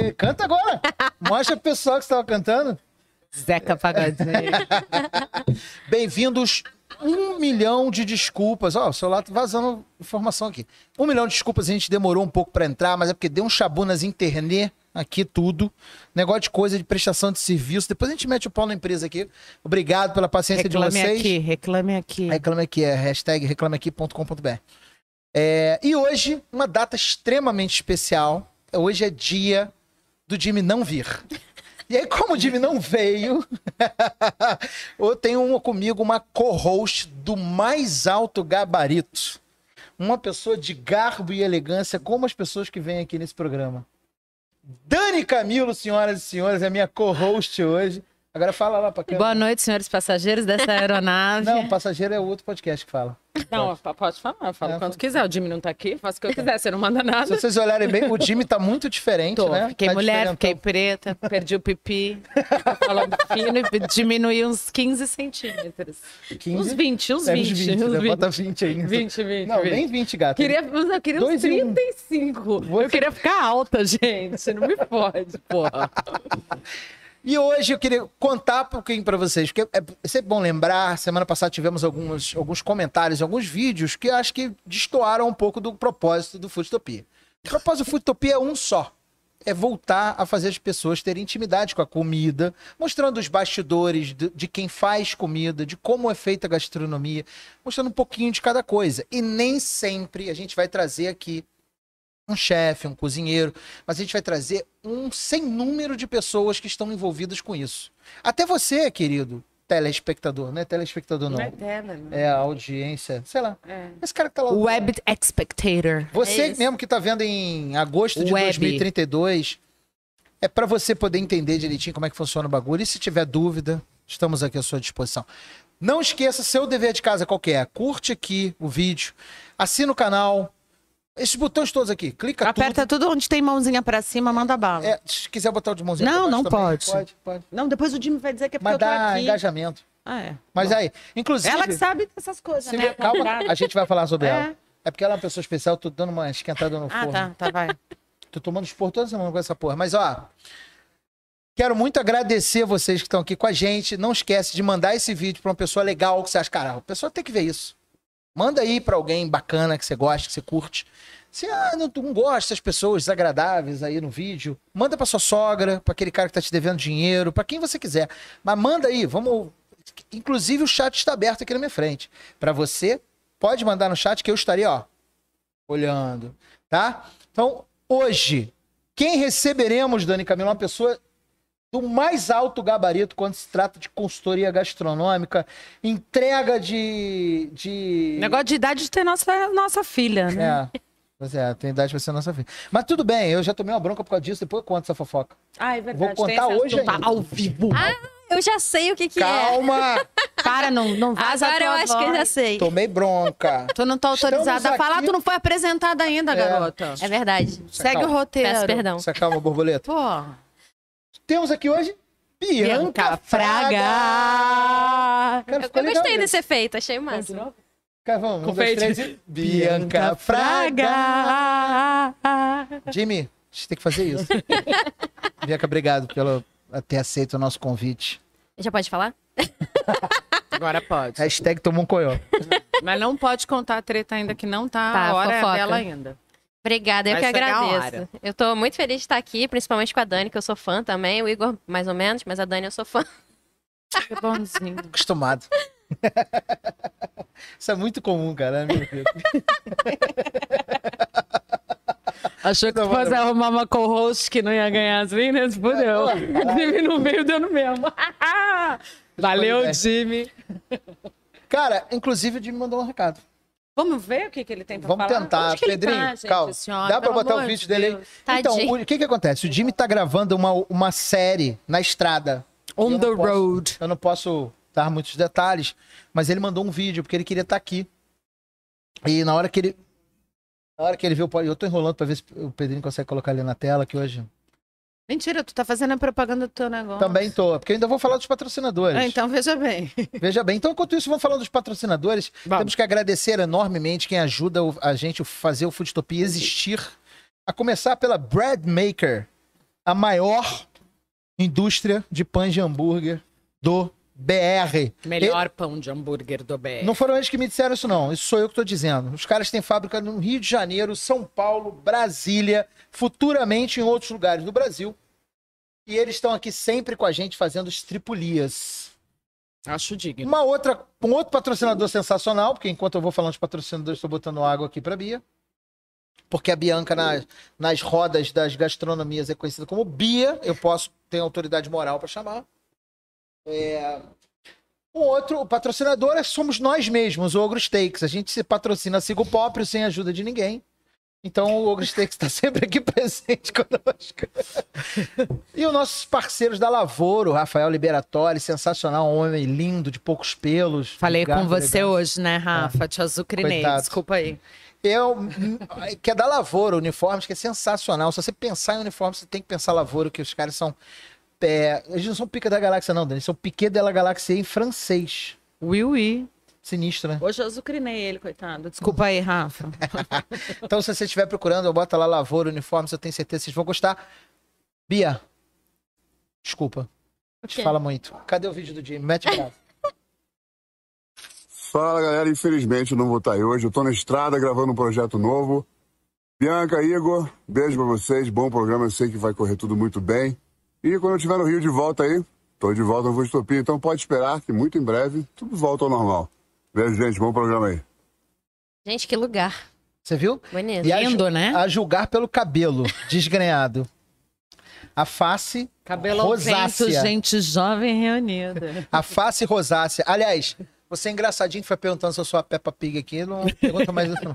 Canta agora. Mostra pro pessoal que você estava cantando. Zeca Pagodinho. Bem-vindos. 1 milhão de desculpas. Ó, o celular tá vazando informação aqui. 1 milhão de desculpas, a gente demorou um pouco para entrar, mas é porque deu um chabu nas internet aqui tudo. Negócio de coisa de prestação de serviço. Depois a gente mete o pau na empresa aqui. Obrigado pela paciência de vocês. Reclame aqui. Reclame aqui, hashtag reclameaqui.com.br. E hoje, uma data extremamente especial. Hoje é dia do Jimmy não vir. E aí, como o Jimmy não veio, eu tenho comigo uma co-host do mais alto gabarito. Uma pessoa de garbo e elegância, como as pessoas que vêm aqui nesse programa. Dani Camilo, senhoras e senhores, é minha co-host hoje. Agora fala lá pra quem. Boa noite, senhores passageiros dessa aeronave. Não, passageiro é outro podcast que fala. Não, pode falar, fala quanto quiser. O Jimmy não tá aqui, faço o que eu quiser, você não manda nada. Se vocês olharem bem, o Jimmy tá muito diferente, né? Fiquei tá mulher, fiquei preta, perdi o pipi, tô falando fino e diminui uns 15 centímetros. 15? Uns 20, uns 20. Uns 20, né? Bota 20 aí. 20. Não, nem 20, gato. Eu queria uns 35. Eu queria ficar alta, gente. Não me fode, porra. E hoje eu queria contar um pouquinho para vocês, porque é sempre bom lembrar, semana passada tivemos alguns comentários, alguns vídeos que acho que destoaram um pouco do propósito do Foodtopia. O propósito do Foodtopia é um só, é voltar a fazer as pessoas terem intimidade com a comida, mostrando os bastidores de quem faz comida, de como é feita a gastronomia, mostrando um pouquinho de cada coisa. E nem sempre a gente vai trazer aqui um chefe, um cozinheiro, mas a gente vai trazer um sem número de pessoas que estão envolvidas com isso. Até você, querido telespectador, não é telespectador não. É a audiência, sei lá. Esse cara que tá lá. Web Spectator. Você mesmo que tá vendo em agosto de 2032, é para você poder entender direitinho como é que funciona o bagulho. E se tiver dúvida, estamos aqui à sua disposição. Não esqueça seu dever de casa qualquer. Curte aqui o vídeo, assina o canal. Esses botões todos aqui, clica Aperta tudo onde tem mãozinha pra cima, manda bala. Se quiser botar o de mãozinha não, pra baixo não também, pode. Pode. Não, depois o Jimmy vai dizer que é porque Mas eu tô dá aqui. engajamento. Mas aí, inclusive... ela que sabe dessas coisas, né? Calma, a gente vai falar sobre ela. É porque ela é uma pessoa especial, tô dando uma esquentada no forno. Tá, vai. Tô tomando esporro toda semana com essa porra. Mas, ó... Quero muito agradecer vocês que estão aqui com a gente. Não esquece de mandar esse vídeo pra uma pessoa legal que você acha, cara, a pessoa tem que ver isso. Manda aí pra alguém bacana que você gosta, que você curte. Se não gosta das pessoas desagradáveis aí no vídeo, manda pra sua sogra, pra aquele cara que tá te devendo dinheiro, pra quem você quiser. Mas manda aí, vamos... Inclusive o chat está aberto aqui na minha frente. Pra você, pode mandar no chat que eu estarei, ó, olhando, tá? Então, hoje, quem receberemos, Dani Camilo, uma pessoa do mais alto gabarito quando se trata de consultoria gastronômica, entrega de... Negócio de idade de ter nossa filha, né? Pois tem idade pra ser nossa filha. Mas tudo bem, eu já tomei uma bronca por causa disso, depois eu conto essa fofoca. É verdade. Vou contar hoje ainda. Ao vivo. Eu já sei o que Calma! Para, não vaza Agora a tua eu acho que eu já sei. Tomei bronca. Tu não tá autorizada a falar, aqui... tu não foi apresentada ainda, garota. É verdade. Segue o roteiro. Peço perdão. Você calma, borboleta. Pô. Temos aqui hoje Bianca Fraga. Cara, eu gostei desse efeito, achei massa. Vamos, 1, 2, 3. Bianca Fraga. Jimmy, a gente tem que fazer isso. Bianca, obrigado pelo ter aceito o nosso convite. Já pode falar? Agora pode. Hashtag tomou um coió. Mas não pode contar a treta ainda, que não tá a hora fofoca. dela ainda. Obrigada, eu que agradeço. Eu tô muito feliz de estar aqui, principalmente com a Dani, que eu sou fã também. O Igor, mais ou menos, mas a Dani eu sou fã. Que bonzinho. Acostumado. Isso é muito comum, cara. Meu Deus. Achou que fosse arrumar uma co-host que não ia ganhar assim, né? Se fudeu. O Jimmy no meio dando mesmo. Valeu, Jimmy. Cara, inclusive o Jimmy mandou um recado. Vamos ver o que ele tem pra falar? Vamos tentar. Pedrinho, calma. Dá pra botar o vídeo dele aí? Então, o que acontece? O Jimmy tá gravando uma série na estrada. On the road. Eu não posso dar muitos detalhes, mas ele mandou um vídeo, porque ele queria estar aqui. E na hora que ele viu, eu tô enrolando pra ver se o Pedrinho consegue colocar ali na tela, que hoje... Mentira, tu tá fazendo a propaganda do teu negócio. Também tô, porque eu ainda vou falar dos patrocinadores. Então veja bem. Veja bem. Então, enquanto isso, vamos falar dos patrocinadores. Vamos. Temos que agradecer enormemente quem ajuda a gente a fazer o Foodtopia existir. A começar pela Bread Maker. a maior indústria de pães de hambúrguer do BR. Melhor pão de hambúrguer do BR. Não foram eles que me disseram isso, não. Isso sou eu que estou dizendo. Os caras têm fábrica no Rio de Janeiro, São Paulo, Brasília, futuramente em outros lugares do Brasil. E eles estão aqui sempre com a gente fazendo estripulias. Acho digno. Um outro patrocinador sensacional, porque enquanto eu vou falando de patrocinadores, estou botando água aqui para Bia. Porque a Bianca, nas rodas das gastronomias, é conhecida como Bia. Eu tenho autoridade moral para chamar. Um outro patrocinador somos nós mesmos, o Ogro Steaks. A gente se patrocina a si próprio, sem ajuda de ninguém. Então o Ogro Steaks está sempre aqui presente conosco. E os nossos parceiros da Lavoro, Rafael Liberatori, sensacional, um homem lindo, de poucos pelos. Falei com você hoje, né, Rafa? Te azucrinei, desculpa aí. Que é da Lavoro, uniformes, que é sensacional. Se você pensar em uniforme, você tem que pensar Lavoro, que os caras são... eles não são pica da galáxia, não, Dani. Eles são piquet de la galáxia em francês. Oui, oui. Sinistro, né? Hoje eu azucrinei ele, coitado. Desculpa aí, Rafa. Então, se você estiver procurando, bota lá Lavoro, uniformes, eu tenho certeza que vocês vão gostar. Bia, desculpa. Te fala muito. Cadê o vídeo do dia? Mete o braço. Fala, galera. Infelizmente eu não vou estar aí hoje. Eu tô na estrada gravando um projeto novo. Bianca, Igor, beijo pra vocês. Bom programa. Eu sei que vai correr tudo muito bem. E quando eu estiver no Rio de volta aí, tô de volta no Vostopia, então pode esperar que muito em breve tudo volta ao normal. Beijo, gente. Bom programa aí. Gente, que lugar. Você viu? Bonito. E lindo, né? A julgar pelo cabelo desgrenhado. A face cabelo rosácea. Vento, gente jovem reunida. A face rosácea. Aliás, você é engraçadinho que foi perguntando se eu sou a Peppa Pig aqui. Não pergunta mais isso, não.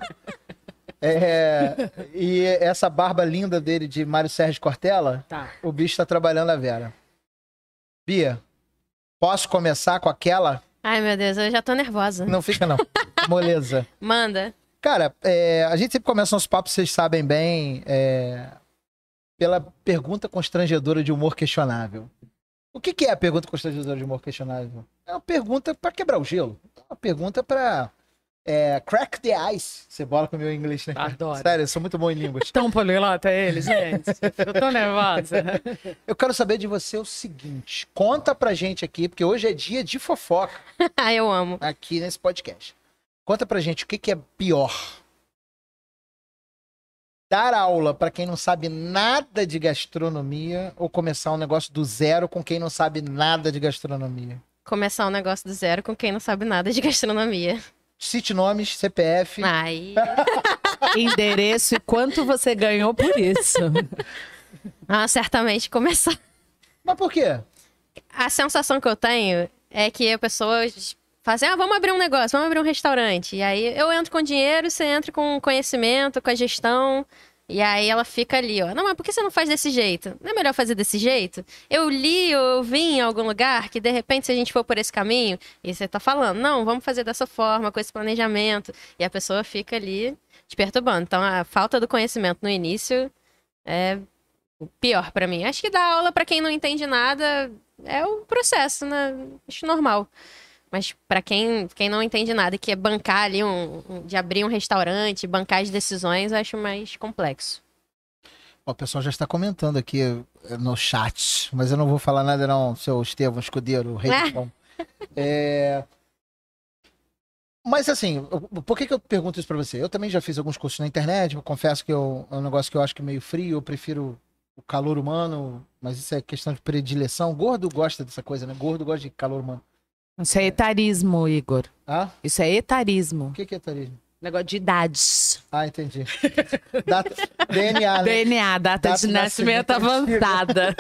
E essa barba linda dele de Mário Sérgio Cortella, o bicho tá trabalhando a Vera. Bia, posso começar com aquela? Ai, meu Deus, eu já tô nervosa. Não fica, não. Moleza. Manda. Cara, a gente sempre começa nosso papo, vocês sabem bem, pela pergunta constrangedora de humor questionável. O que é a pergunta constrangedora de humor questionável? É uma pergunta pra quebrar o gelo. É uma pergunta pra... crack the ice. Você bola com o meu inglês, né? Adoro. Sério, eu sou muito bom em línguas. Tão poliglota ele, gente. Eu tô nervosa. Eu quero saber de você o seguinte. Conta pra gente aqui, porque hoje é dia de fofoca. Eu amo. Aqui nesse podcast. Conta pra gente o que é pior. Dar aula pra quem não sabe nada de gastronomia ou começar um negócio do zero com quem não sabe nada de gastronomia? Começar um negócio do zero com quem não sabe nada de gastronomia. Cite nomes, CPF. Ai. Endereço e quanto você ganhou por isso. Certamente começar. Mas por quê? A sensação que eu tenho é que a pessoa fala assim, vamos abrir um negócio, vamos abrir um restaurante. E aí eu entro com dinheiro, você entra com conhecimento, com a gestão. E aí ela fica ali, ó. Não, mas por que você não faz desse jeito? Não é melhor fazer desse jeito? Eu vi em algum lugar que, de repente, se a gente for por esse caminho, e você tá falando, não, vamos fazer dessa forma, com esse planejamento. E a pessoa fica ali te perturbando. Então, a falta do conhecimento no início é o pior pra mim. Acho que dar aula pra quem não entende nada é o processo, né? Acho normal. Mas para quem não entende nada e quer bancar ali de abrir um restaurante, bancar as decisões, eu acho mais complexo. O pessoal já está comentando aqui no chat, mas eu não vou falar nada não, seu Estevão Escudeiro, o rei do pão. Mas assim, por que eu pergunto isso para você? Eu também já fiz alguns cursos na internet, eu confesso que é um negócio que eu acho que é meio frio, eu prefiro o calor humano, mas isso é questão de predileção. Gordo gosta dessa coisa, né? Gordo gosta de calor humano. Isso é etarismo, Igor. Isso é etarismo. O que é etarismo? Negócio de idades. Entendi. DNA, né? DNA, data de nascimento avançada.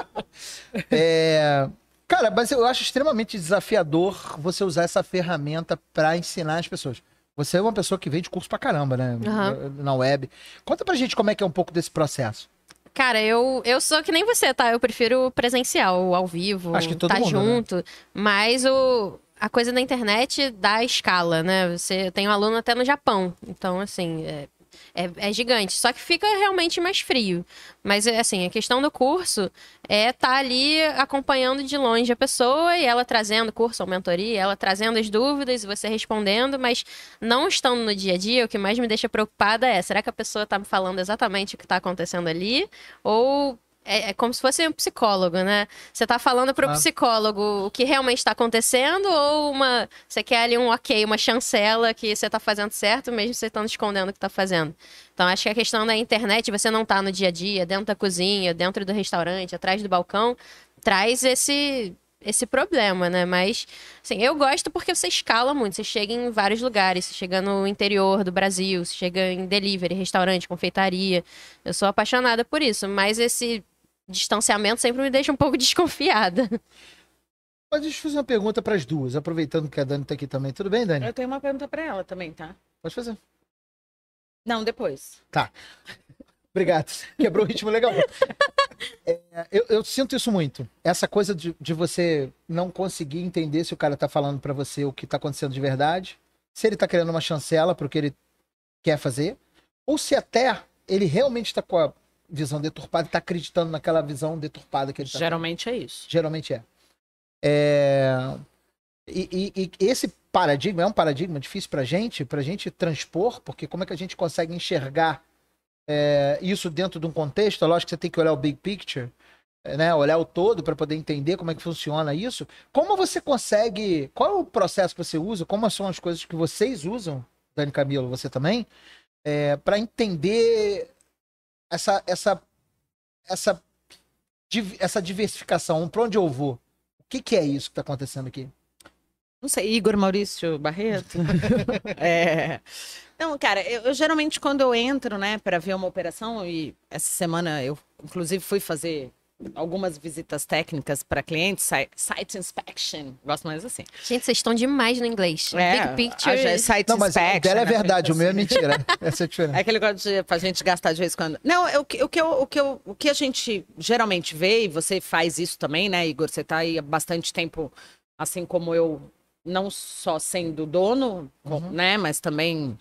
Cara, mas eu acho extremamente desafiador você usar essa ferramenta para ensinar as pessoas. Você é uma pessoa que vem de curso pra caramba, né? Na web. Conta pra gente como é que é um pouco desse processo. Cara, eu sou que nem você, tá? Eu prefiro presencial, ao vivo, acho que todo mundo, junto. Né? Mas a coisa da internet dá escala, né? Você tem um aluno até no Japão. Então, assim, é gigante. Só que fica realmente mais frio. Mas, assim, a questão do curso é estar ali acompanhando de longe a pessoa e ela trazendo curso ou mentoria, ela trazendo as dúvidas e você respondendo, mas não estando no dia a dia, o que mais me deixa preocupada será que a pessoa está me falando exatamente o que está acontecendo ali? Ou é como se fosse um psicólogo, né? Você tá falando pro psicólogo o que realmente tá acontecendo ou você quer ali um ok, uma chancela que você tá fazendo certo, mesmo você estando escondendo o que tá fazendo. Então, acho que a questão da internet, você não tá no dia a dia, dentro da cozinha, dentro do restaurante, atrás do balcão, traz esse problema, né? Mas, assim, eu gosto porque você escala muito. Você chega em vários lugares. Você chega no interior do Brasil, você chega em delivery, restaurante, confeitaria. Eu sou apaixonada por isso. Mas esse distanciamento sempre me deixa um pouco desconfiada. Mas deixa eu fazer uma pergunta para as duas, aproveitando que a Dani tá aqui também. Tudo bem, Dani? Eu tenho uma pergunta pra ela também, tá? Pode fazer. Não, depois. Tá. Obrigado. Quebrou o ritmo legal. Eu sinto isso muito. Essa coisa de você não conseguir entender se o cara tá falando pra você o que tá acontecendo de verdade, se ele tá querendo uma chancela pro que ele quer fazer, ou se até ele realmente tá com a visão deturpada e tá acreditando naquela visão deturpada que ele tá Geralmente é isso. Geralmente é. E esse paradigma é um paradigma difícil pra gente transpor, porque como é que a gente consegue enxergar isso dentro de um contexto? É lógico que você tem que olhar o big picture, né? Olhar o todo para poder entender como é que funciona isso. Como você consegue... Qual é o processo que você usa? Como são as coisas que vocês usam, Dani, Camilo, você também, para entender essa diversificação? Para onde eu vou? O que é isso que está acontecendo aqui? Não sei, Igor Maurício Barreto? Não, cara, eu geralmente quando eu entro, né, para ver uma operação, e essa semana eu, inclusive, fui fazer algumas visitas técnicas para clientes, site inspection, gosto mais assim. Gente, vocês estão demais no inglês. Big picture. Site Não, mas inspection. dela é verdade, o meu é mentira. Essa é a diferença. É aquele negócio pra gente gastar de vez em quando. Não, o que a gente geralmente vê, e você faz isso também, né, Igor? Você tá aí há bastante tempo, assim como eu, não só sendo dono, né, mas também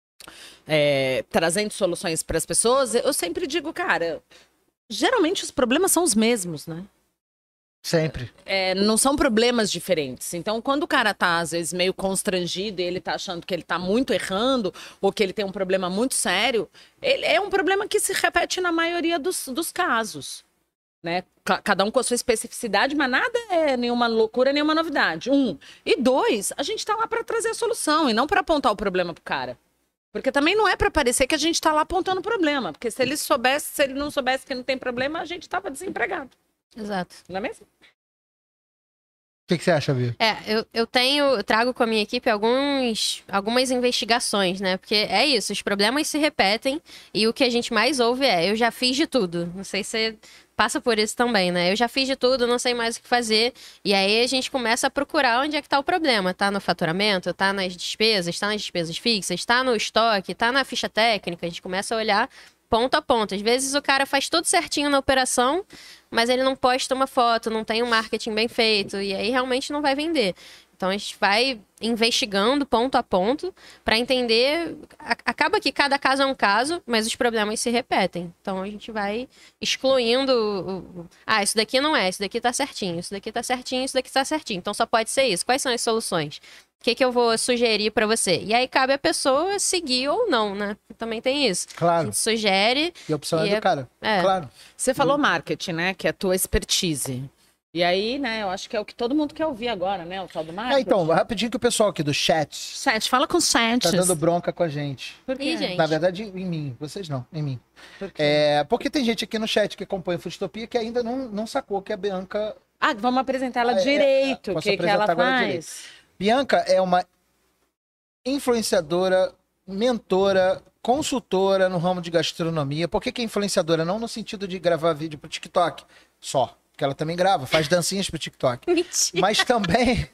trazendo soluções para as pessoas. Eu sempre digo, cara, geralmente os problemas são os mesmos, né? Sempre. Não são problemas diferentes. Então, quando o cara tá, às vezes, meio constrangido e ele tá achando que ele tá muito errando ou que ele tem um problema muito sério, ele é um problema que se repete na maioria dos casos. Né? Cada um com a sua especificidade, mas nada é nenhuma loucura, nenhuma novidade. E dois, a gente tá lá para trazer a solução e não para apontar o problema pro cara. Porque também não é para parecer que a gente tá lá apontando o problema. Porque se ele não soubesse que não tem problema, a gente tava desempregado. Exato. Não é mesmo? O que você acha, Bia? Eu trago com a minha equipe algumas investigações, né? Porque é isso, os problemas se repetem e o que a gente mais ouve eu já fiz de tudo. Não sei se você passa por isso também, né? Eu já fiz de tudo, não sei mais o que fazer. E aí a gente começa a procurar onde é que tá o problema. Tá no faturamento, tá nas despesas fixas, tá no estoque, tá na ficha técnica. A gente começa a olhar ponto a ponto. Às vezes o cara faz tudo certinho na operação, mas ele não posta uma foto, não tem um marketing bem feito, e aí realmente não vai vender. Então a gente vai investigando ponto a ponto para entender. Acaba que cada caso é um caso, mas os problemas se repetem. Então a gente vai excluindo. Isso daqui não é, isso daqui tá certinho, isso daqui tá certinho, isso daqui tá certinho. Então só pode ser isso. Quais são as soluções? O que eu vou sugerir para você? E aí cabe a pessoa seguir ou não, né? Também tem isso. Claro. A gente sugere. E a opção é do cara. Claro. Você falou marketing, né? Que é a tua expertise. E aí, né, eu acho que é o que todo mundo quer ouvir agora, né? O tal do marketing. Então, rapidinho que o pessoal aqui do chat Fala com o chat. tá dando bronca com a gente. Por quê? Ih, gente. Na verdade, em mim. Vocês não, em mim. Por quê? Porque tem gente aqui no chat que acompanha o Foodtopia que ainda não sacou que a Bianca... Vamos apresentar ela direito. O posso que ela apresentar agora faz? direito. Bianca é uma influenciadora, mentora, consultora no ramo de gastronomia. Por que é influenciadora? Não no sentido de gravar vídeo pro TikTok só. Porque ela também grava, faz dancinhas pro TikTok. Mentira. Mas também...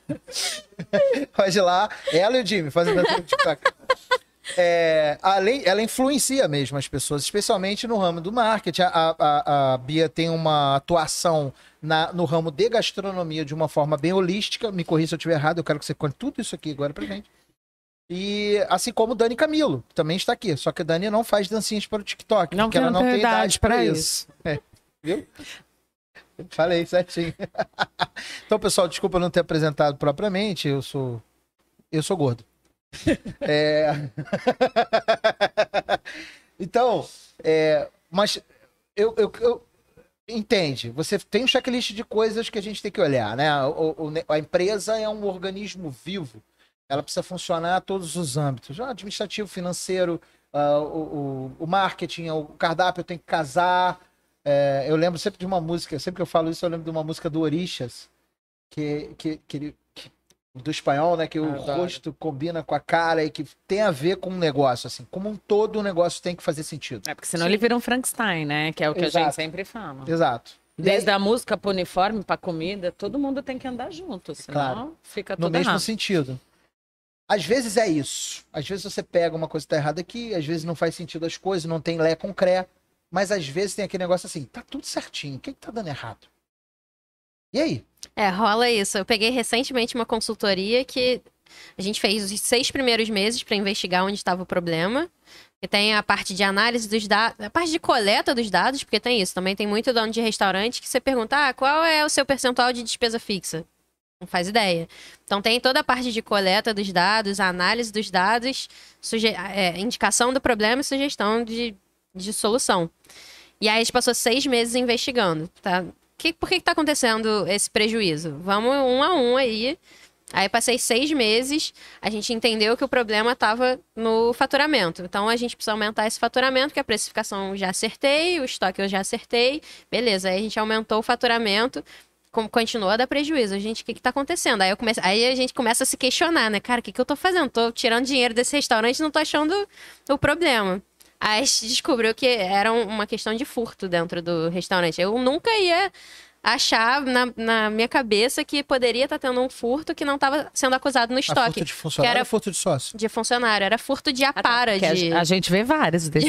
Pode ir lá. Ela e o Jimmy fazem dancinha pro TikTok. Ela influencia mesmo as pessoas, especialmente no ramo do marketing. A Bia tem uma atuação no ramo de gastronomia de uma forma bem holística. Me corrija se eu estiver errado, eu quero que você conte tudo isso aqui agora pra gente. E assim como o Dani Camilo, que também está aqui. Só que a Dani não faz dancinhas para o TikTok, porque ela não tem idade para isso. Viu? Falei certinho. Então, pessoal, desculpa não ter apresentado propriamente. Eu sou gordo. Então, mas Entende? Você tem um checklist de coisas que a gente tem que olhar, né? A empresa é um organismo vivo. Ela precisa funcionar a todos os âmbitos. Administrativo, financeiro, o marketing, o cardápio tem que casar. Eu lembro sempre de uma música, sempre que eu falo isso, eu lembro de uma música do Orixás, do espanhol, né? Que o rosto combina com a cara e que tem a ver com um negócio, assim. Como um todo, o negócio tem que fazer sentido. Porque senão ele vira um Frankenstein, né? Que é o que a gente sempre fala. Exato. Desde a música pro uniforme, pra comida, todo mundo tem que andar junto, senão fica tudo no mesmo errado. sentido. Às vezes é isso. Às vezes você pega uma coisa que tá errada aqui, às vezes não faz sentido as coisas, não tem lé com cré, mas às vezes tem aquele negócio assim, tá tudo certinho, o que tá dando errado? E aí? Rola isso. Eu peguei recentemente uma consultoria que a gente fez os 6 primeiros meses para investigar onde estava o problema. E tem a parte de análise dos dados, a parte de coleta dos dados, porque tem isso. Também tem muito dono de restaurante que você pergunta, qual é o seu percentual de despesa fixa? Não faz ideia. Então tem toda a parte de coleta dos dados, análise dos dados, indicação do problema e sugestão de solução. E aí a gente passou 6 meses investigando, tá? Por que está acontecendo esse prejuízo? Vamos um a um aí. Aí passei 6 meses, a gente entendeu que o problema estava no faturamento. Então a gente precisa aumentar esse faturamento, que a precificação eu já acertei, o estoque eu já acertei. Beleza, aí a gente aumentou o faturamento, continua a dar prejuízo. Gente, o que está acontecendo? Aí a gente começa a se questionar, né? Cara, o que eu estou fazendo? Estou tirando dinheiro desse restaurante e não estou achando o problema. Aí a gente descobriu que era uma questão de furto dentro do restaurante. Eu nunca ia achar na minha cabeça que poderia estar tendo um furto que não estava sendo acusado no estoque. Furto de funcionário ou furto de sócio? De funcionário. Era furto de apara. A gente vê vários desses.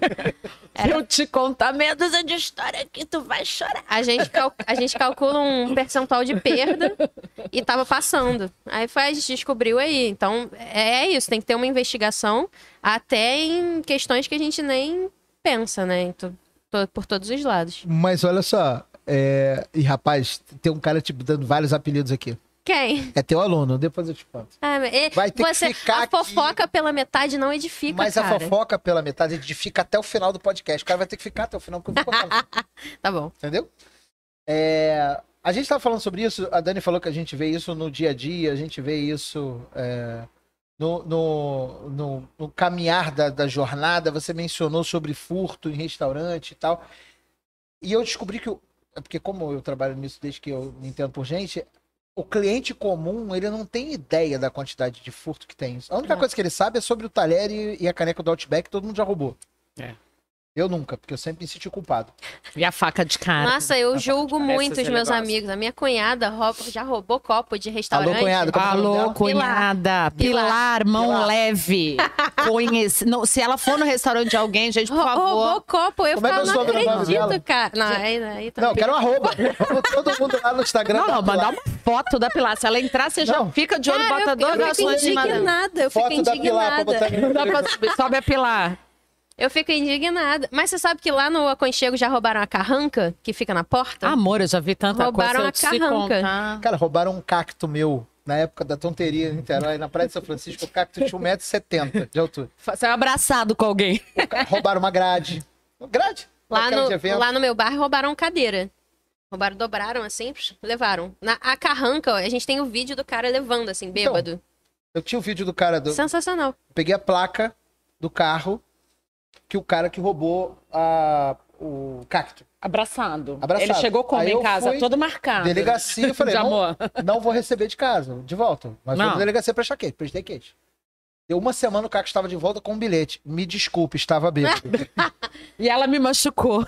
Eu te contar meia dúzia de história que tu vai chorar. A gente calcula um percentual de perda e tava passando. Aí a gente descobriu aí. Então, é isso. Tem que ter uma investigação até em questões que a gente nem pensa, né? Então, por todos os lados. Mas olha só... E rapaz, tem um cara tipo dando vários apelidos aqui. Quem? É teu aluno, depois eu te conto. Vai ter que ficar a fofoca pela metade não edifica, mas cara. A fofoca pela metade edifica até o final do podcast. O cara vai ter que ficar até o final, porque eu vou contar. Tá bom. Entendeu? A gente tava falando sobre isso, a Dani falou que a gente vê isso no dia a dia, a gente vê isso no caminhar da jornada. Você mencionou sobre furto em restaurante e tal. E eu descobri que porque como eu trabalho nisso desde que eu me entendo por gente, o cliente comum, ele não tem ideia da quantidade de furto que tem. A única coisa que ele sabe é sobre o talher e a caneca do Outback, que todo mundo já roubou. Eu nunca, porque eu sempre me senti culpado. E a faca de cara. Nossa, eu julgo muito os meus amigos. A minha cunhada já roubou copo de restaurante. Alô, cunhada. Alô, cunhada. Pilar, mão leve. Se ela for no restaurante de alguém, gente, por favor. Roubou copo. Eu Como falo, não acredito, cara. Não, quero uma arroba. Todo mundo lá no Instagram. Não, mandar uma foto da Pilar. Se ela entrar, você já fica de olho, bota dois ações de indignada. Eu fico indignada. Sobe a Pilar. Eu fico indignada. Mas você sabe que lá no Aconchego já roubaram a carranca que fica na porta? Amor, eu já vi tanta roubaram coisa. Roubaram a carranca. Cara, roubaram um cacto meu na época da tonteria em Niterói, na Praia de São Francisco. O cacto tinha 1,70 m de altura. Você é abraçado com alguém. Roubaram uma grade. Grade? Lá no meu bar roubaram cadeira. Dobraram assim, levaram. A carranca, a gente tem o vídeo do cara levando assim, bêbado. Então, eu tinha o vídeo do cara Sensacional. Peguei a placa do carro que o cara que roubou o cacto. Abraçado. Ele chegou como em casa, todo marcado. Delegacia, eu falei, não vou receber de casa, de volta. Mas vou na delegacia prestar queixa, prestei queixa. Deu uma semana, o cacto estava de volta com um bilhete. Me desculpe, estava bêbado. E ela me machucou.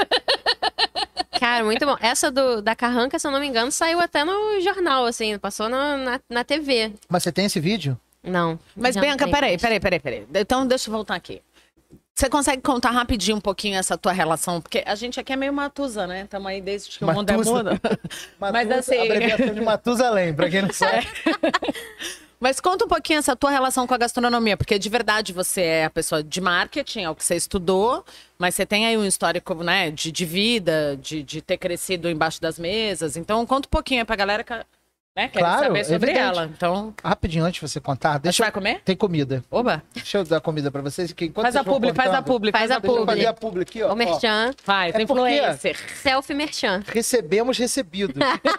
Cara, muito bom. Essa da carranca, se eu não me engano, saiu até no jornal, assim, passou na TV. Mas você tem esse vídeo? Não. Mas, Bianca, peraí. Então, deixa eu voltar aqui. Você consegue contar rapidinho um pouquinho essa tua relação? Porque a gente aqui é meio Matusa, né? Estamos aí desde que o mundo é mundo. Mas assim... A abreviação de Matusalém, pra quem não sabe. Mas conta um pouquinho essa tua relação com a gastronomia, porque de verdade você é a pessoa de marketing, é o que você estudou, mas você tem aí um histórico, né, de vida, de ter crescido embaixo das mesas. Então conta um pouquinho aí pra galera Né? Quero Claro, saber sobre evidente. ela. Então, Rapidinho, antes de você contar, você deixa vai comer? Tem comida. Oba. Deixa eu dar comida pra vocês. Que enquanto Faz a vocês vão publi, faz a contando, publi. Faz a Deixa eu publi. fazer a publi aqui, ó. O merchan. Faz, É influencer. Selfie merchan. Recebemos recebido.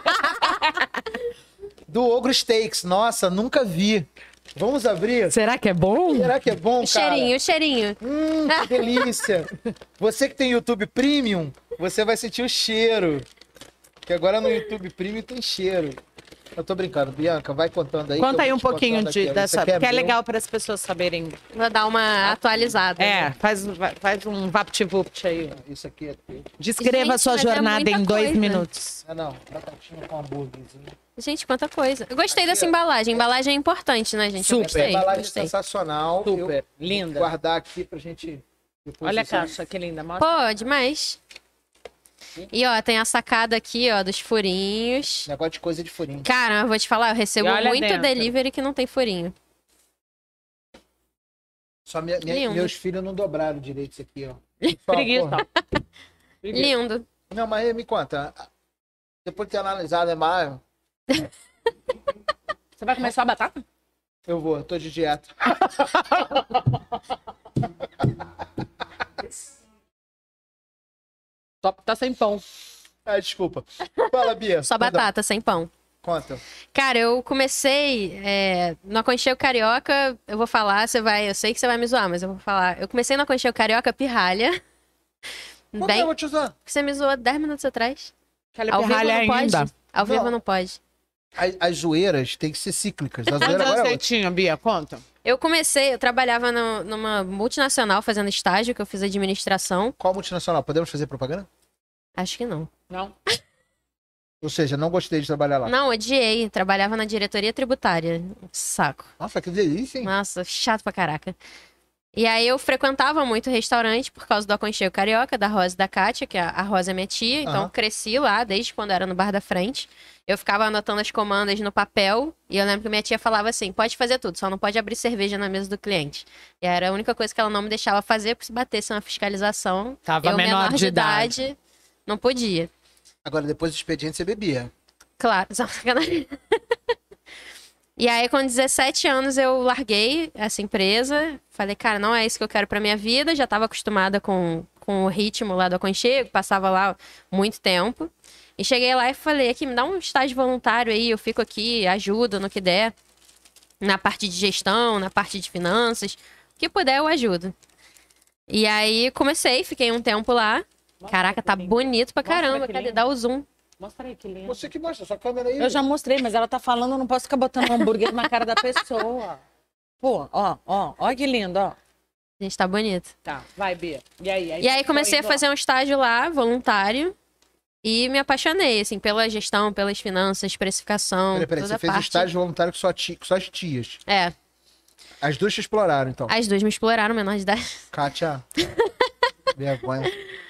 Do Ogro Steaks. Nossa, nunca vi. Vamos abrir? Será que é bom? Será que é bom, cara? O cheirinho. Que delícia. Você que tem YouTube Premium, você vai sentir o cheiro. Que agora no YouTube Premium tem cheiro. Eu tô brincando. Bianca, vai contando aí. que Conta eu aí vou um te pouquinho contando aqui. dessa, Isso aqui porque é meu. legal para as pessoas saberem. Vou dar uma atualizada. É, faz um vapt-vupt aí. Isso aqui é teu. Descreva Gente, a sua mas é jornada em muita 2 coisa. minutos. Ah, não. Batatinha com hambúrguerzinho. Gente, quanta coisa. Eu gostei dessa embalagem. Embalagem é importante, né, gente? Eu Super. A gostei. embalagem é Gostei. sensacional. Super, Eu linda. vou guardar aqui pra gente... depois Olha a usar. caixa, que linda. Mostra. Pô, demais. E ó, tem a sacada aqui, ó, dos furinhos. Negócio de coisa de furinho. Cara, eu vou te falar, eu recebo E olha muito dentro. delivery que não tem furinho. Só Lindo. meus filhos não dobraram direito isso aqui, ó. Só, Preguiça. porra. Lindo. Não, mas me conta. Depois de ter analisado a imagem, Você vai comer só a batata? eu vou. Tô de dieta. Top, tá sem pão. Ah, desculpa. Fala, Bia. Só Manda. batata, sem pão. Conta. Cara, eu comecei no Aconchego Carioca, eu vou falar, eu sei que você vai me zoar, mas eu vou falar. Eu comecei no Aconchego Carioca pirralha. Por que eu Bem, vou te usar? que você me zoou 10 minutos atrás. Aquela Ao vivo pirralha não pode? ainda. Ao vivo Não. não pode. As zoeiras têm que ser cíclicas. A Quantos zoeira anos agora é você outra. tinha, Bia? Conta. Eu trabalhava numa multinacional fazendo estágio, que eu fiz administração. Qual multinacional? Podemos fazer propaganda? Acho que não. Não? Ou seja, não gostei de trabalhar lá. Não, odiei. Trabalhava na diretoria tributária. Saco. Nossa, que delícia, hein? Nossa, chato pra caraca. E aí eu frequentava muito restaurante por causa do Aconchego Carioca, da Rosa e da Kátia, que a Rosa é minha tia. Então Aham. eu cresci lá desde quando era no bar da frente. Eu ficava anotando as comandas no papel e eu lembro que minha tia falava assim, pode fazer tudo, só não pode abrir cerveja na mesa do cliente. E era a única coisa que ela não me deixava fazer, porque se batesse uma fiscalização, Tava eu menor de idade. não podia. Agora, depois do expediente, você bebia. Claro, só sacanagem. E aí, com 17 anos, eu larguei essa empresa. Falei, cara, não é isso que eu quero pra minha vida. Já tava acostumada com o ritmo lá do Aconchego, passava lá muito tempo. E cheguei lá e falei, aqui, me dá um estágio voluntário aí, eu fico aqui, ajudo no que der. Na parte de gestão, na parte de finanças. O que puder, eu ajudo. E aí, comecei, fiquei um tempo lá. Caraca, tá bonito pra Mostra caramba. que Cadê? lindo. Dá o zoom. Mostra aí que lindo. Você que mostra, sua câmera aí. Eu já mostrei, mas ela tá falando, eu não posso ficar botando hambúrguer na cara da pessoa. Pô, ó que lindo, ó. Gente, tá bonito. Tá, vai, Bia. E aí? E aí comecei a fazer um estágio lá, voluntário, e me apaixonei, assim, pela gestão, pelas finanças, precificação, Peraí, toda você a fez parte. estágio voluntário com suas tias. É, As duas te exploraram, então. as duas me exploraram, menor de idade. Kátia. Vergonha.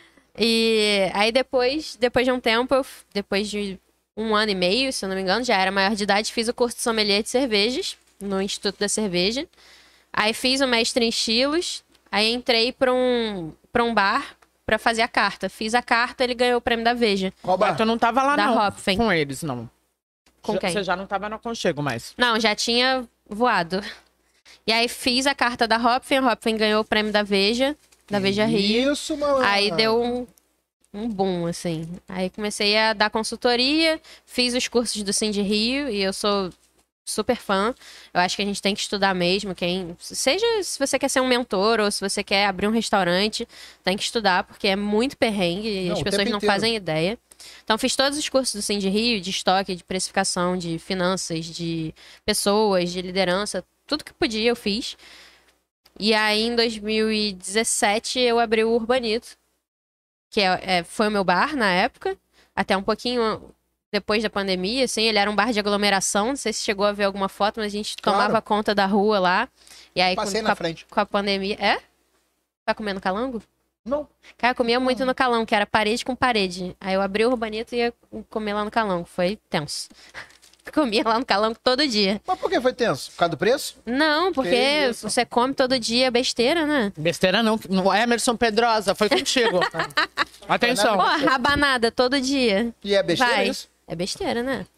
E aí depois de um tempo, depois de 1 ano e meio, se eu não me engano, já era maior de idade, fiz o curso de sommelier de cervejas, no Instituto da Cerveja. Aí fiz o mestre em estilos, aí entrei pra um bar pra fazer a carta. Fiz a carta, ele ganhou o prêmio da Veja. Qual bar? Tu não tava lá, Da não. Hopfen. Com eles, não. Com quem? Você já não tava no Aconchego mais. Não, já tinha voado. E aí fiz a carta da Hopfen, a Hopfen ganhou o prêmio da Veja Rio. Isso, mano. Aí deu um boom, assim. Aí comecei a dar consultoria, fiz os cursos do Cindy Rio e eu sou super fã. Eu acho que a gente tem que estudar mesmo. Seja se você quer ser um mentor ou se você quer abrir um restaurante, tem que estudar, porque é muito perrengue e Não, as o pessoas tempo não inteiro. fazem ideia. Então, fiz todos os cursos do Cindy Rio, de estoque, de precificação, de finanças, de pessoas, de liderança. Tudo que podia eu fiz. E aí, em 2017, eu abri o Urbanito, que foi o meu bar na época, até um pouquinho depois da pandemia, assim. Ele era um bar de aglomeração, não sei se chegou a ver alguma foto, mas a gente Claro. tomava conta da rua lá. E aí, Passei com na frente. a pandemia... É? Tá comendo calango? Não. Cara, eu comia muito no Calango, que era parede com parede. Aí eu abri o Urbanito e ia comer lá no Calango. Foi tenso. Comia lá no Calango todo dia. Mas por que foi tenso? Por causa do preço? Não, porque Que isso? você come todo dia besteira, né? Besteira não. Emerson Pedrosa, foi contigo. Atenção. Pô, rabanada todo dia. E é besteira Vai. isso? É besteira, né?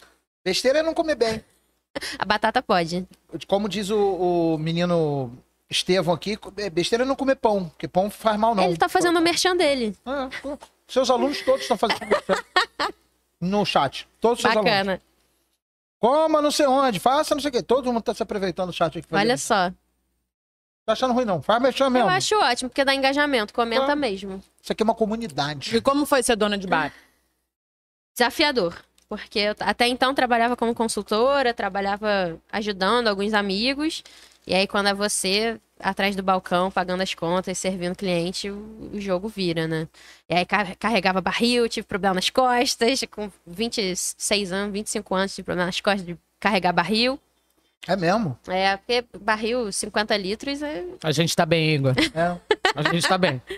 Besteira é não comer bem. A batata pode. Como diz o menino Estevão aqui, besteira é não comer pão, porque pão faz mal não. Ele tá fazendo o merchan dele. Seus alunos todos estão fazendo merchan no chat. Todos os seus alunos. Bacana. Coma não sei onde, faça não sei o quê. Todo mundo tá se aproveitando do chat aqui. Olha só. Tá achando ruim não, faz merchan mesmo. Eu acho ótimo, porque dá engajamento, comenta mesmo. Isso aqui é uma comunidade. E como foi ser dona de bar? Desafiador. Porque eu até então trabalhava como consultora, trabalhava ajudando alguns amigos. E aí, quando é você atrás do balcão, pagando as contas, servindo cliente, o jogo vira, né? E aí, carregava barril, tive problema nas costas. Com 26 anos, 25 anos, tive problema nas costas de carregar barril. É mesmo? É, porque barril, 50 litros, A gente tá bem, Igor. É. A gente tá bem.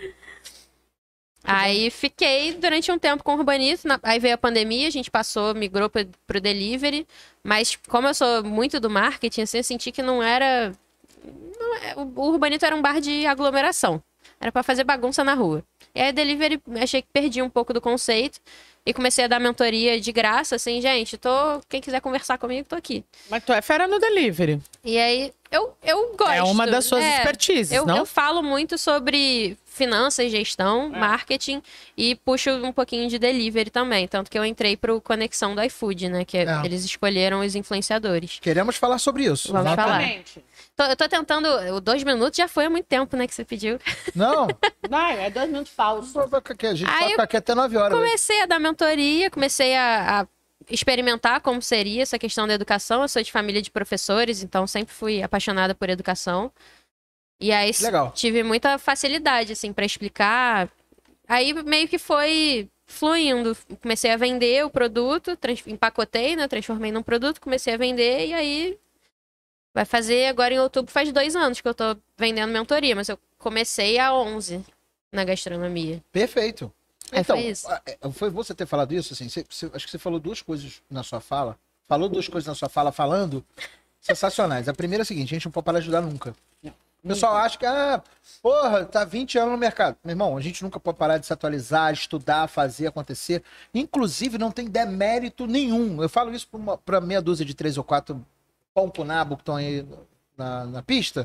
Aí fiquei durante um tempo com o Urbanito, aí veio a pandemia, a gente migrou pro delivery, mas como eu sou muito do marketing, assim, eu senti que não era... O Urbanito era um bar de aglomeração, era pra fazer bagunça na rua. E aí delivery, achei que perdi um pouco do conceito e comecei a dar mentoria de graça, assim, gente, quem quiser conversar comigo, tô aqui. Mas tu é fera no delivery. E aí, eu gosto. É uma das suas expertises, não? Eu falo muito sobre finanças, gestão, marketing e puxo um pouquinho de delivery também. Tanto que eu entrei pro Conexão do iFood, né? Que eles escolheram os influenciadores. Queremos falar sobre isso. Vamos falar. Eu tô tentando... 2 minutos já foi há muito tempo, né? Que você pediu. Não. Vai, é 2 minutos falsos. A gente vai ficar aqui até 9 horas. Comecei a dar mentoria, comecei a experimentar como seria essa questão da educação. Eu sou de família de professores, então sempre fui apaixonada por educação. E aí tive muita facilidade, assim, pra explicar. Aí meio que foi fluindo. Comecei a vender o produto, empacotei, né? Transformei num produto, comecei a vender e aí vai fazer agora em outubro, faz 2 anos que eu tô vendendo mentoria, mas eu comecei há 11 na gastronomia. Perfeito. Aí Então, foi isso. foi você ter falado isso, assim, acho que você falou 2 coisas na sua fala. Falou 2 coisas na sua fala, falando, sensacionais. A primeira é a seguinte, a gente não pode parar de ajudar nunca. O pessoal acha que, porra, tá 20 anos no mercado. Meu irmão, a gente nunca pode parar de se atualizar, estudar, fazer acontecer. Inclusive, não tem demérito nenhum. Eu falo isso pra meia dúzia de 3 ou 4 pão com nabo que estão aí na pista.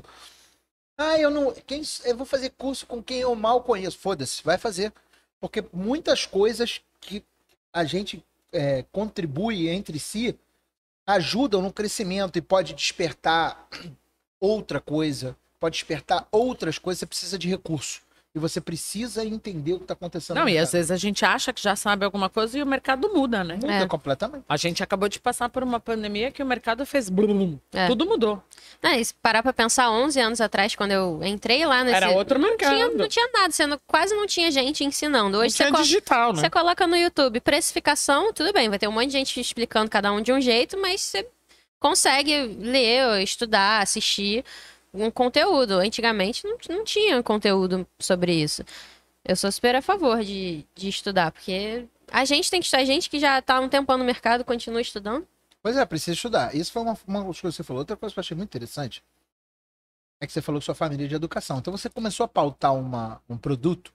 Eu vou fazer curso com quem eu mal conheço. Foda-se, vai fazer. Porque muitas coisas que a gente contribui entre si ajudam no crescimento e pode despertar outra coisa, pode despertar outras coisas. Você precisa de recurso. E você precisa entender o que está acontecendo. Não, e às vezes a gente acha que já sabe alguma coisa e o mercado muda, né? Muda completamente. A gente acabou de passar por uma pandemia que o mercado fez blum, tudo mudou. E se parar pra pensar, 11 anos atrás, quando eu entrei lá nesse... Era outro mercado. Não tinha nada, quase não tinha gente ensinando. Hoje não tinha digital, né? Você coloca no YouTube precificação, tudo bem, vai ter um monte de gente explicando cada um de um jeito, mas você consegue ler, estudar, assistir um conteúdo. Antigamente não tinha conteúdo sobre isso. Eu sou super a favor de estudar, porque a gente tem que estudar. A gente que já tá há um tempão no mercado, continua estudando. Pois precisa estudar. Isso foi uma das coisas que você falou. Outra coisa que eu achei muito interessante é que você falou que sua família é de educação. Então você começou a pautar um produto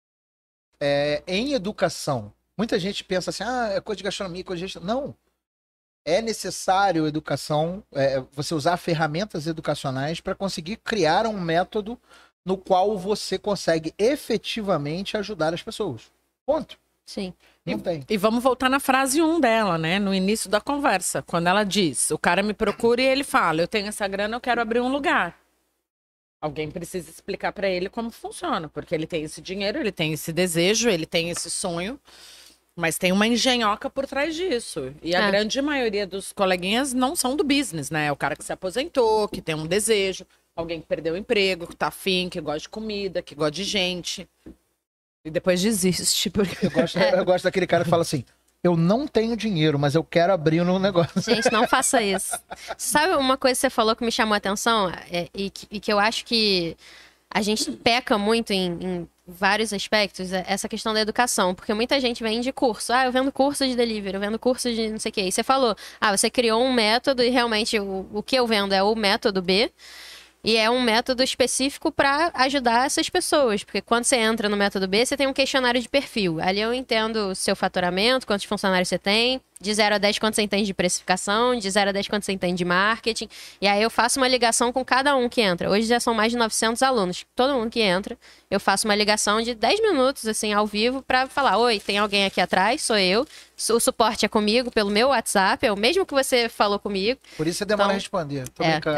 em educação. Muita gente pensa assim, é coisa de gastronomia, coisa de gestão. Não. É necessário educação, você usar ferramentas educacionais para conseguir criar um método no qual você consegue efetivamente ajudar as pessoas. Ponto. Sim. Não tem. E vamos voltar na frase 1 dela, né? No início da conversa. Quando ela diz, o cara me procura e ele fala, eu tenho essa grana, eu quero abrir um lugar. Alguém precisa explicar para ele como funciona. Porque ele tem esse dinheiro, ele tem esse desejo, ele tem esse sonho. Mas tem uma engenhoca por trás disso. E a grande maioria dos coleguinhas não são do business, né? É o cara que se aposentou, que tem um desejo. Alguém que perdeu o emprego, que tá afim, que gosta de comida, que gosta de gente. E depois desiste. Porque... Eu gosto daquele cara que fala assim, eu não tenho dinheiro, mas eu quero abrir um negócio. Gente, não faça isso. Sabe uma coisa que você falou que me chamou a atenção? E que eu acho que a gente peca muito em vários aspectos, essa questão da educação, porque muita gente vem de curso, eu vendo curso de delivery, eu vendo curso de não sei o que, e você falou, você criou um método e realmente o que eu vendo é o método B, E é um método específico para ajudar essas pessoas, porque quando você entra no método B, você tem um questionário de perfil. Ali eu entendo o seu faturamento, quantos funcionários você tem, de 0 a 10 quanto você entende de precificação, de 0 a 10 quanto você entende de marketing. E aí eu faço uma ligação com cada um que entra. Hoje já são mais de 900 alunos. Todo mundo que entra, eu faço uma ligação de 10 minutos, assim, ao vivo, para falar, oi, tem alguém aqui atrás, sou eu. O suporte é comigo, pelo meu WhatsApp, é o mesmo que você falou comigo. Por isso você demora a Então, responder. Tô brincando.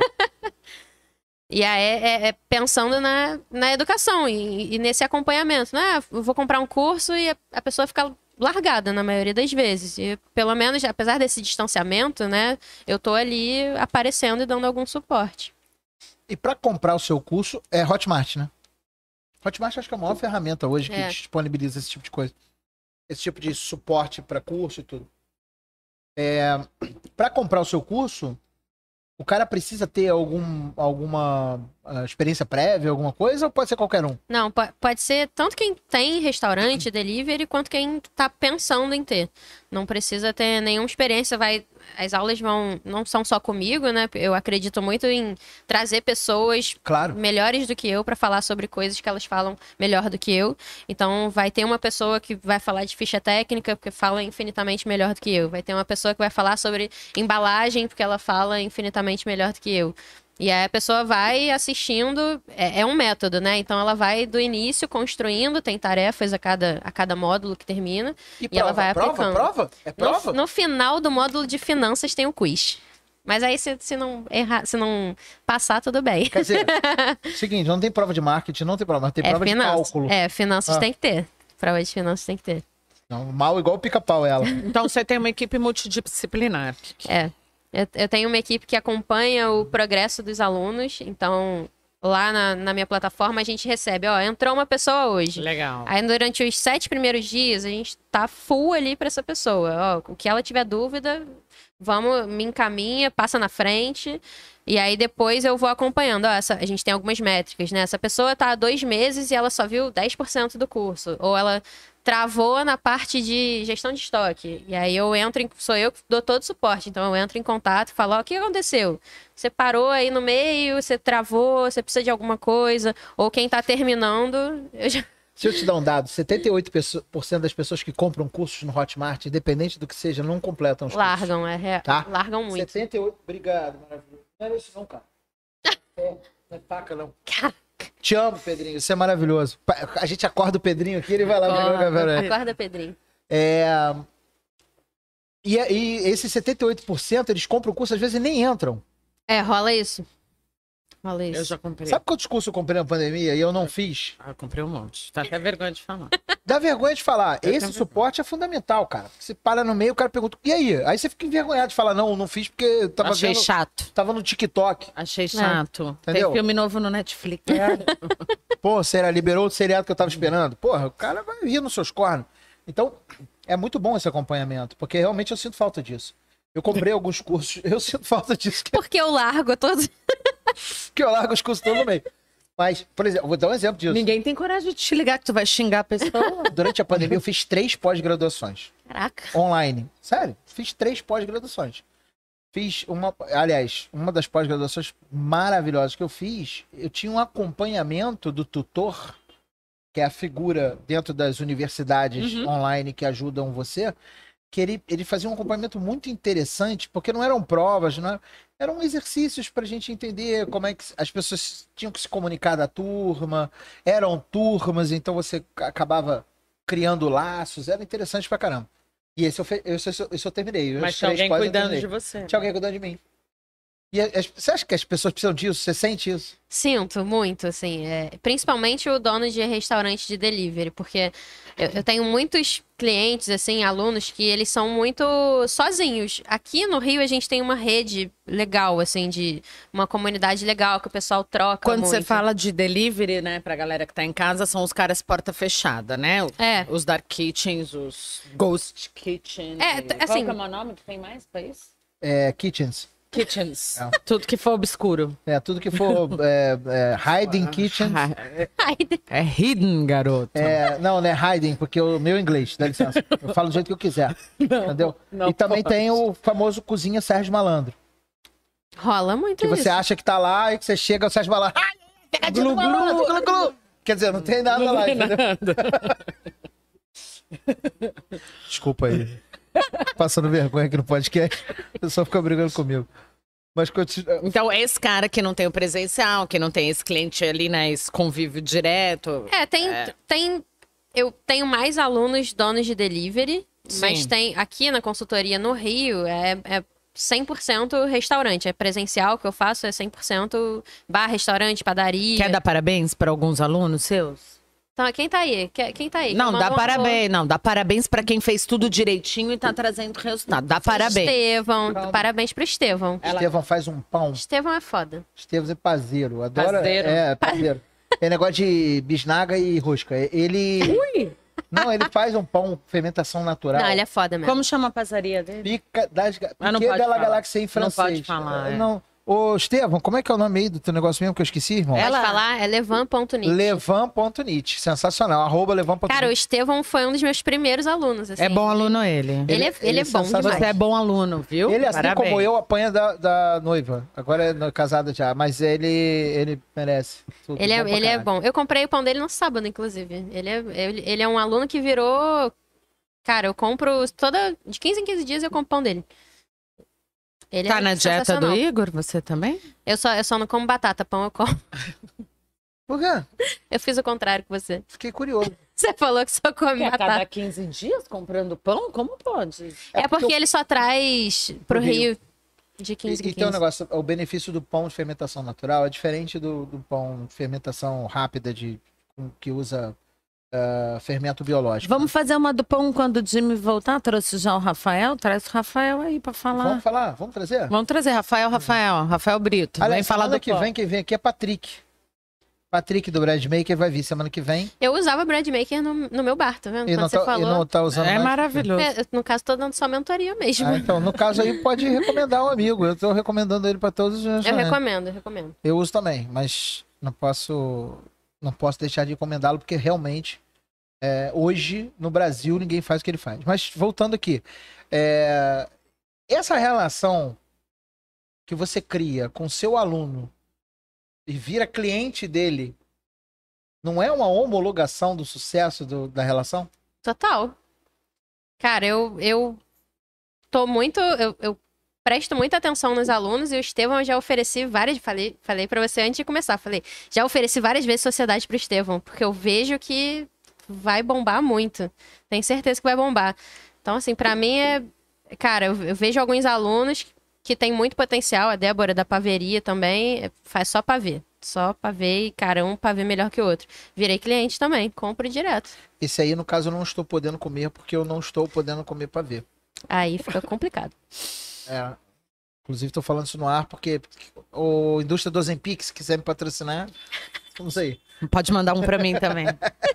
E aí é pensando na educação e nesse acompanhamento, né? Eu vou comprar um curso e a pessoa fica largada na maioria das vezes. E pelo menos, apesar desse distanciamento, né? Eu tô ali aparecendo e dando algum suporte. E para comprar o seu curso, é Hotmart, né? Hotmart acho que é a maior ferramenta hoje que disponibiliza esse tipo de coisa. Esse tipo de suporte para curso e tudo. Para comprar o seu curso, o cara precisa ter alguma experiência prévia, alguma coisa, ou pode ser qualquer um? Não, pode ser tanto quem tem restaurante, delivery, quanto quem tá pensando em ter. Não precisa ter nenhuma experiência, as aulas não são só comigo, né? Eu acredito muito em trazer pessoas melhores do que eu para falar sobre coisas que elas falam melhor do que eu. Então, vai ter uma pessoa que vai falar de ficha técnica, porque fala infinitamente melhor do que eu. Vai ter uma pessoa que vai falar sobre embalagem, porque ela fala infinitamente melhor do que eu. E aí a pessoa vai assistindo, é um método, né? Então ela vai do início construindo, tem tarefas a cada módulo que termina. E ela vai aplicando. Prova? É prova? No final do módulo de finanças tem o quiz. Mas aí se não errar, se não passar, tudo bem. Quer dizer, seguinte, não tem prova de marketing, não tem prova, mas tem prova de cálculo. Finanças tem que ter. Prova de finanças tem que ter. Não, mal igual o pica-pau ela. Então você tem uma equipe multidisciplinar. Eu tenho uma equipe que acompanha o progresso dos alunos, então lá na minha plataforma a gente recebe, entrou uma pessoa hoje. Legal. Aí durante os 7 primeiros dias a gente tá full ali para essa pessoa. O que ela tiver dúvida, me encaminha, passa na frente. E aí depois eu vou acompanhando. A gente tem algumas métricas, né? Essa pessoa tá há 2 meses e ela só viu 10% do curso. Ou ela travou na parte de gestão de estoque. E aí sou eu que dou todo o suporte. Então eu entro em contato e falo, o que aconteceu? Você parou aí no meio, você travou, você precisa de alguma coisa. Ou quem tá terminando... Se eu te dar um dado, 78% das pessoas que compram cursos no Hotmart, independente do que seja, não completam os cursos. Largam muito. 78%, obrigado, maravilhoso. Não era isso não, cara. Não é faca, não. Te amo, Pedrinho, você é maravilhoso. A gente acorda o Pedrinho aqui, ele vai lá pegar o café. Acorda, Pedrinho. E esses 78%, eles compram o curso, às vezes nem entram. Rola isso. Eu já comprei. Sabe quantos cursos eu comprei na pandemia e eu não fiz? Eu comprei um monte. Tá até vergonha de falar. Dá vergonha de falar. Esse suporte é fundamental, cara. Você para no meio, o cara pergunta, e aí? Aí você fica envergonhado de falar, não fiz porque eu tava chato. Tava no TikTok. Achei chato. Entendeu? Tem filme novo no Netflix. Pô, liberou o seriado que eu tava esperando. Porra, o cara vai rir nos seus cornos. Então, é muito bom esse acompanhamento, porque realmente eu sinto falta disso. Eu comprei alguns cursos, eu sinto falta disso. Porque eu largo todos. Que eu largo os cursos todo no meio. Mas, por exemplo, vou dar um exemplo disso. Ninguém tem coragem de te ligar que tu vai xingar a pessoa. Durante a pandemia eu fiz 3 pós-graduações. Caraca. Online. Sério, fiz 3 pós-graduações. Fiz uma das pós-graduações maravilhosas que eu fiz, eu tinha um acompanhamento do tutor, que é a figura dentro das universidades online que ajudam você, que ele fazia um acompanhamento muito interessante, porque não eram provas, eram exercícios para a gente entender como é que as pessoas tinham que se comunicar da turma, eram turmas, então você acabava criando laços, era interessante pra caramba. E esse eu terminei. Mas tinha alguém cuidando de você. Tinha alguém cuidando de mim. E você acha que as pessoas precisam disso? Você sente isso? Sinto muito, assim. Principalmente o dono de restaurante de delivery, porque eu tenho muitos clientes, assim, alunos, que eles são muito sozinhos. Aqui no Rio a gente tem uma rede legal, assim, de uma comunidade legal que o pessoal troca Quando muito. você fala de delivery, né, pra galera que tá em casa, são os caras porta fechada, né? Os dark kitchens, os ghost kitchens. Assim... Qual que é o nome que tem mais pra isso? Kitchens. Kitchens. Tudo que for obscuro. Tudo que for hiding kitchen. É hidden, garoto. Não é hiding, porque o meu inglês, dá licença. Eu falo do jeito que eu quiser. Entendeu? E também tem o famoso Cozinha Sérgio Malandro. Rola muito Que isso. você acha que tá lá e que você chega, você bala. Glu, glu, glu. Quer dizer, não tem nada lá, entendeu? Desculpa aí. Passando vergonha aqui no podcast. O pessoal fica brigando comigo. Mas continua. Então, é esse cara que não tem o presencial, que não tem esse cliente ali, né? Esse convívio direto. Eu tenho mais alunos donos de delivery, Sim. mas tem aqui na consultoria no Rio, é 100% restaurante. É presencial que eu faço, é 100% bar, restaurante, padaria. Quer dar parabéns para alguns alunos seus? Então, quem tá aí? Quem tá aí? Não, Quem dá mandou um alô? parabéns. Não, dá parabéns para quem fez tudo direitinho e tá trazendo resultado. Dá parabéns. Estevão. Calma. Parabéns pro Estevão. Estevão faz um pão. Estevão é foda. Estevão é pazeiro. Adora. Pazeiro? É, pazeiro. É negócio de bisnaga e rosca. Ele. Não, ele faz um pão fermentação natural. Não, ele é foda mesmo. Como chama a pizzaria dele? Pica das Mas não Pique pode della falar. Galáxia em Não francês. pode falar, é. Não. Ô, Estevão, como é que é o nome aí do teu negócio mesmo que eu esqueci, irmão? Pode Ela- falar, é levan.nit. Levan.nit. Sensacional. @levan.nit. Cara, o Estevão foi um dos meus primeiros alunos, assim. É bom aluno ele. Ele é bom sensacional. demais. Você é bom aluno, viu? Ele, assim Parabéns. como eu, apanha da noiva. Agora é casada já, mas ele merece. Tudo Ele bom pra é caralho. bom. Eu comprei o pão dele no sábado, inclusive. Ele é um aluno que virou... Cara, eu compro de 15 em 15 dias eu compro pão dele. Ele Tá é na dieta do sensacional. Igor, você também? Eu só não como batata, pão eu como. Por quê? Eu fiz o contrário que você. Fiquei curioso. Você falou que só come A cada batata. 15 dias comprando pão? Como pode? É porque ele só traz pro Rio de 15 em 15. E tem um negócio, o benefício do pão de fermentação natural é diferente do pão de fermentação rápida que usa fermento biológico. Vamos fazer uma do pão quando o Jimmy voltar? Trouxe já o Rafael? Traz o Rafael aí pra falar. Vamos falar? Vamos trazer? Vamos trazer Rafael Brito. Aliás, Vem falar semana do que pão. vem, quem vem aqui é Patrick. Patrick do Bread Maker vai vir semana que vem. Eu usava Bread Maker no meu bar, tá vendo? E Quando não, você falou. não tá usando É mais. maravilhoso. No caso, tô dando só mentoria mesmo. Ah, então, no caso aí, pode recomendar um amigo. Eu tô recomendando ele para todos os meus Eu recomendo. Eu uso também, mas não posso deixar de recomendá-lo, porque realmente, hoje, no Brasil, ninguém faz o que ele faz. Mas, voltando aqui, essa relação que você cria com seu aluno e vira cliente dele, não é uma homologação do sucesso da relação? Total. Cara, eu tô muito. Eu presto muita atenção nos alunos e o Estevão eu já ofereci várias. Falei pra você antes de começar. Já ofereci várias vezes sociedade pro Estevão, porque eu vejo que vai bombar muito. Tenho certeza que vai bombar. Então, assim, pra mim Cara, eu vejo alguns alunos que tem muito potencial. A Débora da paveria também faz só pavê. Só pavê e, cara, um pavê melhor que o outro. Virei cliente também, compro direto. Esse aí, no caso, eu não estou podendo comer, porque eu não estou podendo comer pavê. Aí fica complicado. Inclusive, estou falando isso no ar, porque o indústria do Ozempic, se quiser me patrocinar, vamos aí. Pode mandar um pra mim também.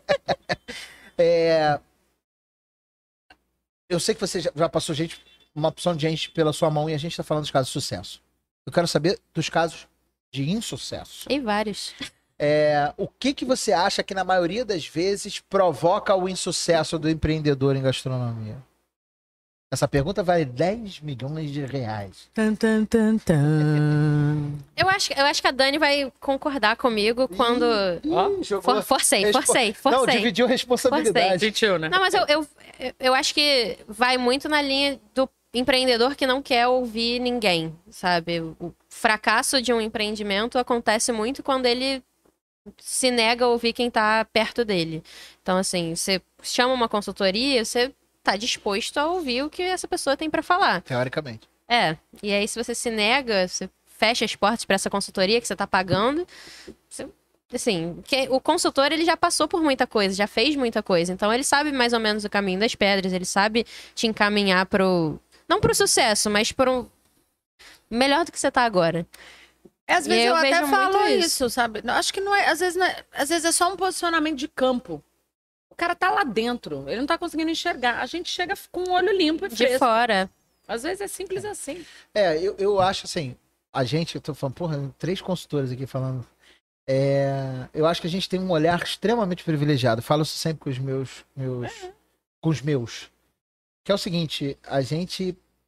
Eu sei que você já passou uma opção de gente pela sua mão e a gente está falando dos casos de sucesso. Eu quero saber dos casos de insucesso. E vários. O que você acha que, na maioria das vezes, provoca o insucesso do empreendedor em gastronomia? Essa pergunta vale 10 milhões de reais. Tan, tan, tan, tan. Eu acho que a Dani vai concordar comigo quando... Jogou- Forcei. Não, dividiu a responsabilidade. Sentiu, né? Não, mas eu acho que vai muito na linha do empreendedor que não quer ouvir ninguém, sabe? O fracasso de um empreendimento acontece muito quando ele se nega a ouvir quem tá perto dele. Então, assim, você chama uma consultoria, você tá disposto a ouvir o que essa pessoa tem pra falar. Teoricamente. E aí se você se nega, você fecha as portas pra essa consultoria que você tá pagando, o consultor, ele já passou por muita coisa, já fez muita coisa, então ele sabe mais ou menos o caminho das pedras, ele sabe te encaminhar não pro sucesso, mas pro melhor do que você tá agora. Às vezes E eu eu até vejo falo muito isso, sabe? Acho que não é, às vezes é só um posicionamento de campo. O cara tá lá dentro, ele não tá conseguindo enxergar. A gente chega com o olho limpo e De fresco. fora. Às vezes é simples assim. Eu acho assim, eu tô falando, 3 consultores aqui falando. Eu acho que a gente tem um olhar extremamente privilegiado. Falo isso sempre com os meus. Que é o seguinte, a gente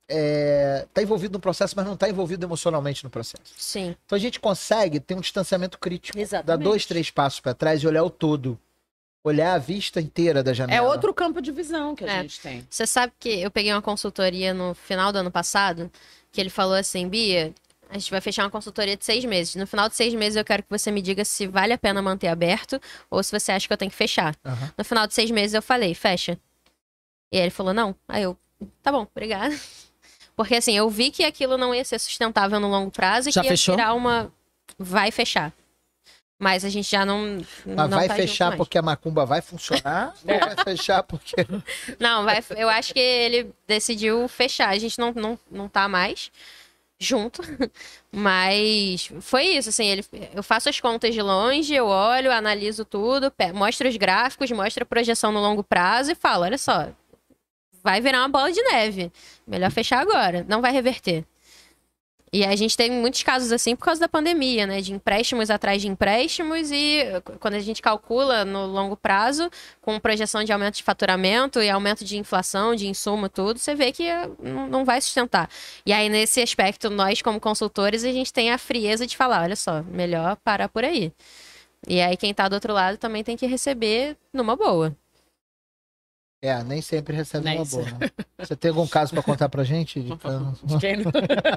tá envolvido no processo, mas não tá envolvido emocionalmente no processo. Sim. Então a gente consegue ter um distanciamento crítico. Exatamente. Dar 2, 3 passos para trás e olhar o todo. Olhar a vista inteira da janela. É outro campo de visão que a gente tem. Você sabe que eu peguei uma consultoria no final do ano passado, que ele falou assim, Bia, a gente vai fechar uma consultoria de 6 meses. No final de 6 meses eu quero que você me diga se vale a pena manter aberto ou se você acha que eu tenho que fechar. Uhum. No final de 6 meses eu falei, fecha. E aí ele falou, não. Aí eu, tá bom, obrigada. Porque assim, eu vi que aquilo não ia ser sustentável no longo prazo e Já que ia fechou? virar uma... Vai fechar. Mas a gente já não Mas não vai tá fechar junto mais. porque a macumba vai funcionar? Ou vai fechar porque... Não, eu acho que ele decidiu fechar. A gente não tá mais junto. Mas foi isso, assim, eu faço as contas de longe, eu olho, analiso tudo, mostro os gráficos, mostro a projeção no longo prazo e falo, olha só, vai virar uma bola de neve. Melhor fechar agora, não vai reverter. E a gente tem muitos casos assim por causa da pandemia, né? De empréstimos atrás de empréstimos e quando a gente calcula no longo prazo, com projeção de aumento de faturamento e aumento de inflação, de insumo, tudo, você vê que não vai sustentar. E aí, nesse aspecto, nós como consultores, a gente tem a frieza de falar, olha só, melhor parar por aí. E aí, quem tá do outro lado também tem que receber numa boa. Nem sempre recebe Nem uma boa. Né? Você tem algum caso pra contar pra gente? De quem não...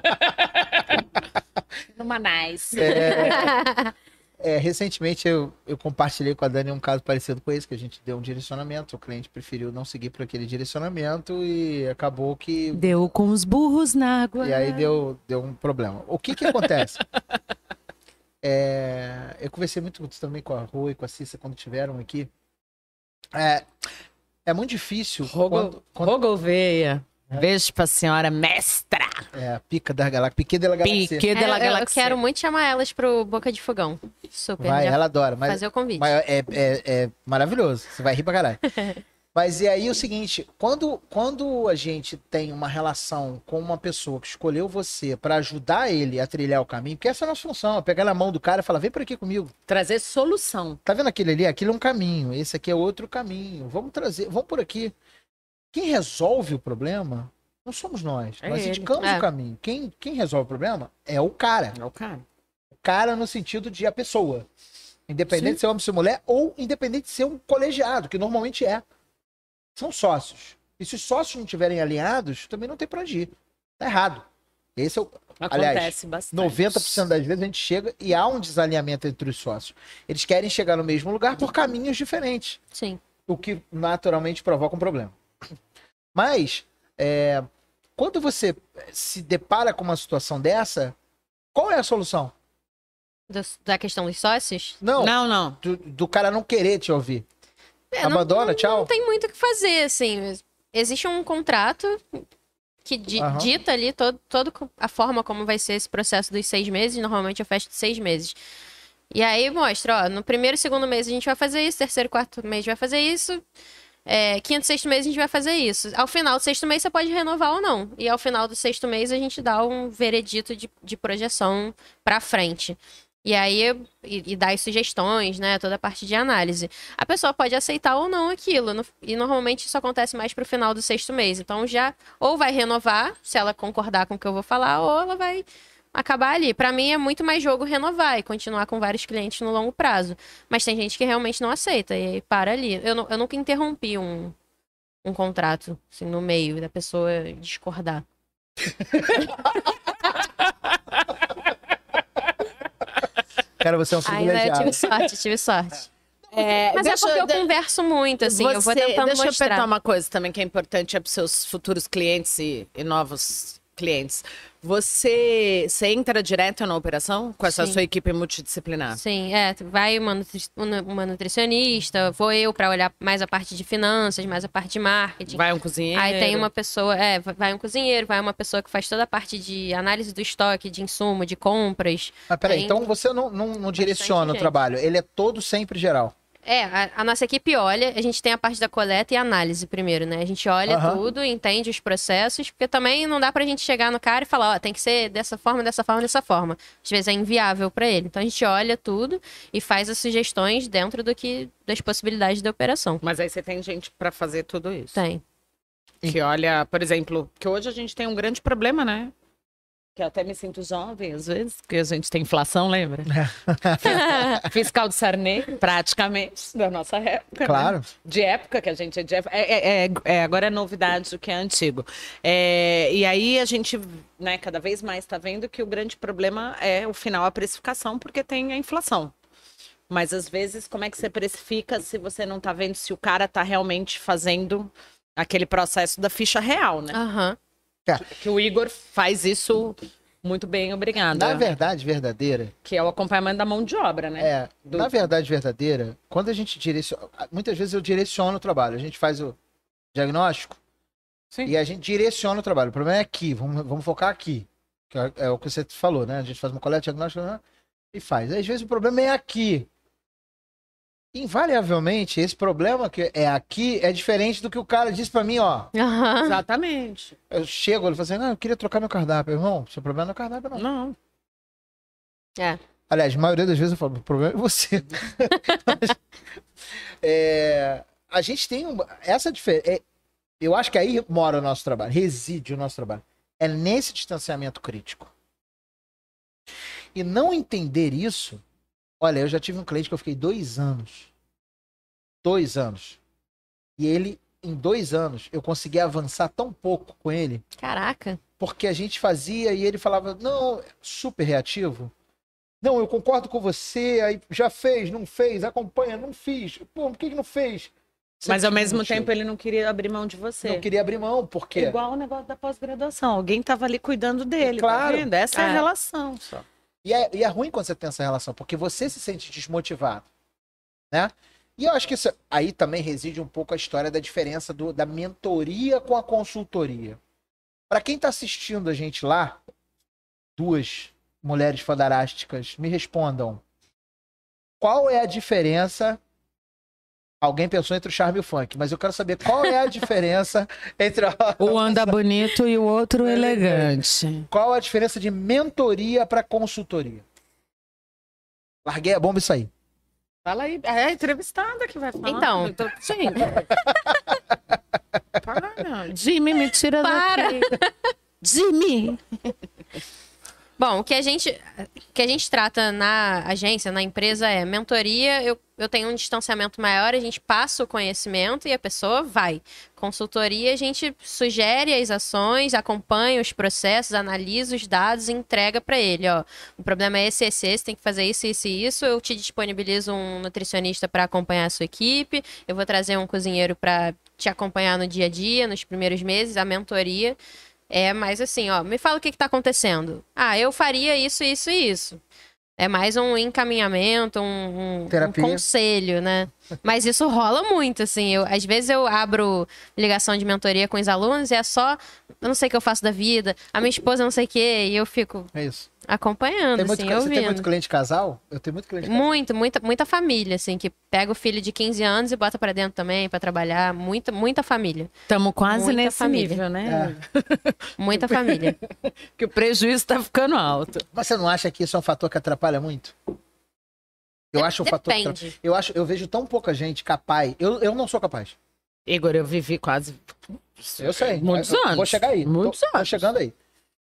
Numa nice. Recentemente eu compartilhei com a Dani um caso parecido com esse, que a gente deu um direcionamento, o cliente preferiu não seguir por aquele direcionamento e acabou que... Deu com os burros na água. E aí deu um problema. O que acontece? Eu conversei muito também com a Rô e com a Cissa quando tiveram aqui. É muito difícil quando... Rogoveia. Beijo pra senhora mestra. Pica da galáxia. Pique de la galáxia. Pique de la Eu galáxia. quero muito chamar elas pro Boca de Fogão. Super. Vai, já ela adora. Mas, fazer o convite. mas é maravilhoso. Você vai rir pra caralho. Mas e aí o seguinte, quando a gente tem uma relação com uma pessoa que escolheu você pra ajudar ele a trilhar o caminho, porque essa é a nossa função, é pegar na mão do cara e falar, vem por aqui comigo. Trazer solução. Tá vendo aquele ali? Aquilo é um caminho, esse aqui é outro caminho. Vamos por aqui. Quem resolve o problema não somos nós. É Nós ele. indicamos o caminho. Quem resolve o problema é o cara. É o cara. O cara no sentido de a pessoa. Independente de ser homem ou ser mulher, ou independente de ser um colegiado, que normalmente é. São sócios. E se os sócios não estiverem alinhados, também não tem pra onde ir. Tá errado. Esse é o... Acontece Aliás, bastante. 90% das vezes a gente chega e há um desalinhamento entre os sócios. Eles querem chegar no mesmo lugar por caminhos diferentes. Sim. O que naturalmente provoca um problema. Mas, quando você se depara com uma situação dessa, qual é a solução? Da questão dos sócios? Não. Do cara não querer te ouvir. Abandona, não, tchau. Não tem muito o que fazer, assim. Existe um contrato que dita ali toda a forma como vai ser esse processo dos 6 meses. Normalmente eu fecho de 6 meses. E aí mostra, ó, no primeiro e segundo mês a gente vai fazer isso, terceiro e quarto mês vai fazer isso, quinto e sexto mês a gente vai fazer isso. Ao final do sexto mês você pode renovar ou não. E ao final do sexto mês a gente dá um veredito de projeção pra frente. E aí, e dá as sugestões, né? Toda a parte de análise. A pessoa pode aceitar ou não aquilo. E normalmente isso acontece mais pro final do sexto mês. Então já ou vai renovar, se ela concordar com o que eu vou falar, ou ela vai acabar ali. Pra mim é muito mais jogo renovar e continuar com vários clientes no longo prazo. Mas tem gente que realmente não aceita e aí para ali. Eu nunca interrompi um contrato, assim, no meio da pessoa discordar. Cara, você é um privilegiado. Tive sorte. Mas é porque eu converso muito, assim, eu vou tentando deixa mostrar. eu perguntar uma coisa também que é importante para os seus futuros clientes e novos clientes. Você entra direto na operação com essa Sim. sua equipe multidisciplinar? Sim, vai uma nutricionista, vou eu para olhar mais a parte de finanças, mais a parte de marketing. Vai um cozinheiro? Aí tem uma pessoa, vai um cozinheiro, vai uma pessoa que faz toda a parte de análise do estoque, de insumo, de compras. Mas peraí, Tem então você não direciona o gente. trabalho, ele é todo sempre geral. A nossa equipe olha, a gente tem a parte da coleta e análise primeiro, né? A gente olha tudo, entende os processos, porque também não dá pra gente chegar no cara e falar, ó, tem que ser dessa forma, dessa forma, dessa forma. Às vezes é inviável pra ele. Então a gente olha tudo e faz as sugestões dentro das possibilidades da operação. Mas aí você tem gente para fazer tudo isso? Tem. Que olha, por exemplo, que hoje a gente tem um grande problema, né? Que eu até me sinto jovem, às vezes, porque a gente tem inflação, lembra? Fiscal de Sarney, praticamente, da nossa época. Claro. Né? De época, que a gente é de época. Agora é novidade do que é antigo. E aí a gente, né, cada vez mais está vendo que o grande problema é, o final, a precificação, porque tem a inflação. Mas, às vezes, como é que você precifica se você não está vendo se o cara está realmente fazendo aquele processo da ficha real, né? Aham. Que o Igor faz isso muito bem, obrigada. Na verdade verdadeira, Que é o acompanhamento da mão de obra, né? na verdade verdadeira, quando a gente direciona, muitas vezes eu direciono o trabalho, a gente faz o diagnóstico Sim. e a gente direciona o trabalho. O problema é aqui, vamos focar aqui, que é o que você falou, né? A gente faz uma coleta diagnóstica, né? E faz. Às vezes o problema é aqui. Invariavelmente, esse problema que é aqui é diferente do que o cara disse pra mim, ó. Aham. Exatamente. Eu chego, ele fala assim, não, eu queria trocar meu cardápio. Irmão, seu problema não é o cardápio, não. Não. É. Aliás, a maioria das vezes eu falo, o problema é você. A gente tem essa diferença. Eu acho que aí mora o nosso trabalho, reside o nosso trabalho. É nesse distanciamento crítico. E não entender isso. Olha, eu já tive um cliente que eu fiquei 2 anos. 2 anos. E ele, em 2 anos, eu consegui avançar tão pouco com ele, Caraca. porque a gente fazia e ele falava, não, super reativo. Não, eu concordo com você, aí já fez, não fez, acompanha, não fiz. Pô, por que não fez? Mas ao Sempre mesmo discutiu. tempo ele não queria abrir mão de você. Não queria abrir mão, porque... Igual o negócio da pós-graduação. Alguém tava ali cuidando dele, Claro. tá vendo? Essa é a É. relação só. E é ruim quando você tem essa relação, porque você se sente desmotivado, né? E eu acho que isso, aí também reside um pouco a história da diferença da mentoria com a consultoria. Para quem está assistindo a gente lá, 2 mulheres fandarásticas, me respondam. Qual é a diferença? Alguém pensou entre o charme e o funk, mas eu quero saber qual é a diferença entre O anda bonito e o outro elegante. qual a diferença de mentoria para consultoria? Larguei a bomba e saí. Fala aí. É a entrevistada que vai falar. Então. Sim. Para. Jimmy, me tira Para. daqui. Jimmy. Bom, o que a gente trata na agência, na empresa, é mentoria. Eu tenho um distanciamento maior, a gente passa o conhecimento e a pessoa vai. Consultoria, a gente sugere as ações, acompanha os processos, analisa os dados e entrega para ele. Ó, o problema é esse, você tem que fazer isso, isso e isso. Eu te disponibilizo um nutricionista para acompanhar a sua equipe. Eu vou trazer um cozinheiro para te acompanhar no dia a dia, nos primeiros meses, a mentoria. É mais assim, ó, me fala o que tá acontecendo. Ah, eu faria isso, isso e isso. É mais um encaminhamento, um Terapia. conselho, né? Mas isso rola muito, assim. Às vezes eu abro ligação de mentoria com os alunos e é só, eu não sei o que eu faço da vida, a minha esposa não sei o quê, e eu fico É isso. acompanhando, Você tem ouvindo. muito cliente casal? Eu tenho muito cliente casal. Muita família, assim, que pega o filho de 15 anos e bota pra dentro também, pra trabalhar. Muita família. Estamos quase Muita nesse família. nível, né? Muita família. Que o prejuízo tá ficando alto. Mas você não acha que isso é um fator que atrapalha muito? Eu acho um fator que Depende. eu vejo tão pouca gente capaz. Eu não sou capaz. Igor, eu vivi quase Eu sei. muitos Eu anos. Vou chegar aí. Muitos Tô anos. chegando aí.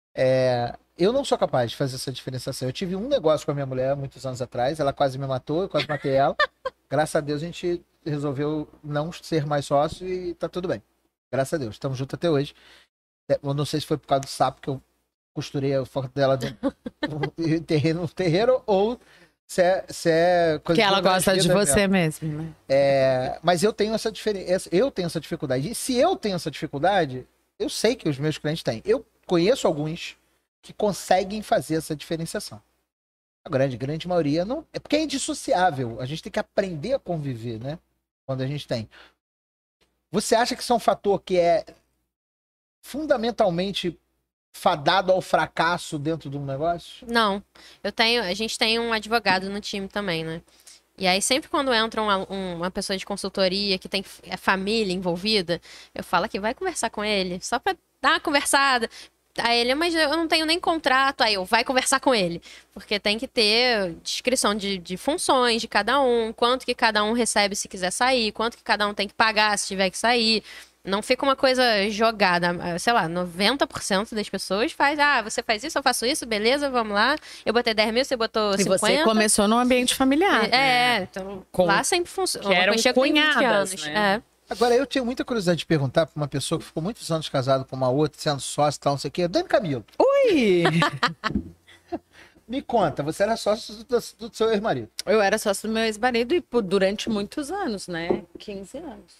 Eu não sou capaz de fazer essa diferenciação. Eu tive um negócio com a minha mulher muitos anos atrás. Ela quase me matou, eu quase matei ela. Graças a Deus a gente resolveu não ser mais sócio e tá tudo bem. Graças a Deus. Estamos juntos até hoje. Eu não sei se foi por causa do sapo que eu costurei a foto dela no terreiro ou se é coisa Que ela outras gosta de vidas você mesmo, né? mas eu tenho essa diferença, eu tenho essa dificuldade. E se eu tenho essa dificuldade, eu sei que os meus clientes têm. Eu conheço alguns que conseguem fazer essa diferenciação. A grande maioria não. É porque é indissociável. A gente tem que aprender a conviver, né? Quando a gente tem. Você acha que isso é um fator que é fundamentalmente fadado ao fracasso dentro de um negócio? Não. A gente tem um advogado no time também, né? E aí, sempre quando entra uma pessoa de consultoria que tem família envolvida, eu falo que vai conversar com ele, só pra dar uma conversada. Aí ele, mas eu não tenho nem contrato. Aí eu, vai conversar com ele. Porque tem que ter descrição de funções de cada um, quanto que cada um recebe se quiser sair, quanto que cada um tem que pagar se tiver que sair. Não fica uma coisa jogada. Sei lá, 90% das pessoas faz, você faz isso, eu faço isso, beleza, vamos lá. Eu botei 10 mil, você botou 50. E você começou num ambiente familiar. Então lá sempre funciona. Que eram cunhadas, né? Agora, eu tinha muita curiosidade de perguntar pra uma pessoa que ficou muitos anos casada com uma outra, sendo sócio e tal, não sei o quê. Dani Camilo, Ui! me conta, você era sócio do seu ex-marido. Eu era sócio do meu ex-marido e durante muitos anos, né? 15 anos.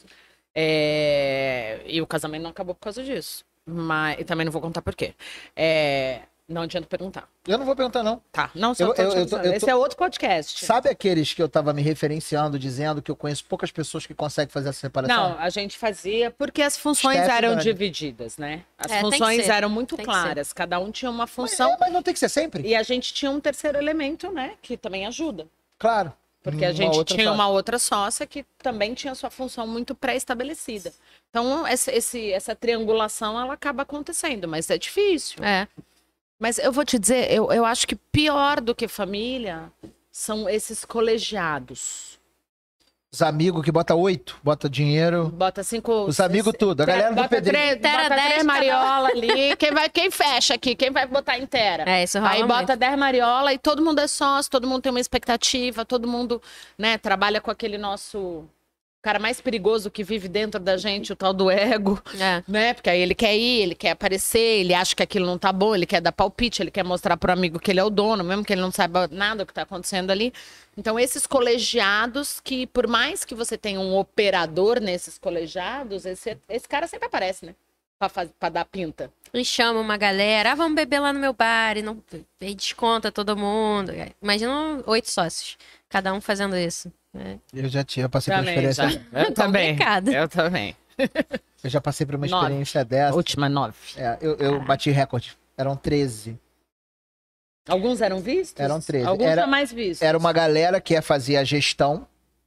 E o casamento não acabou por causa disso. Mas e também não vou contar por quê. Não adianta perguntar. Eu não vou perguntar, não. Tá, não, só esse é outro podcast. Sabe aqueles que eu tava me referenciando, dizendo que eu conheço poucas pessoas que conseguem fazer essa separação? Não, a gente fazia porque as funções eram divididas, né? As funções eram muito claras, cada um tinha uma função. Mas não tem que ser sempre? E a gente tinha um terceiro elemento, né? Que também ajuda. Claro. Porque a gente tinha uma outra sócia que também tinha sua função muito pré-estabelecida. Então, essa triangulação, ela acaba acontecendo, mas é difícil. Mas eu vou te dizer, eu acho que pior do que família são esses colegiados. Os amigos que bota 8, bota dinheiro. Bota 5. Os amigos tudo, a galera do pedreiro. Bota 3 mariola ali. Quem fecha aqui? Quem vai botar inteira? Isso rola Aí bota muito. 10 mariola e todo mundo é sócio, todo mundo tem uma expectativa, todo mundo, né, trabalha com aquele nosso cara mais perigoso que vive dentro da gente, o tal do ego, né? Porque aí ele quer ir, ele quer aparecer, ele acha que aquilo não tá bom, ele quer dar palpite, ele quer mostrar pro amigo que ele é o dono, mesmo que ele não saiba nada do que tá acontecendo ali. Então, esses colegiados que, por mais que você tenha um operador nesses colegiados, esse cara sempre aparece, né? Pra dar pinta. E chama uma galera, vamos beber lá no meu bar, e desconta todo mundo. Imagina 8 sócios, cada um fazendo isso. Eu já passei por uma experiência. Eu também. Complicado. Eu também. Eu já passei por uma experiência dessa. Última 9. Eu bati recorde. Eram 13. Alguns eram vistos? Eram 13. Alguns eram mais vistos. Era uma galera que ia fazer a gestão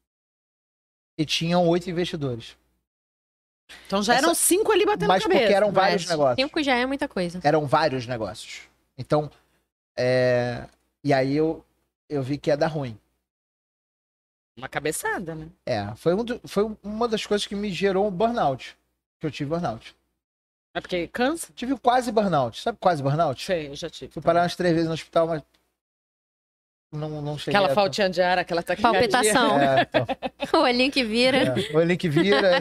e tinham 8 investidores. Então já eram 5 ali batendo mas cabeça. Porque eram vários negócios. 5 já é muita coisa. Eram vários negócios. Então, e aí eu vi que ia dar ruim. Uma cabeçada, né? Foi uma das coisas que me gerou um burnout. Que eu tive burnout. É porque cansa? Tive quase burnout. Sabe quase burnout? Sei, eu já tive. Fui parar umas 3 vezes no hospital, mas não cheguei. Aquela faltinha de ar, aquela taquicardia. Palpitação. Então, O olhinho que vira. o olhinho que vira.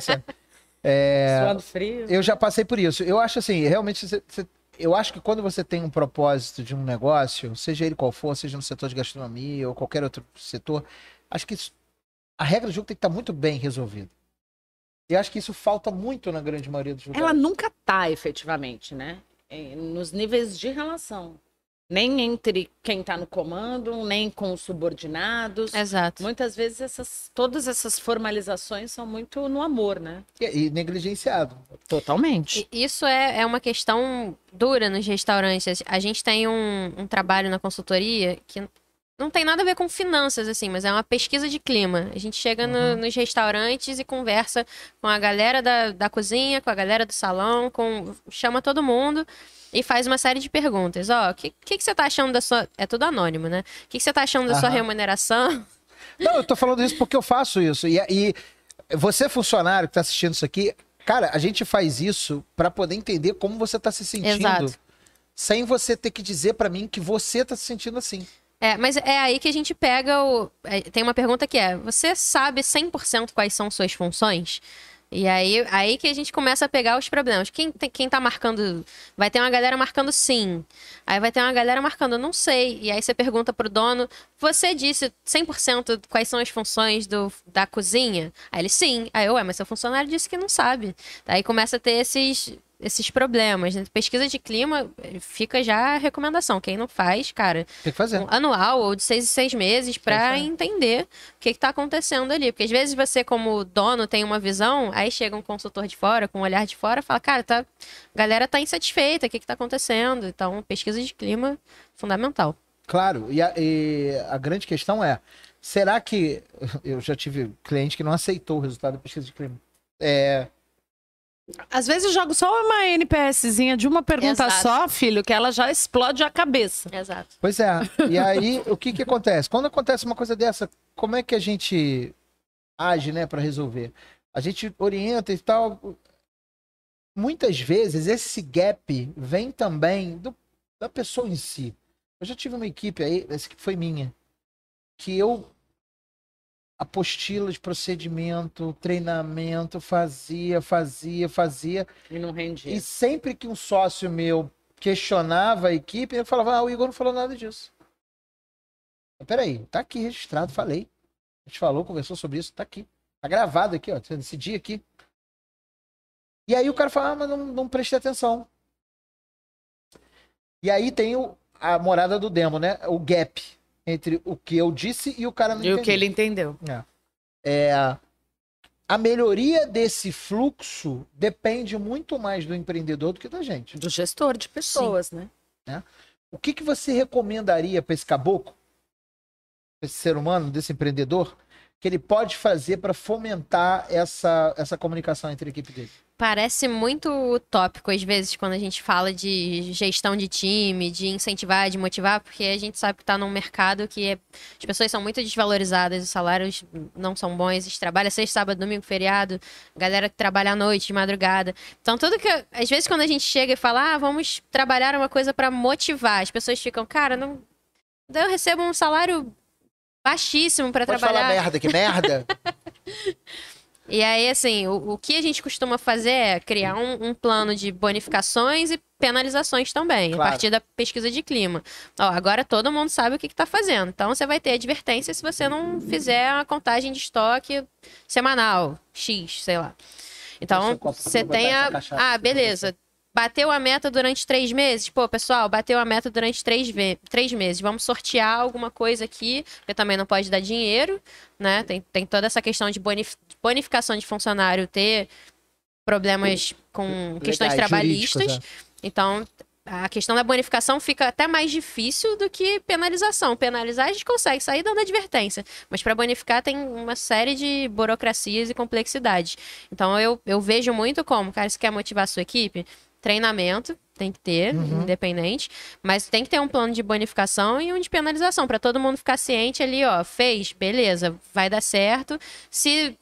Suando frio. Eu já passei por isso. Eu acho assim, realmente, eu acho que quando você tem um propósito de um negócio, seja ele qual for, seja no setor de gastronomia ou qualquer outro setor, acho que a regra do jogo tem que estar muito bem resolvida. E acho que isso falta muito na grande maioria dos lugares. Ela nunca tá, efetivamente, né? Nos níveis de relação. Nem entre quem tá no comando, nem com os subordinados. Exato. Muitas vezes todas essas formalizações são muito no amor, né? E negligenciado. Totalmente. Isso é uma questão dura nos restaurantes. A gente tem um trabalho na consultoria que não tem nada a ver com finanças, assim, mas é uma pesquisa de clima. A gente chega nos restaurantes e conversa com a galera da cozinha, com a galera do salão, chama todo mundo e faz uma série de perguntas. O que você tá achando da sua... É tudo anônimo, né? O que você tá achando da sua remuneração? Não, eu tô falando isso porque eu faço isso. E você, funcionário que tá assistindo isso aqui, cara, a gente faz isso pra poder entender como você tá se sentindo. Exato. Sem você ter que dizer pra mim que você tá se sentindo assim. Mas é aí que a gente pega tem uma pergunta que você sabe 100% quais são suas funções? E aí que a gente começa a pegar os problemas. Quem tá marcando... Vai ter uma galera marcando sim. Aí vai ter uma galera marcando não sei. E aí você pergunta pro dono, você disse 100% quais são as funções da cozinha? Aí ele, sim. Aí mas seu funcionário disse que não sabe. Aí começa a ter esses problemas. Né? Pesquisa de clima, fica já a recomendação. Quem não faz, cara, tem que fazer. Anual ou de 6 em 6 meses pra entender o que tá acontecendo ali. Porque às vezes você, como dono, tem uma visão, aí chega um consultor de fora, com um olhar de fora, fala, cara, a galera tá insatisfeita, o que tá acontecendo? Então, pesquisa de clima, fundamental. Claro, e a grande questão será que... Eu já tive cliente que não aceitou o resultado da pesquisa de clima. Às vezes eu jogo só uma NPSzinha de uma pergunta só, filho, que ela já explode a cabeça. Exato. Pois é. E aí, o que acontece? Quando acontece uma coisa dessa, como é que a gente age, né, pra resolver? A gente orienta e tal. muitas vezes esse gap vem também da pessoa em si. Eu já tive uma equipe aí, essa equipe foi minha, que eu apostila de procedimento, treinamento, fazia. E não rendia. E sempre que um sócio meu questionava a equipe, eu falava, o Igor não falou nada disso. Mas, peraí, tá aqui registrado, falei. A gente falou, conversou sobre isso, tá aqui. Tá gravado aqui, ó, esse dia aqui. E aí o cara fala, mas não prestei atenção. E aí tem a morada do demo, né? O gap entre o que eu disse e o cara não E entendeu. o que ele entendeu. A melhoria desse fluxo depende muito mais do empreendedor do que da gente. Do gestor de pessoas, né? O que você recomendaria para esse caboclo, pra esse ser humano, desse empreendedor, que ele pode fazer para fomentar essa comunicação entre a equipe dele? Parece muito utópico, às vezes, quando a gente fala de gestão de time, de incentivar, de motivar, porque a gente sabe que está num mercado que as pessoas são muito desvalorizadas, os salários não são bons, a gente trabalha sexta, sábado, domingo, feriado, galera que trabalha à noite, de madrugada. Então, tudo que... Às vezes, quando a gente chega e fala, vamos trabalhar uma coisa para motivar, as pessoas ficam, cara, não... eu recebo um salário baixíssimo para trabalhar. Pode falar merda, que merda? E aí, assim, o que a gente costuma fazer é criar um plano de bonificações e penalizações também, Claro. a partir da pesquisa de clima. Agora todo mundo sabe o que está fazendo. Então, você vai ter advertência se você não fizer a contagem de estoque semanal, X, sei lá. Então, você tem beleza. Bateu a meta durante 3 meses? Pô, pessoal, bateu a meta durante 3 meses. Vamos sortear alguma coisa aqui, porque também não pode dar dinheiro, né? Tem toda essa questão de bonificação de funcionário ter problemas com questões trabalhistas. Então, a questão da bonificação fica até mais difícil do que penalização. Penalizar a gente consegue sair dando advertência, mas para bonificar tem uma série de burocracias e complexidades. Então, eu vejo muito como, cara, se quer motivar a sua equipe, treinamento, tem que ter, independente, mas tem que ter um plano de bonificação e um de penalização, para todo mundo ficar ciente ali, fez, beleza, vai dar certo. Se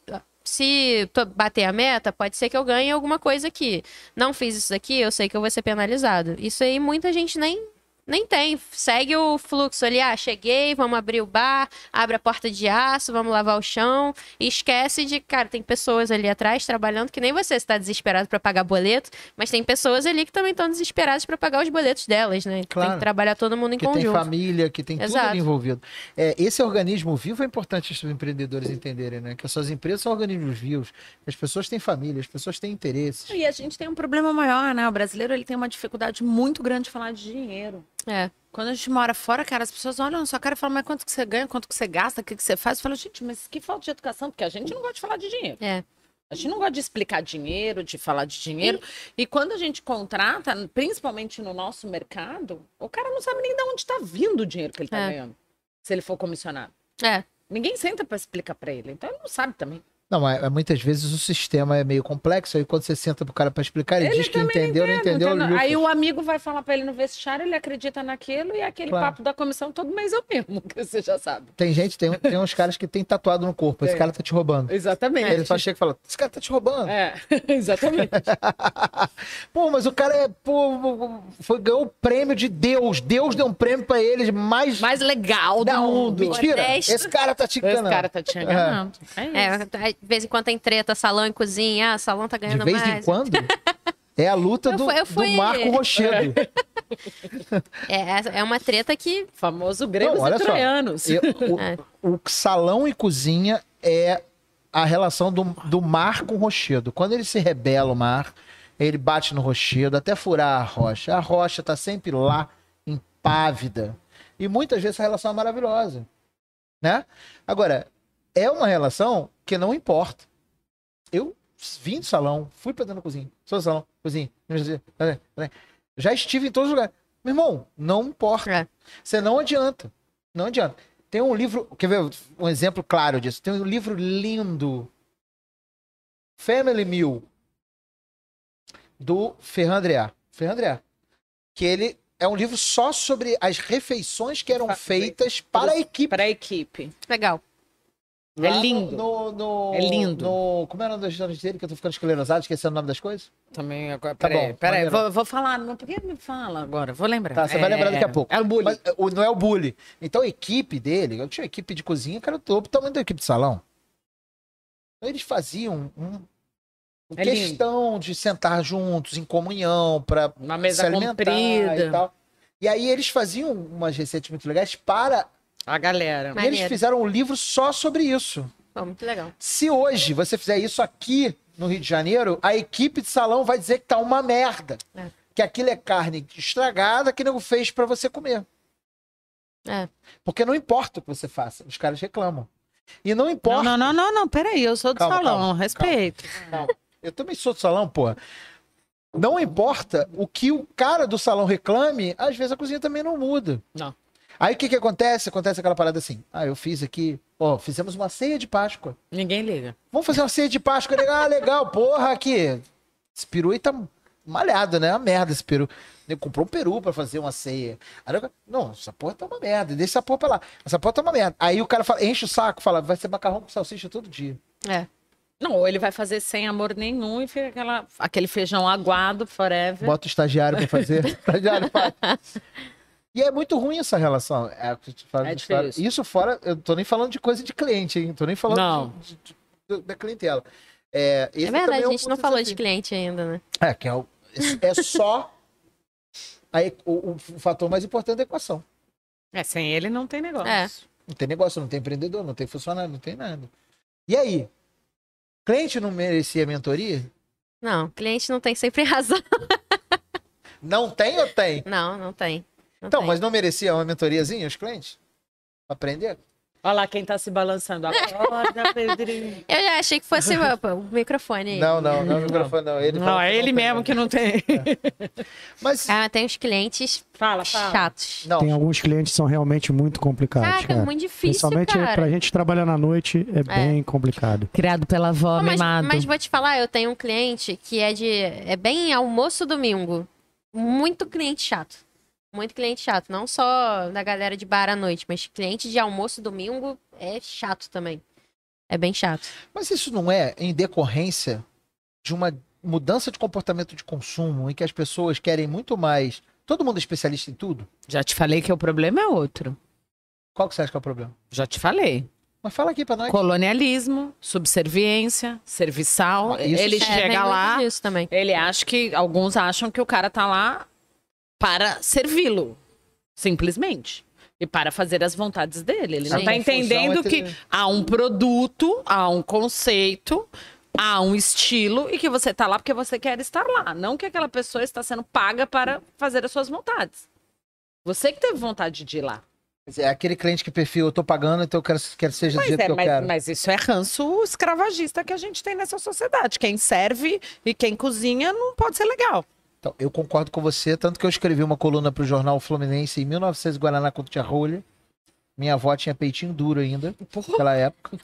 bater a meta, pode ser que eu ganhe alguma coisa aqui. Não fiz isso aqui, eu sei que eu vou ser penalizado. Isso aí muita gente nem tem. Segue o fluxo ali, cheguei, vamos abrir o bar, abre a porta de aço, vamos lavar o chão. E esquece de, cara, tem pessoas ali atrás trabalhando que nem você está desesperado para pagar boleto, mas tem pessoas ali que também estão desesperadas para pagar os boletos delas, né? Claro. Tem que trabalhar todo mundo em conjunto. Que tem família, que tem tudo Exato. ali envolvido. Esse organismo vivo é importante os empreendedores entenderem, né? Que as suas empresas são organismos vivos. As pessoas têm família, as pessoas têm interesses. E a gente tem um problema maior, né? O brasileiro ele tem uma dificuldade muito grande de falar de dinheiro. Quando a gente mora fora, cara, as pessoas olham na sua cara e falam, mas quanto que você ganha, quanto que você gasta, o que você faz? Eu falo, gente, mas que falta de educação, porque a gente não gosta de falar de dinheiro. A gente não gosta de explicar dinheiro, de falar de dinheiro. E quando a gente contrata, principalmente no nosso mercado, o cara não sabe nem de onde está vindo o dinheiro que ele está ganhando, se ele for comissionado. Ninguém senta para explicar para ele, então ele não sabe também. Não, mas muitas vezes o sistema é meio complexo, aí quando você senta pro cara para explicar, ele diz que entendeu, não entendeu. Aí o amigo vai falar para ele no vestiário, ele acredita naquilo, e aquele papo da comissão todo mês é o mesmo, que você já sabe. Tem gente, tem uns caras que tem tatuado no corpo, esse cara tá te roubando. Exatamente. Aí ele só chega e fala, esse cara tá te roubando. Exatamente. Pô, mas o cara ganhou o prêmio de Deus. Deus deu um prêmio pra ele mais legal do mundo. Mentira, Honesto. esse cara tá te enganando. Esse cara tá te enganando. De vez em quando tem treta, salão e cozinha, salão tá ganhando mais. De vez em quando? É a luta do Marco Rochedo. É uma treta que... Famoso gregos e troianos. O salão e cozinha é a relação do Mar com o Rochedo. Quando ele se rebela, o Mar, ele bate no Rochedo até furar a rocha. A rocha tá sempre lá, impávida. E muitas vezes essa relação é maravilhosa. Né? Agora, é uma relação que não importa. Eu vim do salão, fui pra dentro da cozinha, sou do salão, cozinha, já estive em todos os lugares. Meu irmão, não importa. Você não adianta. Não adianta. Tem um livro, quer ver um exemplo claro disso? Tem um livro lindo, Family Meal, do Ferran Adrià. Que ele é um livro só sobre as refeições que eram feitas para a equipe. Para a equipe. Legal. É lindo. É lindo. Como é o nome do restaurante dele que eu tô ficando esclerosado, esquecendo o nome das coisas? Também agora. Tá Peraí, bom, peraí. maneiro. Vou falar. Por que me fala agora? Vou lembrar. Tá, você vai lembrar daqui a pouco. É o bullying. Mas, não é o bully. Então a equipe dele, eu tinha equipe de cozinha que era o topo, tamanho da equipe de salão. Então eles faziam questão de sentar juntos, em comunhão, pra Uma mesa se alimentar comprida. e tal. E aí eles faziam umas receitas muito legais para... A galera. E eles Maneiro. fizeram um livro só sobre isso. Pô, muito legal. Se hoje você fizer isso aqui no Rio de Janeiro, a equipe de salão vai dizer que tá uma merda. É. Que aquilo é carne estragada que nego fez pra você comer. É. Porque não importa o que você faça, os caras reclamam. E não importa. Não, peraí, eu sou do Calma, salão, calma, respeito. Não, eu também sou do salão, porra. Não importa o que o cara do salão reclame, às vezes a cozinha também não muda. Não. Aí o que acontece? Acontece aquela parada assim. Eu fiz aqui, fizemos uma ceia de Páscoa. Ninguém liga. Vamos fazer uma ceia de Páscoa. Legal, porra, aqui. Esse peru aí tá malhado, né? Uma merda esse peru. Ele comprou um peru pra fazer uma ceia. Aí, não, essa porra tá uma merda. Deixa essa porra pra lá. Essa porra tá uma merda. Aí o cara enche o saco, fala, vai ser macarrão com salsicha todo dia. É. Não, ou ele vai fazer sem amor nenhum e fica aquele feijão aguado forever. Bota o estagiário pra fazer. Estagiário faz. E é muito ruim essa relação. difícil. Isso fora, eu tô nem falando de coisa de cliente, hein? Tô nem falando Não. da clientela. Esse É verdade, também a gente um não ponto falou de desafio. cliente ainda, né? Que é só o fator mais importante da equação. Sem ele não tem negócio. É. Não tem negócio, não tem empreendedor, não tem funcionário, não tem nada. E aí? Cliente não merecia mentoria? Não, cliente não tem sempre razão. Não tem ou tem? Não tem. Não Então, tem. mas não merecia uma mentoriazinha os clientes? Aprender? Olha lá quem tá se balançando. Acorda, Pedrinho. Eu já achei que fosse o microfone aí. Não, o microfone não. Ele Não, fala é que ele não tem, mesmo não. que não tem. Mas, Tem os clientes Fala. chatos. não, Tem alguns clientes que são realmente muito complicados, Caraca, cara. é muito difícil, Principalmente cara. pra gente trabalhar na noite, é bem complicado. Criado pela avó, Não, mimado. mas vou te falar, eu tenho um cliente que é bem almoço domingo. Muito cliente chato. Muito cliente chato. Não só da galera de bar à noite, mas cliente de almoço domingo é chato também. É bem chato. mas isso não é em decorrência de uma mudança de comportamento de consumo em que as pessoas querem muito mais. Todo mundo é especialista em tudo? Já te falei que o problema é outro. Qual que você acha que é o problema? Já te falei. Mas fala aqui pra nós. Colonialismo, subserviência, serviçal. Isso Ele sim. Vem chega muito lá, disso também. alguns acham que o cara tá lá para servi-lo, simplesmente. E para fazer as vontades dele. Ele não Sim. tá A função entendendo é ter- que há um produto, há um conceito, há um estilo e que você tá lá porque você quer estar lá. Não que aquela pessoa está sendo paga para fazer as suas vontades. Você que teve vontade de ir lá. É aquele cliente que perfil, eu tô pagando, então eu quero que seja do jeito que eu quero. Mas isso é ranço escravagista que a gente tem nessa sociedade. Quem serve e quem cozinha não pode ser legal. Então, eu concordo com você, tanto que eu escrevi uma coluna pro jornal Fluminense em 1900 Guaraná, quando tinha rolha. Minha avó tinha peitinho duro ainda, naquela época.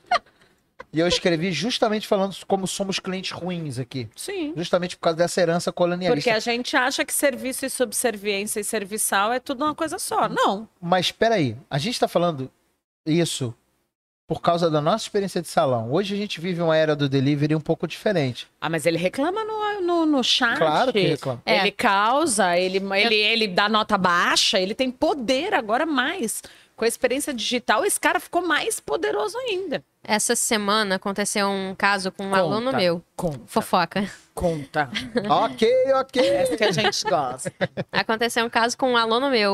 E eu escrevi justamente falando como somos clientes ruins aqui. Sim. Justamente por causa dessa herança colonialista. Porque a gente acha que serviço e subserviência e serviçal é tudo uma coisa só. Não. Mas espera aí, a gente tá falando isso por causa da nossa experiência de salão. Hoje a gente vive uma era do delivery um pouco diferente. Mas ele reclama no chat. Claro que reclama. É. Ele causa, ele dá nota baixa, ele tem poder agora mais. Com a experiência digital, esse cara ficou mais poderoso ainda. Essa semana aconteceu um caso com um aluno meu. Conta. Fofoca. Conta. Ok. Essa que a gente gosta. Aconteceu um caso com um aluno meu,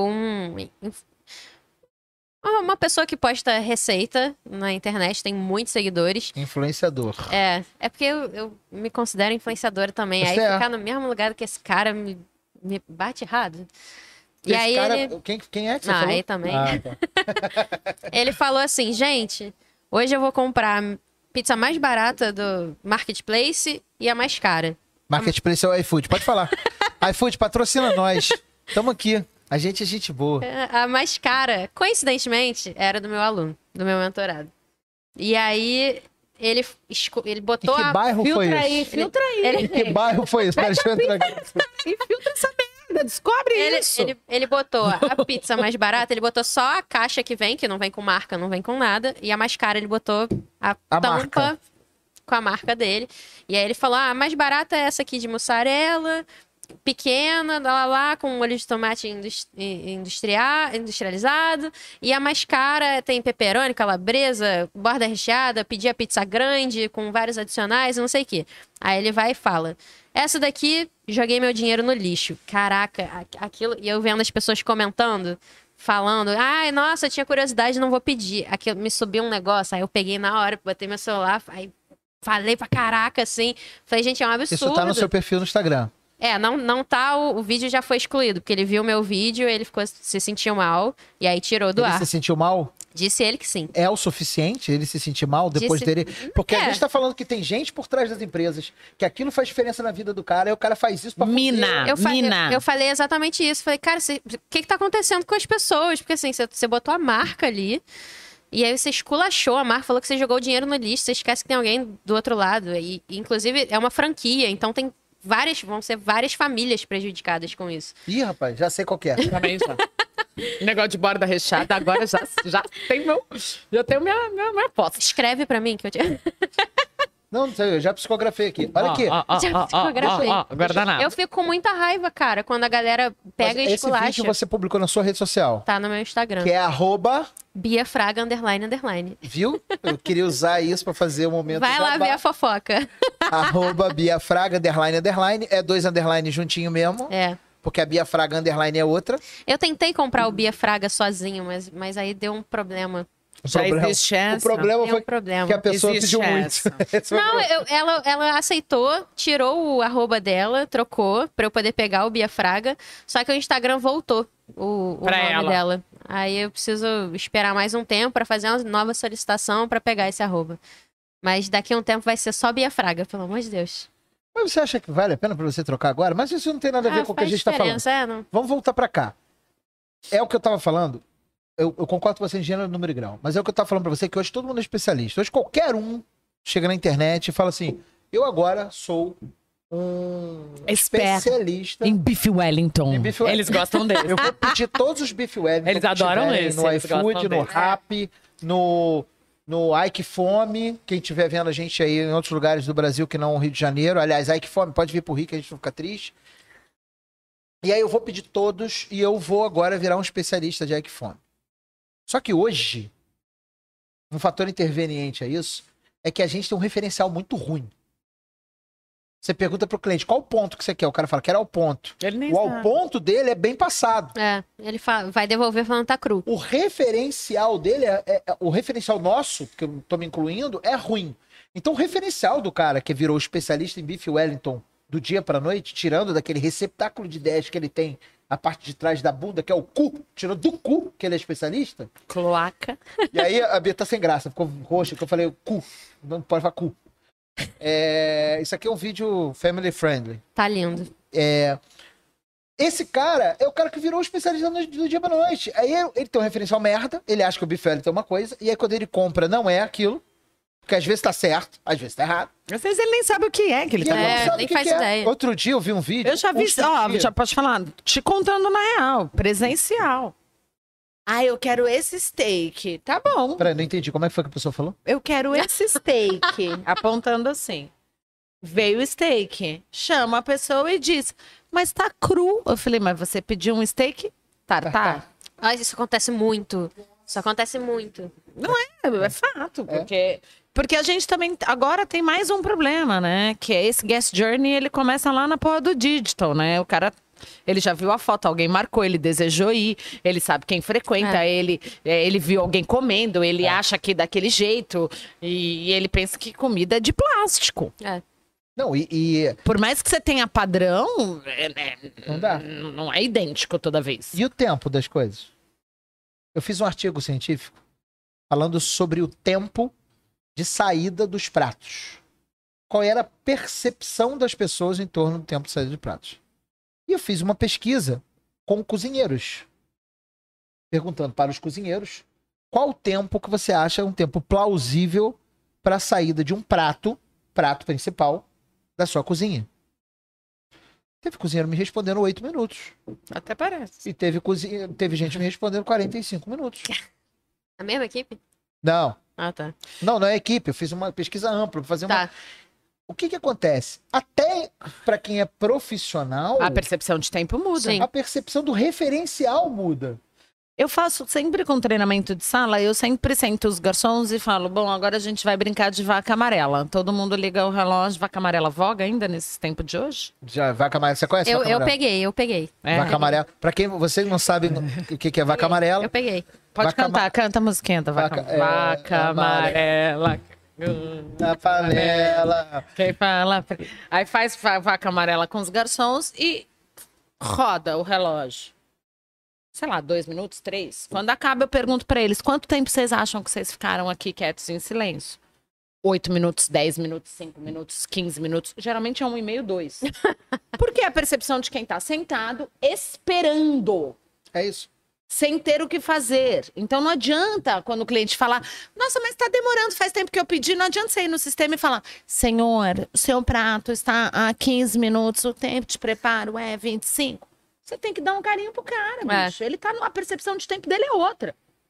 uma pessoa que posta receita na internet, tem muitos seguidores. Influenciador. É porque eu me considero influenciadora também. Você Aí é. ficar no mesmo lugar que esse cara me bate errado. E Esse aí cara, ele... quem é que você Não, falou? aí também. Tá. Ele falou assim, gente, hoje eu vou comprar a pizza mais barata do Marketplace e a mais cara. Marketplace é o iFood, pode falar. iFood, patrocina nós. Tamo aqui. A gente é gente boa. A mais cara, coincidentemente, era do meu aluno, do meu mentorado. E aí ele botou Em que bairro foi Filtra isso? aí, filtra aí. Ele- Em que bairro foi isso? Pera, deixa eu entrar aqui. E filtra essa merda. ainda descobre isso. Ele botou a pizza mais barata, ele botou só a caixa que vem, que não vem com marca, não vem com nada. E a mais cara, ele botou a tampa marca. com a marca dele. E aí ele falou, a mais barata é essa aqui de mussarela, pequena, lá, com molho de tomate industrializado. E a mais cara tem pepperoni, calabresa, borda recheada, pedi a pizza grande, com vários adicionais, não sei o quê. Aí ele vai e fala, essa daqui, joguei meu dinheiro no lixo. Caraca, aquilo... E eu vendo as pessoas comentando, falando, ai, nossa, tinha curiosidade, não vou pedir. Aquilo, me subiu um negócio, aí eu peguei na hora, botei meu celular, aí falei pra caraca, assim. Falei, gente, é um absurdo. Isso tá no seu perfil no Instagram. Não tá, o vídeo já foi excluído, porque ele viu o meu vídeo, ele se sentiu mal, e aí tirou do Ele ar. se sentiu mal? Disse ele que sim. É o suficiente ele se sentir mal depois Disse- dele? Porque a É. gente tá falando que tem gente por trás das empresas, que aquilo faz diferença na vida do cara, e o cara faz isso pra Mina. fuder. Eu falei exatamente isso. Falei, cara, o que tá acontecendo com as pessoas? Porque assim, você botou a marca ali, e aí você esculachou a marca, falou que você jogou o dinheiro no lixo, você esquece que tem alguém do outro lado. E inclusive, é uma franquia, então vão ser várias famílias prejudicadas com isso. Ih, rapaz, já sei qual que é. Também já. Negócio de borda recheada, agora já tenho minha aposta. Escreve pra mim que eu te... Não sei, eu já psicografei aqui. Olha aqui. Já psicografei. Guardanapo. Eu fico com muita raiva, cara, quando a galera pega Mas e esse esculacha. vídeo você publicou na sua rede social, Tá no meu Instagram. que é @, Bia Fraga, __. viu? Eu queria usar isso pra fazer o momento Vai lá ver a fofoca. @Bia Fraga, __. É 2 underline juntinho mesmo. É. Porque a Bia Fraga underline é outra. Eu tentei comprar o Bia Fraga sozinho, mas aí deu um problema. Já existe O essa? problema Deu foi um problema. que a pessoa Existe pediu muito. essa. Esse foi o Não, problema. ela aceitou, tirou o @ dela, trocou pra eu poder pegar o Bia Fraga. Só que o Instagram voltou o Pra nome ela. dela. Aí eu preciso esperar mais um tempo pra fazer uma nova solicitação pra pegar esse @. Mas daqui a um tempo vai ser só Bia Fraga, pelo amor de Deus. Mas você acha que vale a pena pra você trocar agora? Mas isso não tem nada a ver com o que a faz gente tá falando. diferença, é, não. Vamos voltar pra cá. É o que eu tava falando. Eu concordo com você em gênero, número e grau. Mas é o que eu tava falando pra você, que hoje todo mundo é especialista. Hoje qualquer um chega na internet e fala assim, eu agora sou um Expert especialista Em Beef Wellington. Em Beef Wellington. Eles gostam desse. Eu vou pedir todos os Beef Wellington Eles que adoram tiverem esse, no eles iFood, gostam no desse. Rappi, no Ike Fome. Quem estiver vendo a gente aí em outros lugares do Brasil que não o Rio de Janeiro. Aliás, Ike Fome, pode vir pro Rio que a gente não fica triste. E aí eu vou pedir todos e eu vou agora virar um especialista de Ike Fome. Só que hoje, um fator interveniente a isso é que a gente tem um referencial muito ruim. Você pergunta pro cliente, qual o ponto que você quer? O cara fala, quero ao ponto. Ele nem O ao sabe. ponto dele é bem passado. É, ele vai devolver falando que tá cru. O referencial dele, o referencial nosso, que eu tô me incluindo, é ruim. Então o referencial do cara que virou especialista em Beef Wellington do dia pra noite, tirando daquele receptáculo de 10 que ele tem a parte de trás da bunda, que é o cu, tirou do cu que ele é especialista. Cloaca. E aí a Bia tá sem graça, ficou roxa, porque eu falei cu, não pode falar cu. Isso aqui é um vídeo family friendly. Tá lindo. Esse cara é o cara que virou especialista do dia pra noite. Aí ele tem um referencial merda, ele acha que o Beef Wellington é uma coisa, e aí quando ele compra não é aquilo, porque às vezes tá certo, às vezes tá errado. Às vezes ele nem sabe o que é que ele E tá ele não É, sabe nem o que faz que é. ideia. Outro dia eu vi um vídeo. Eu já vi, ó, já posso falar, te contando na real, presencial. Ah, eu quero esse steak. Tá bom. Peraí, não entendi. Como é que foi que a pessoa falou? Eu quero esse steak. Apontando assim. Veio o steak. Chama a pessoa e diz, mas tá cru. Eu falei, mas você pediu um steak tartar? Mas isso acontece muito. Isso acontece muito. É fato, porque a gente também agora tem mais um problema, né? Que é esse guest journey, ele começa lá na porra do digital, né? O cara, ele já viu a foto, alguém marcou, ele desejou ir, ele sabe quem frequenta, ele viu alguém comendo, ele acha que daquele jeito e ele pensa que comida é de plástico. É. Não, Por mais que você tenha padrão, não dá. não é idêntico toda vez. E o tempo das coisas? Eu fiz um artigo científico falando sobre o tempo de saída dos pratos. Qual era a percepção das pessoas em torno do tempo de saída de pratos. E eu fiz uma pesquisa com cozinheiros, perguntando para os cozinheiros qual o tempo que você acha um tempo plausível para a saída de um prato principal da sua cozinha. Teve cozinheiro me respondendo 8 minutos. Até parece. E teve gente me respondendo 45 minutos. A mesma equipe? Não. Ah, tá. Não é equipe. Eu fiz uma pesquisa ampla pra fazer uma... Tá. O que acontece? Até pra quem é profissional, A percepção de tempo muda. Sim. a percepção do referencial muda. Eu faço sempre com treinamento de sala, eu sempre sento os garçons e falo, bom, agora a gente vai brincar de vaca amarela. Todo mundo liga o relógio, vaca amarela voga ainda nesse tempo de hoje? Já, vaca amarela, você conhece Eu vaca amarela? peguei. É. Vaca amarela. Pra quem você não sabe o que é vaca amarela, Eu peguei. Pode Vaca cantar, canta a musiquinha da vaca, Vaca- vaca amarela. na panela. Quem fala? Aí faz vaca amarela com os garçons e roda o relógio. Sei lá, 2 minutos, 3. Quando acaba, eu pergunto pra eles, quanto tempo vocês acham que vocês ficaram aqui quietos em silêncio? 8 minutos, 10 minutos, 5 minutos, 15 minutos. Geralmente é 1,5, 2. Porque é a percepção de quem tá sentado esperando, É isso. sem ter o que fazer. Então não adianta quando o cliente falar, nossa, mas tá demorando, faz tempo que eu pedi. Não adianta você ir no sistema e falar, senhor, o seu prato está a 15 minutos, o tempo de preparo é 25. Você tem que dar um carinho pro cara, É. bicho. Ele tá a percepção de tempo dele é outra.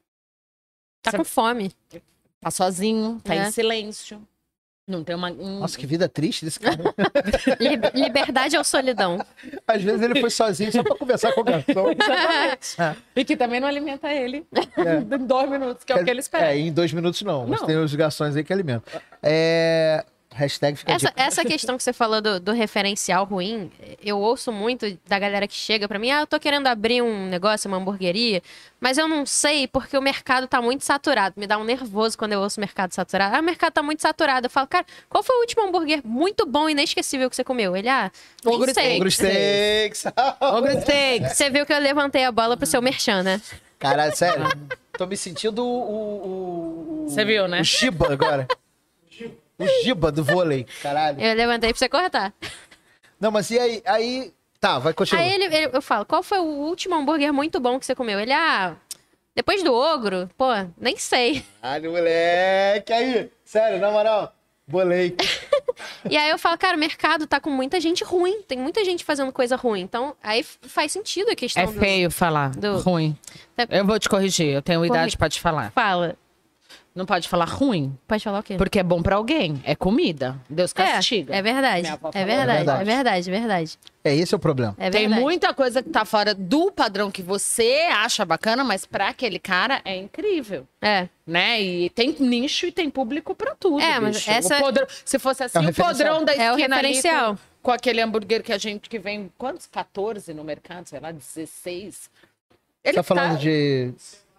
Tá Você com fome. tá sozinho, tá É. em silêncio. Não tem uma. Nossa, que vida triste desse cara. Liberdade ou solidão? Às vezes ele foi sozinho só pra conversar com o garçom. E que também não alimenta ele É. em 2 minutos, que é o que ele espera. É, em 2 minutos não. Mas Não. tem os garçons aí que alimentam. Hashtag fica a dica. Essa questão que você falou do referencial ruim, eu ouço muito da galera que chega pra mim, eu tô querendo abrir um negócio, uma hamburgueria, mas eu não sei porque o mercado tá muito saturado. Me dá um nervoso quando eu ouço o mercado saturado. O mercado tá muito saturado. Eu falo, cara, qual foi o último hambúrguer muito bom e inesquecível que você comeu? Ele, nem Ogro sei. Ogro Steaks. Ogro Steaks. Você viu que eu levantei a bola pro seu merchan, né? Caralho, sério. Tô me sentindo Você viu, né? o Giba agora. O Giba do vôlei. Caralho. Eu levantei pra você cortar. Não, mas e aí? Aí... Tá, vai continuar. Aí eu falo, qual foi o último hambúrguer muito bom que você comeu? Ele, depois do ogro? Pô, nem sei. Caralho, moleque. Aí, sério, na moral. Bolei. E aí eu falo, cara, o mercado tá com muita gente ruim. Tem muita gente fazendo coisa ruim. Então, aí faz sentido a questão É feio falar ruim. Tá- Eu vou te corrigir, eu tenho idade pra te falar. Fala. Não pode falar ruim, Pode falar o quê? porque é bom pra alguém. É comida. Deus castiga. É verdade. Minha avó É falou. verdade, É verdade. é verdade, é verdade. Esse é o problema. É Tem verdade. muita coisa que tá fora do padrão que você acha bacana, mas pra aquele cara é incrível. É. Né? E tem nicho e tem público pra tudo. É, mas bicho. essa- O podrão- se fosse assim, É o o referencial. podrão da É o esquina ali referencial. com aquele hambúrguer que vem, quantos? 14 no mercado, sei lá, 16. Ele Tá falando de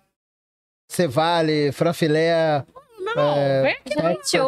Cevale, Franfilé. Não, vem aqui, Gente,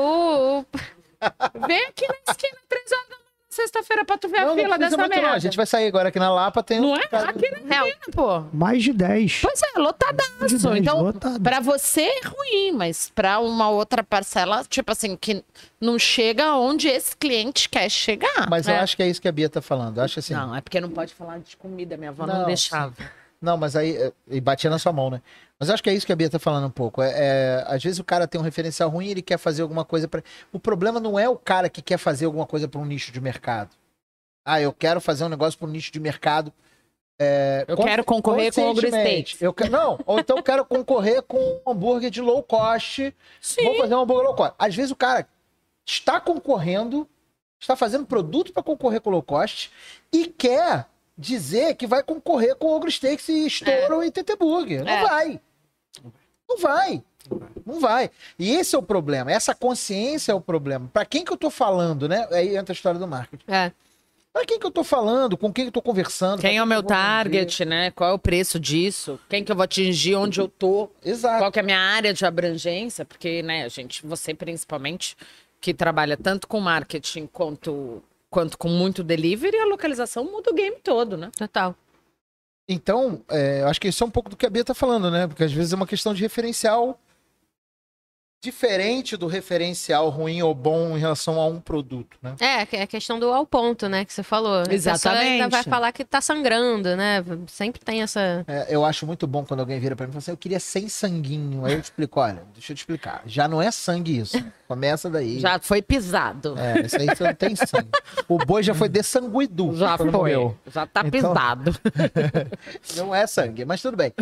vem aqui na esquina, 3 horas da manhã, sexta-feira, pra tu ver a Não, fila não precisa dessa muito, não. merda. A gente vai sair agora aqui na Lapa, tem Não um é? cara- Aqui na esquina, pô. Mais de 10. Pois é, lotadaço. De 10, Então, lotado. pra você é ruim, mas pra uma outra parcela, tipo assim, que não chega onde esse cliente quer chegar. Mas eu acho que é isso que a Bia tá falando. Eu acho assim. Não, é porque não pode falar de comida, minha avó não Não, deixava. Não, mas aí. E batia na sua mão, né? Mas eu acho que é isso que a Bia tá falando um pouco. Às vezes o cara tem um referencial ruim e ele quer fazer alguma coisa para. O problema não é o cara que quer fazer alguma coisa para um nicho de mercado. Eu quero fazer um negócio para um nicho de mercado. Eu quero concorrer com o Ogro conscientemente. Steaks. Não, ou então eu quero concorrer com um hambúrguer de low cost. Sim. Vou fazer um hambúrguer low cost. Às vezes o cara está concorrendo, está fazendo produto para concorrer com low cost e quer dizer que vai concorrer com Ogro Steaks e Estouro e TT Burger. Não vai. Não vai. Não vai. E esse é o problema. Essa consciência é o problema. Para quem que eu tô falando, né? Aí entra a história do marketing. É. Para quem que eu tô falando? Com quem que eu tô conversando? Quem é o meu pra quem que eu vou vender? target, né? Qual é o preço disso? Quem que eu vou atingir? Onde eu tô? Exato. Qual que é a minha área de abrangência? Porque, né, gente, você principalmente, que trabalha tanto com marketing quanto com muito delivery, a localização muda o game todo, né? Total. Então, eu acho que isso é um pouco do que a Bia tá falando, né? Porque às vezes é uma questão de referencial diferente do referencial ruim ou bom em relação a um produto, né? É a questão do ao ponto, né, que você falou. A pessoa Exatamente. ainda vai falar que tá sangrando, né? Sempre tem essa... Eu acho muito bom quando alguém vira pra mim e fala assim, eu queria sem sanguinho. Aí eu explico, olha, deixa eu te explicar. Já não é sangue isso. Começa daí. Já foi pisado. Isso aí você não tem sangue. O boi já foi dessanguido. Já quando foi. morreu. Já tá Então- pisado. Não é sangue, mas tudo bem.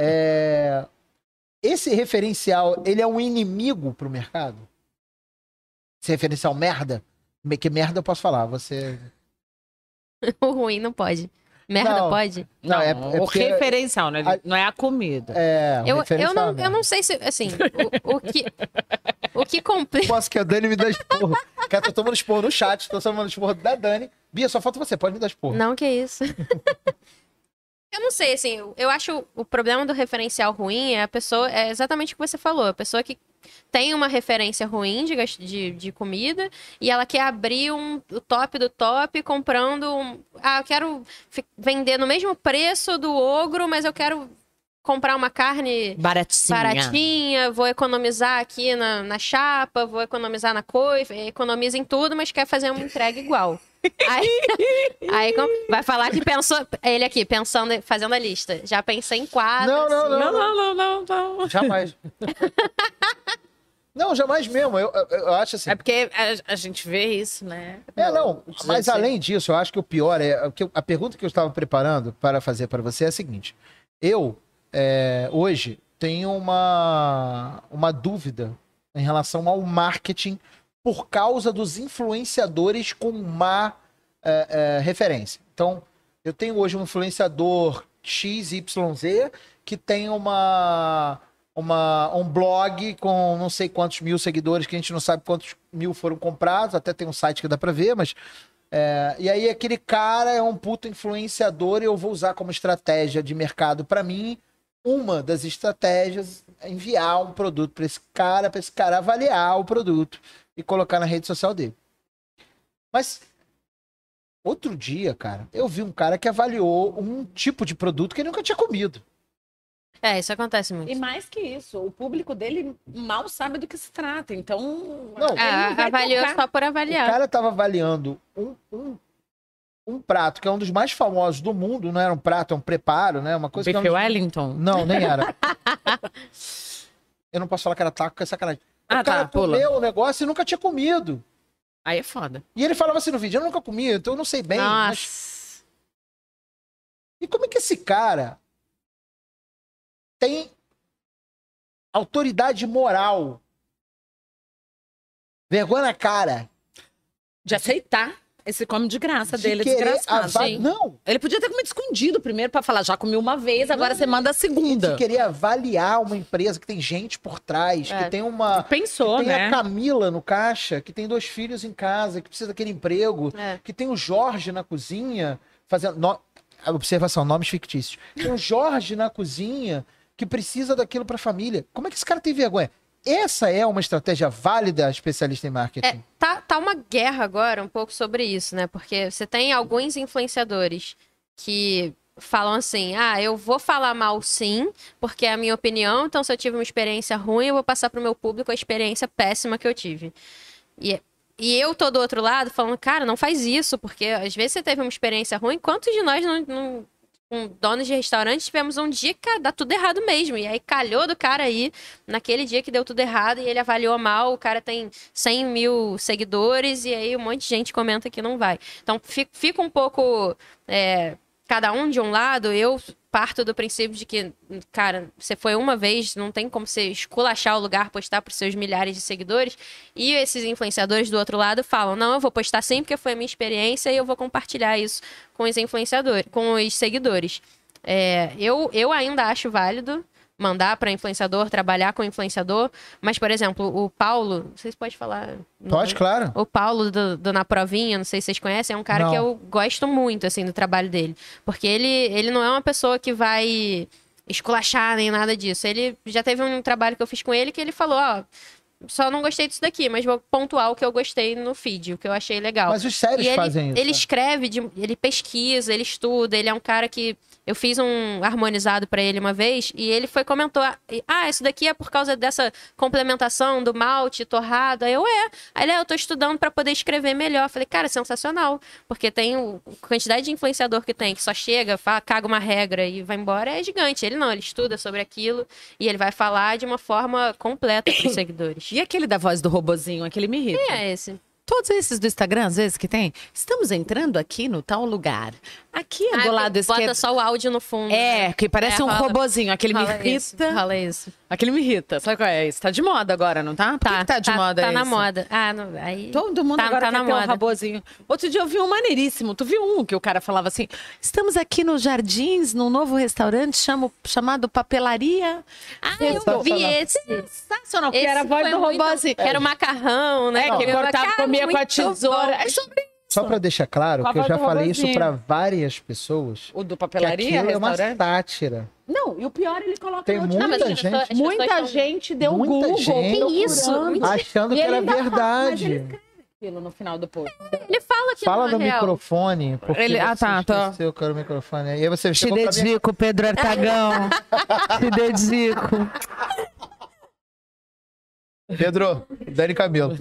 Esse referencial, ele é um inimigo pro mercado? Esse referencial merda? Que merda eu posso falar? Você... O ruim não pode. Merda Não. pode? Não, é o porque- referencial, né? Não é a comida. o Eu referencial é merda. não sei se, assim, o que complica... Posso que a Dani me dá esporro. Cara, tô tomando esporro no chat, tô tomando esporro da Dani. Bia, só falta você, pode me dar esporro. Não, que isso. Eu não sei, assim, eu acho o problema do referencial ruim é a pessoa, é exatamente o que você falou, a pessoa que tem uma referência ruim de comida e ela quer abrir o top do top comprando eu quero vender no mesmo preço do ogro, mas eu quero comprar uma carne baratinha, vou economizar aqui na chapa, vou economizar na coisa, economiza em tudo, mas quer fazer uma entrega igual. Aí vai falar que pensou. Ele aqui, pensando, fazendo a lista. Já pensei em quadros. Não. Jamais. Não, jamais mesmo. Eu acho assim. É porque a gente vê isso, né? Não. Mas além disso, eu acho que o pior é. A pergunta que eu estava preparando para fazer para você é a seguinte. Eu, hoje, tenho uma dúvida em relação ao marketing por causa dos influenciadores com má referência. Então, eu tenho hoje um influenciador XYZ que tem um blog com não sei quantos mil seguidores, que a gente não sabe quantos mil foram comprados, até tem um site que dá pra ver, mas... e aí aquele cara é um puto influenciador e eu vou usar como estratégia de mercado pra mim, uma das estratégias é enviar um produto pra esse cara avaliar o produto e colocar na rede social dele. Mas outro dia, cara, eu vi um cara que avaliou um tipo de produto que ele nunca tinha comido. Isso acontece muito. E mais que isso, o público dele mal sabe do que se trata. Então, Não, ele não vai Avaliou tocar. só por O avaliar. cara tava avaliando um prato que é um dos mais famosos do mundo, não era um prato, é um preparo, né? Uma coisa que é Bife um... Wellington. Não, nem era. Eu não posso falar que era taco, que é sacanagem. O cara pula. comeu o negócio e nunca tinha comido. Aí é foda. E ele falava assim no vídeo, eu nunca comi, então eu não sei bem. Nossa. Mas... E como é que esse cara tem autoridade moral, vergonha na cara, De aceitar esse come de graça de dele, querer desgraçado. Não, Ele podia ter comido escondido primeiro pra falar, já comi uma vez, agora você manda a de segunda. querer avaliar uma empresa que tem gente por trás, que tem uma... Pensou, que tem né? a Camila no caixa, que tem 2 filhos em casa, que precisa daquele emprego, que tem o Jorge na cozinha, fazendo... Observação, nomes fictícios. Tem o Jorge na cozinha, que precisa daquilo pra família. Como é que esse cara tem vergonha? Essa é uma estratégia válida, especialista em marketing? Tá uma guerra agora um pouco sobre isso, né? Porque você tem alguns influenciadores que falam assim, eu vou falar mal sim, porque é a minha opinião, então se eu tive uma experiência ruim, eu vou passar pro meu público a experiência péssima que eu tive. E eu tô do outro lado falando, cara, não faz isso, porque às vezes você teve uma experiência ruim, quantos de nós não com donos de restaurante tivemos um dia que dá tudo errado mesmo, e aí calhou do cara aí, naquele dia que deu tudo errado, e ele avaliou mal, o cara tem 100 mil seguidores, e aí um monte de gente comenta que não vai. Então fica um pouco, cada um de um lado. Eu parto do princípio de que, cara, você foi uma vez, não tem como você esculachar o lugar, postar para os seus milhares de seguidores. E esses influenciadores do outro lado falam, não, eu vou postar sim porque foi a minha experiência e eu vou compartilhar isso com os influenciadores, com os seguidores. Eu ainda acho válido mandar para influenciador, trabalhar com influenciador, mas, por exemplo, o Paulo, não sei se pode falar... Pode, claro. O Paulo do Na Provinha, não sei se vocês conhecem, é um cara que eu gosto muito, assim, do trabalho dele. Porque ele não é uma pessoa que vai esculachar nem nada disso. Ele já teve um trabalho que eu fiz com ele que ele falou, só não gostei disso daqui, mas vou pontuar o que eu gostei no feed, o que eu achei legal. Mas os sérios E ele, fazem isso. ele escreve, ele pesquisa, ele estuda, ele é um cara que... Eu fiz um harmonizado pra ele uma vez e ele comentou: isso daqui é por causa dessa complementação do malte torrado. Aí Aí eu tô estudando pra poder escrever melhor. Falei, cara, sensacional. Porque tem a quantidade de influenciador que tem, que só chega, caga uma regra e vai embora, é gigante. Ele não, ele estuda sobre aquilo e ele vai falar de uma forma completa pros seguidores. E aquele da voz do robozinho, aquele me irrita. Quem é esse? Todos esses do Instagram, às vezes, que tem. Estamos entrando aqui no tal lugar. Aqui é do lado esquerdo. Bota só o áudio no fundo. Que parece um robozinho. Aquele me irrita. Fala isso. Aquele me irrita. Sabe qual é? Isso tá de moda agora, não tá? Por que tá de moda isso? Tá na moda. Aí... Todo mundo agora tá quer na ter um moda. robozinho. Outro dia eu vi um maneiríssimo. Tu viu um que o cara falava assim: estamos aqui nos Jardins, num novo restaurante chamado Papelaria. Eu vi esse. Sensacional, que era a voz do robozinho. Que era o macarrão, né? Que cortava, comia com a tesoura. É sobre Só pra deixar claro, que eu já falei isso pra várias pessoas. O do Que Papelaria, aquilo é uma restaurante? sátira. Não, e o pior, ele coloca Tem no muita gente. Muita gente deu Muita Google. gente Que isso? procurando. achando E que ele era ainda fala, verdade. mas ele escreve aquilo no final do post. Ele fala que Fala não no é real. microfone, porque Ele- você tá. esqueceu que era o microfone. E aí você Te chegou pra mim... dedico, Pedro Artagão. Te dedico. Pedro, Dani Camilo.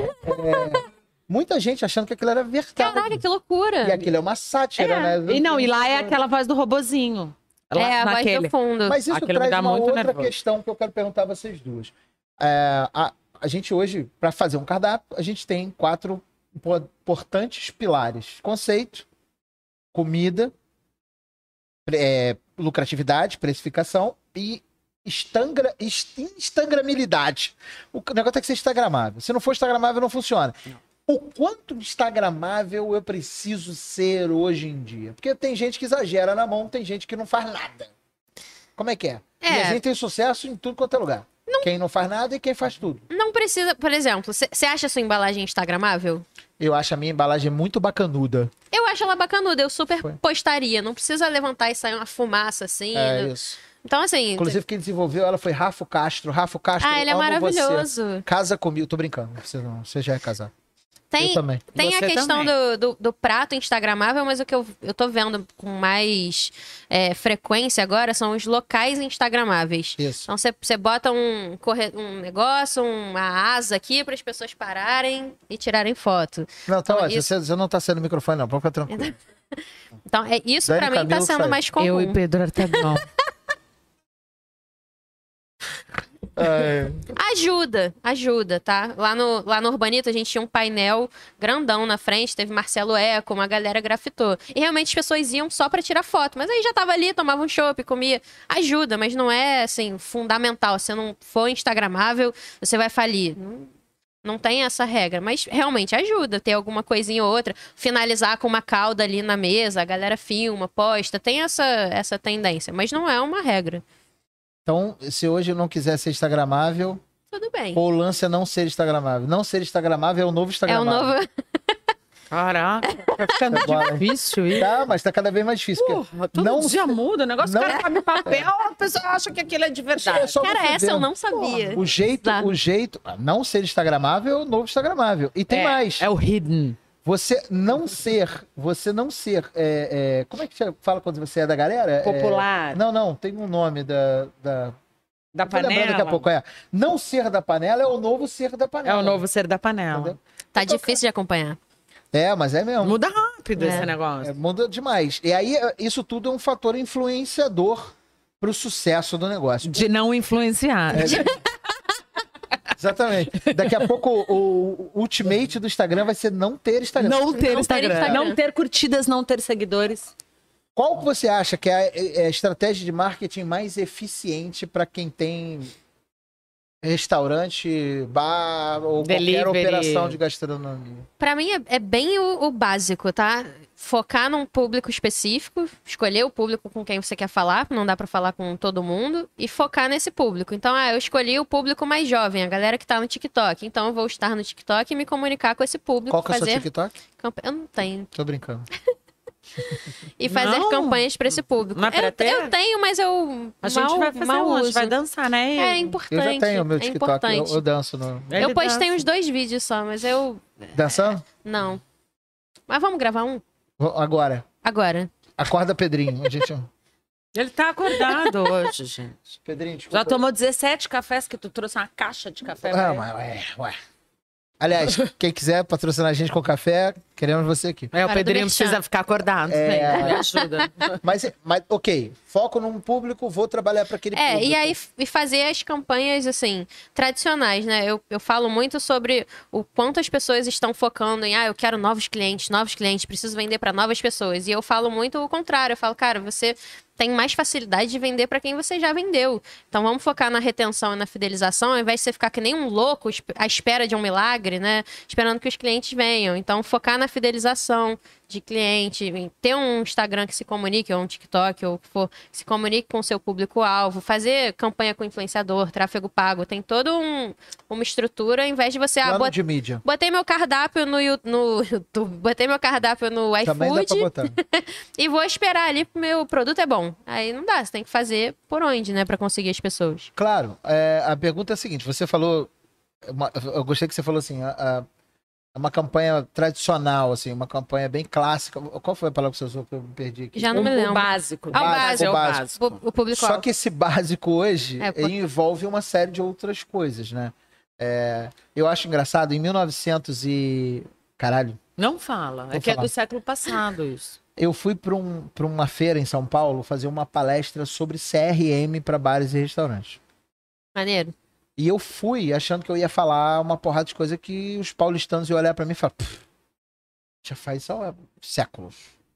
Muita gente achando que aquilo era verdade. Caraca, que loucura. E aquilo é uma sátira, né? E lá é aquela voz do robozinho. Lá, É, a voz naquele. do fundo. Mas isso Aquilo me traz dá uma muito outra nervoso. questão que eu quero perguntar a vocês duas. A gente hoje, para fazer um cardápio, a gente tem 4 importantes pilares. Conceito, comida, lucratividade, precificação e instagramabilidade. O negócio tem que ser instagramável. Se não for instagramável, não funciona. O quanto instagramável eu preciso ser hoje em dia? Porque tem gente que exagera na mão, tem gente que não faz nada. Como é que é? E a gente tem sucesso em tudo quanto é lugar. Quem não faz nada e quem faz tudo. Não precisa, por exemplo, você acha a sua embalagem instagramável? Eu acho a minha embalagem muito bacanuda. Eu acho ela bacanuda, eu super Foi. postaria. Não precisa levantar e sair uma fumaça assim. É né? isso. Então, assim. Inclusive, quem desenvolveu ela foi Rafa Castro. Rafa Castro, ele é amo maravilhoso. Você. Casa comigo. Tô brincando. Você já é casado. Tem, Eu também. tem a Você questão também. do prato instagramável, mas o que eu tô vendo com frequência agora são os locais instagramáveis. Isso. Então você bota um negócio, uma asa aqui para as pessoas pararem e tirarem foto. Não, tá Então, ótimo. isso- Você não tá sendo microfone, não. Pode ficar tranquilo. Então, isso Dani para mim tá Camilo sendo faz. mais comum. Eu e Pedro Artagão. Ajuda, tá? Lá no Urbanito a gente tinha um painel grandão na frente, teve Marcelo Eco, uma galera grafitou. E realmente as pessoas iam só pra tirar foto, mas aí já tava ali, tomava um chopp, comia. Ajuda, mas não é, assim, fundamental. Se não for instagramável, você vai falir. Não tem essa regra, mas realmente ajuda ter alguma coisinha ou outra. Finalizar com uma cauda ali na mesa, a galera filma, posta. Tem essa tendência, mas não é uma regra. Então, se hoje eu não quiser ser instagramável, Tudo bem. o lance é não ser instagramável. Não ser instagramável é o novo É o instagramável. novo... Caraca, tá ficando Agora, hein? difícil isso. Tá, mas tá cada vez mais difícil. porque Porra, todo não dia se- muda, o negócio não- cara sabe papel, a pessoa acha que aquilo é de É verdade. só Cara, você essa ver. eu não sabia. O jeito, não ser instagramável é o novo instagramável. E tem mais. É o hidden. Você não ser, como é que você fala quando você é da galera? Popular. Não, tem um nome da Da vou lembrar panela. daqui a pouco, Não ser da panela é o novo ser da É panela. o novo ser da panela. Entendeu? Tá difícil de acompanhar. Mas é mesmo. Muda rápido esse negócio. Muda demais. E aí, isso tudo é um fator influenciador pro sucesso do negócio. De não influenciar. Exatamente. Daqui a pouco o ultimate do Instagram vai ser não ter Instagram. Não ter Não Instagram. ter Instagram. Não ter curtidas, não ter seguidores. Qual que você acha que é a estratégia de marketing mais eficiente para quem tem restaurante, bar ou Delivery. qualquer operação de gastronomia? Pra mim é bem o básico, tá? Focar num público específico, escolher o público com quem você quer falar, não dá pra falar com todo mundo, e focar nesse público. Então, eu escolhi o público mais jovem, a galera que tá no TikTok. Então, eu vou estar no TikTok e me comunicar com esse público. Qual que é o seu fazer TikTok? Eu não tenho. Tô brincando. E fazer Não. campanhas para esse público. Mas pra ter? Eu tenho, mas eu A gente vai fazer mal hoje, uso. vai dançar, né? É importante. Eu já tenho o meu é TikTok, importante. eu danço no... Ele Eu postei dança. uns 2 vídeos só, mas eu... Dançando? Não. Mas vamos gravar um? Agora. Agora. Acorda, Pedrinho. A gente... Ele tá acordado hoje, gente. Pedrinho, desculpa. Já tomou 17 cafés que tu trouxe uma caixa de café. pra Ah, ele. mas ué. Aliás, quem quiser patrocinar a gente com café, queremos você aqui. É, o Para do Pedrinho merchan. precisa ficar acordado. É. Me ajuda. Mas, ok, foco num público, vou trabalhar para aquele público. E aí e fazer as campanhas, assim, tradicionais, né? Eu falo muito sobre o quanto as pessoas estão focando em, eu quero novos clientes, preciso vender para novas pessoas. E eu falo muito o contrário, eu falo, cara, você tem mais facilidade de vender para quem você já vendeu. Então vamos focar na retenção e na fidelização, ao invés de você ficar que nem um louco à espera de um milagre, né? Esperando que os clientes venham. Então focar na fidelização de cliente, em ter um Instagram que se comunique, ou um TikTok, ou o que for, que se comunique com o seu público-alvo, fazer campanha com influenciador, tráfego pago, tem toda uma estrutura, ao invés de você... Plano de mídia. Botei meu cardápio no YouTube, botei meu cardápio no Também dá pra iFood botar. e vou esperar ali pro meu produto é bom. Aí não dá, você tem que fazer por onde, né, pra conseguir as pessoas. Claro, a pergunta é a seguinte, você falou, eu gostei que você falou assim, uma campanha tradicional, assim, uma campanha bem clássica. Qual foi a palavra que você usou que eu me perdi aqui? Já não me O lembro. básico. Ah, o básico. É o básico. O público Só que esse básico hoje É, envolve uma série de outras coisas, né? Eu acho engraçado, em 1900 e... Caralho. Não fala. Vou É que é falar. do século passado isso. Eu fui para uma feira em São Paulo fazer uma palestra sobre CRM para bares e restaurantes. Maneiro. E eu fui achando que eu ia falar uma porrada de coisa que os paulistanos iam olhar para mim e falar, já faz só séculos.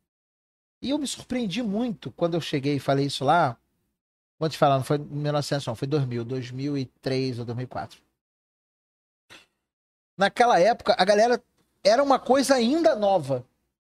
E eu me surpreendi muito quando eu cheguei e falei isso lá. Vou te falar, não foi 1900, não, foi 2003 ou 2004. Naquela época, a galera era uma coisa ainda nova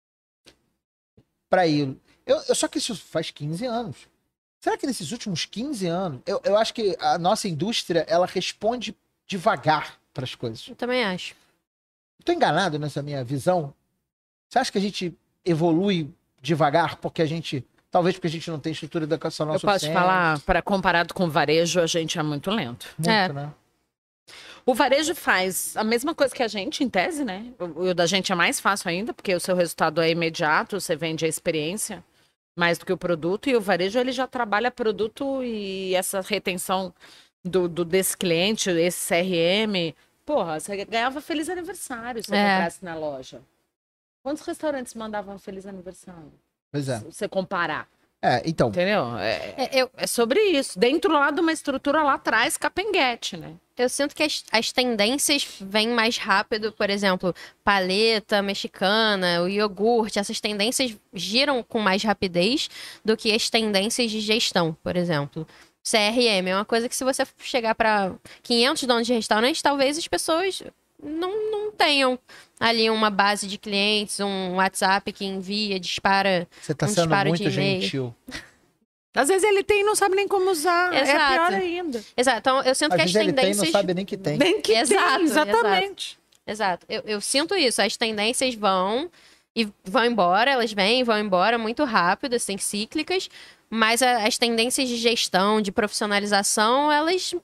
para ir. Só que isso faz 15 anos. Será que nesses últimos 15 anos, eu acho que a nossa indústria, ela responde devagar para as coisas. Eu também acho. Tô enganado nessa minha visão? Você acha que a gente evolui devagar talvez porque a gente não tem estrutura educacional Eu posso te suficiente? falar, comparado com o varejo, a gente é muito lento. Muito, né? O varejo faz a mesma coisa que a gente, em tese, né? O da gente é mais fácil ainda, porque o seu resultado é imediato, você vende a experiência mais do que o produto, e o varejo ele já trabalha produto e essa retenção desse cliente, esse CRM. Porra, você ganhava feliz aniversário se você comprasse na loja. Quantos restaurantes mandavam feliz aniversário? Pois é. Se você comparar. Então. Entendeu? É sobre isso. Dentro lá de uma estrutura lá atrás, capenguete, né? Eu sinto que as tendências vêm mais rápido, por exemplo, paleta mexicana, o iogurte, essas tendências giram com mais rapidez do que as tendências de gestão, por exemplo. CRM é uma coisa que se você chegar para 500 donos de restaurante, talvez as pessoas não tenham ali uma base de clientes, um WhatsApp que envia, dispara. Você tá um sendo disparo muito de e-mail. gentil. Às vezes ele tem e não sabe nem como usar. É Exato. pior ainda. Exato. Então, eu sinto Às que as vezes ele tem e tendências. não sabe nem que tem. Bem que Exato, tem, exatamente. Exato. Eu sinto isso. As tendências vão e vão embora, elas vêm e vão embora muito rápido, assim, cíclicas, mas as tendências de gestão, de profissionalização, elas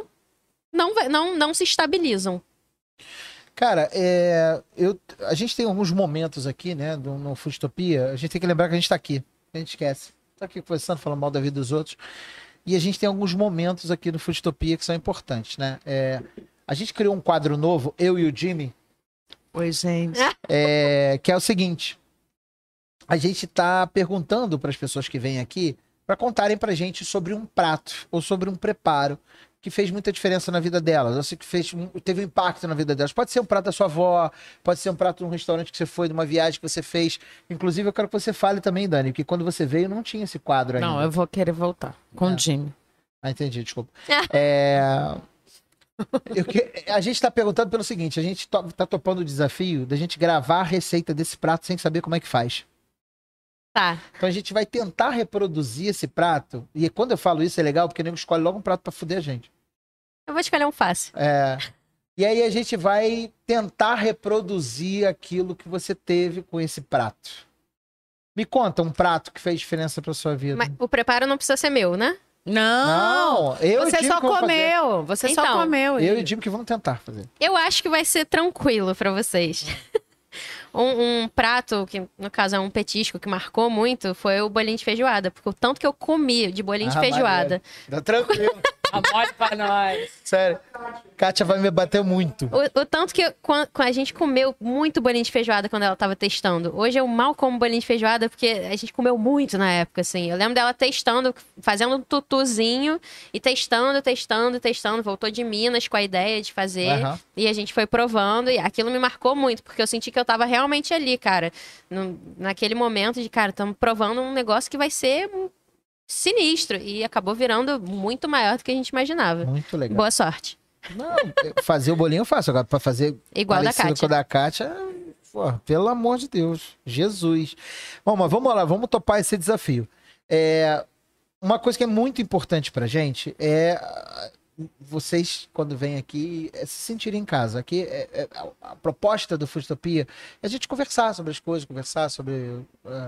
não se estabilizam. Cara, a gente tem alguns momentos aqui, né, no Foodtopia, a gente tem que lembrar que a gente tá aqui, a gente esquece. Tá aqui conversando, falando mal da vida dos outros, e a gente tem alguns momentos aqui no Foodtopia que são importantes, né? A gente criou um quadro novo, eu e o Jimmy, Oi, gente. que é o seguinte, a gente tá perguntando para as pessoas que vêm aqui para contarem pra gente sobre um prato ou sobre um preparo que fez muita diferença na vida delas, ou seja, que teve um impacto na vida delas. Pode ser um prato da sua avó, pode ser um prato de um restaurante que você foi, de uma viagem que você fez. Inclusive, eu quero que você fale também, Dani, porque quando você veio não tinha esse quadro ainda. Não, eu vou querer voltar com o Jimmy. Ah, entendi, desculpa. A gente tá perguntando pelo seguinte, a gente tá topando o desafio da gente gravar a receita desse prato sem saber como é que faz. Tá. Então a gente vai tentar reproduzir esse prato, e quando eu falo isso é legal, porque o nego escolhe logo um prato pra fuder a gente. Eu vou escolher um fácil. E aí a gente vai tentar reproduzir aquilo que você teve com esse prato. Me conta um prato que fez diferença pra sua vida. Mas o preparo não precisa ser meu, né? Não, eu e o você Jimmy só que vamos comeu. Você só Então, comeu. Eu e o Jimmy que vamos tentar fazer. Eu acho que vai ser tranquilo pra vocês. Um prato, que no caso é um petisco, que marcou muito, foi o bolinho de feijoada. Porque o tanto que eu comi de bolinho de feijoada. Tá tranquilo. Amor pra nós. Sério. Kátia vai me bater muito. O tanto que a gente comeu muito bolinho de feijoada quando ela tava testando. Hoje eu mal como bolinho de feijoada porque a gente comeu muito na época, assim. Eu lembro dela testando, fazendo um tutuzinho e testando. Voltou de Minas com a ideia de fazer. Aham. E a gente foi provando e aquilo me marcou muito, porque eu senti que eu tava realmente ali, cara. Naquele momento de, cara, estamos provando um negócio que vai ser sinistro. E acabou virando muito maior do que a gente imaginava. Muito legal. Boa sorte. Não, fazer o bolinho eu faço. Agora, pra fazer Igual da parecido Kátia. com o da Kátia, pô, pelo amor de Deus. Jesus. Bom, mas vamos lá, vamos topar esse desafio. Uma coisa que é muito importante pra gente é vocês, quando vêm aqui, se sentirem em casa. Aqui, a proposta do Foodtopia é a gente conversar sobre as coisas, conversar sobre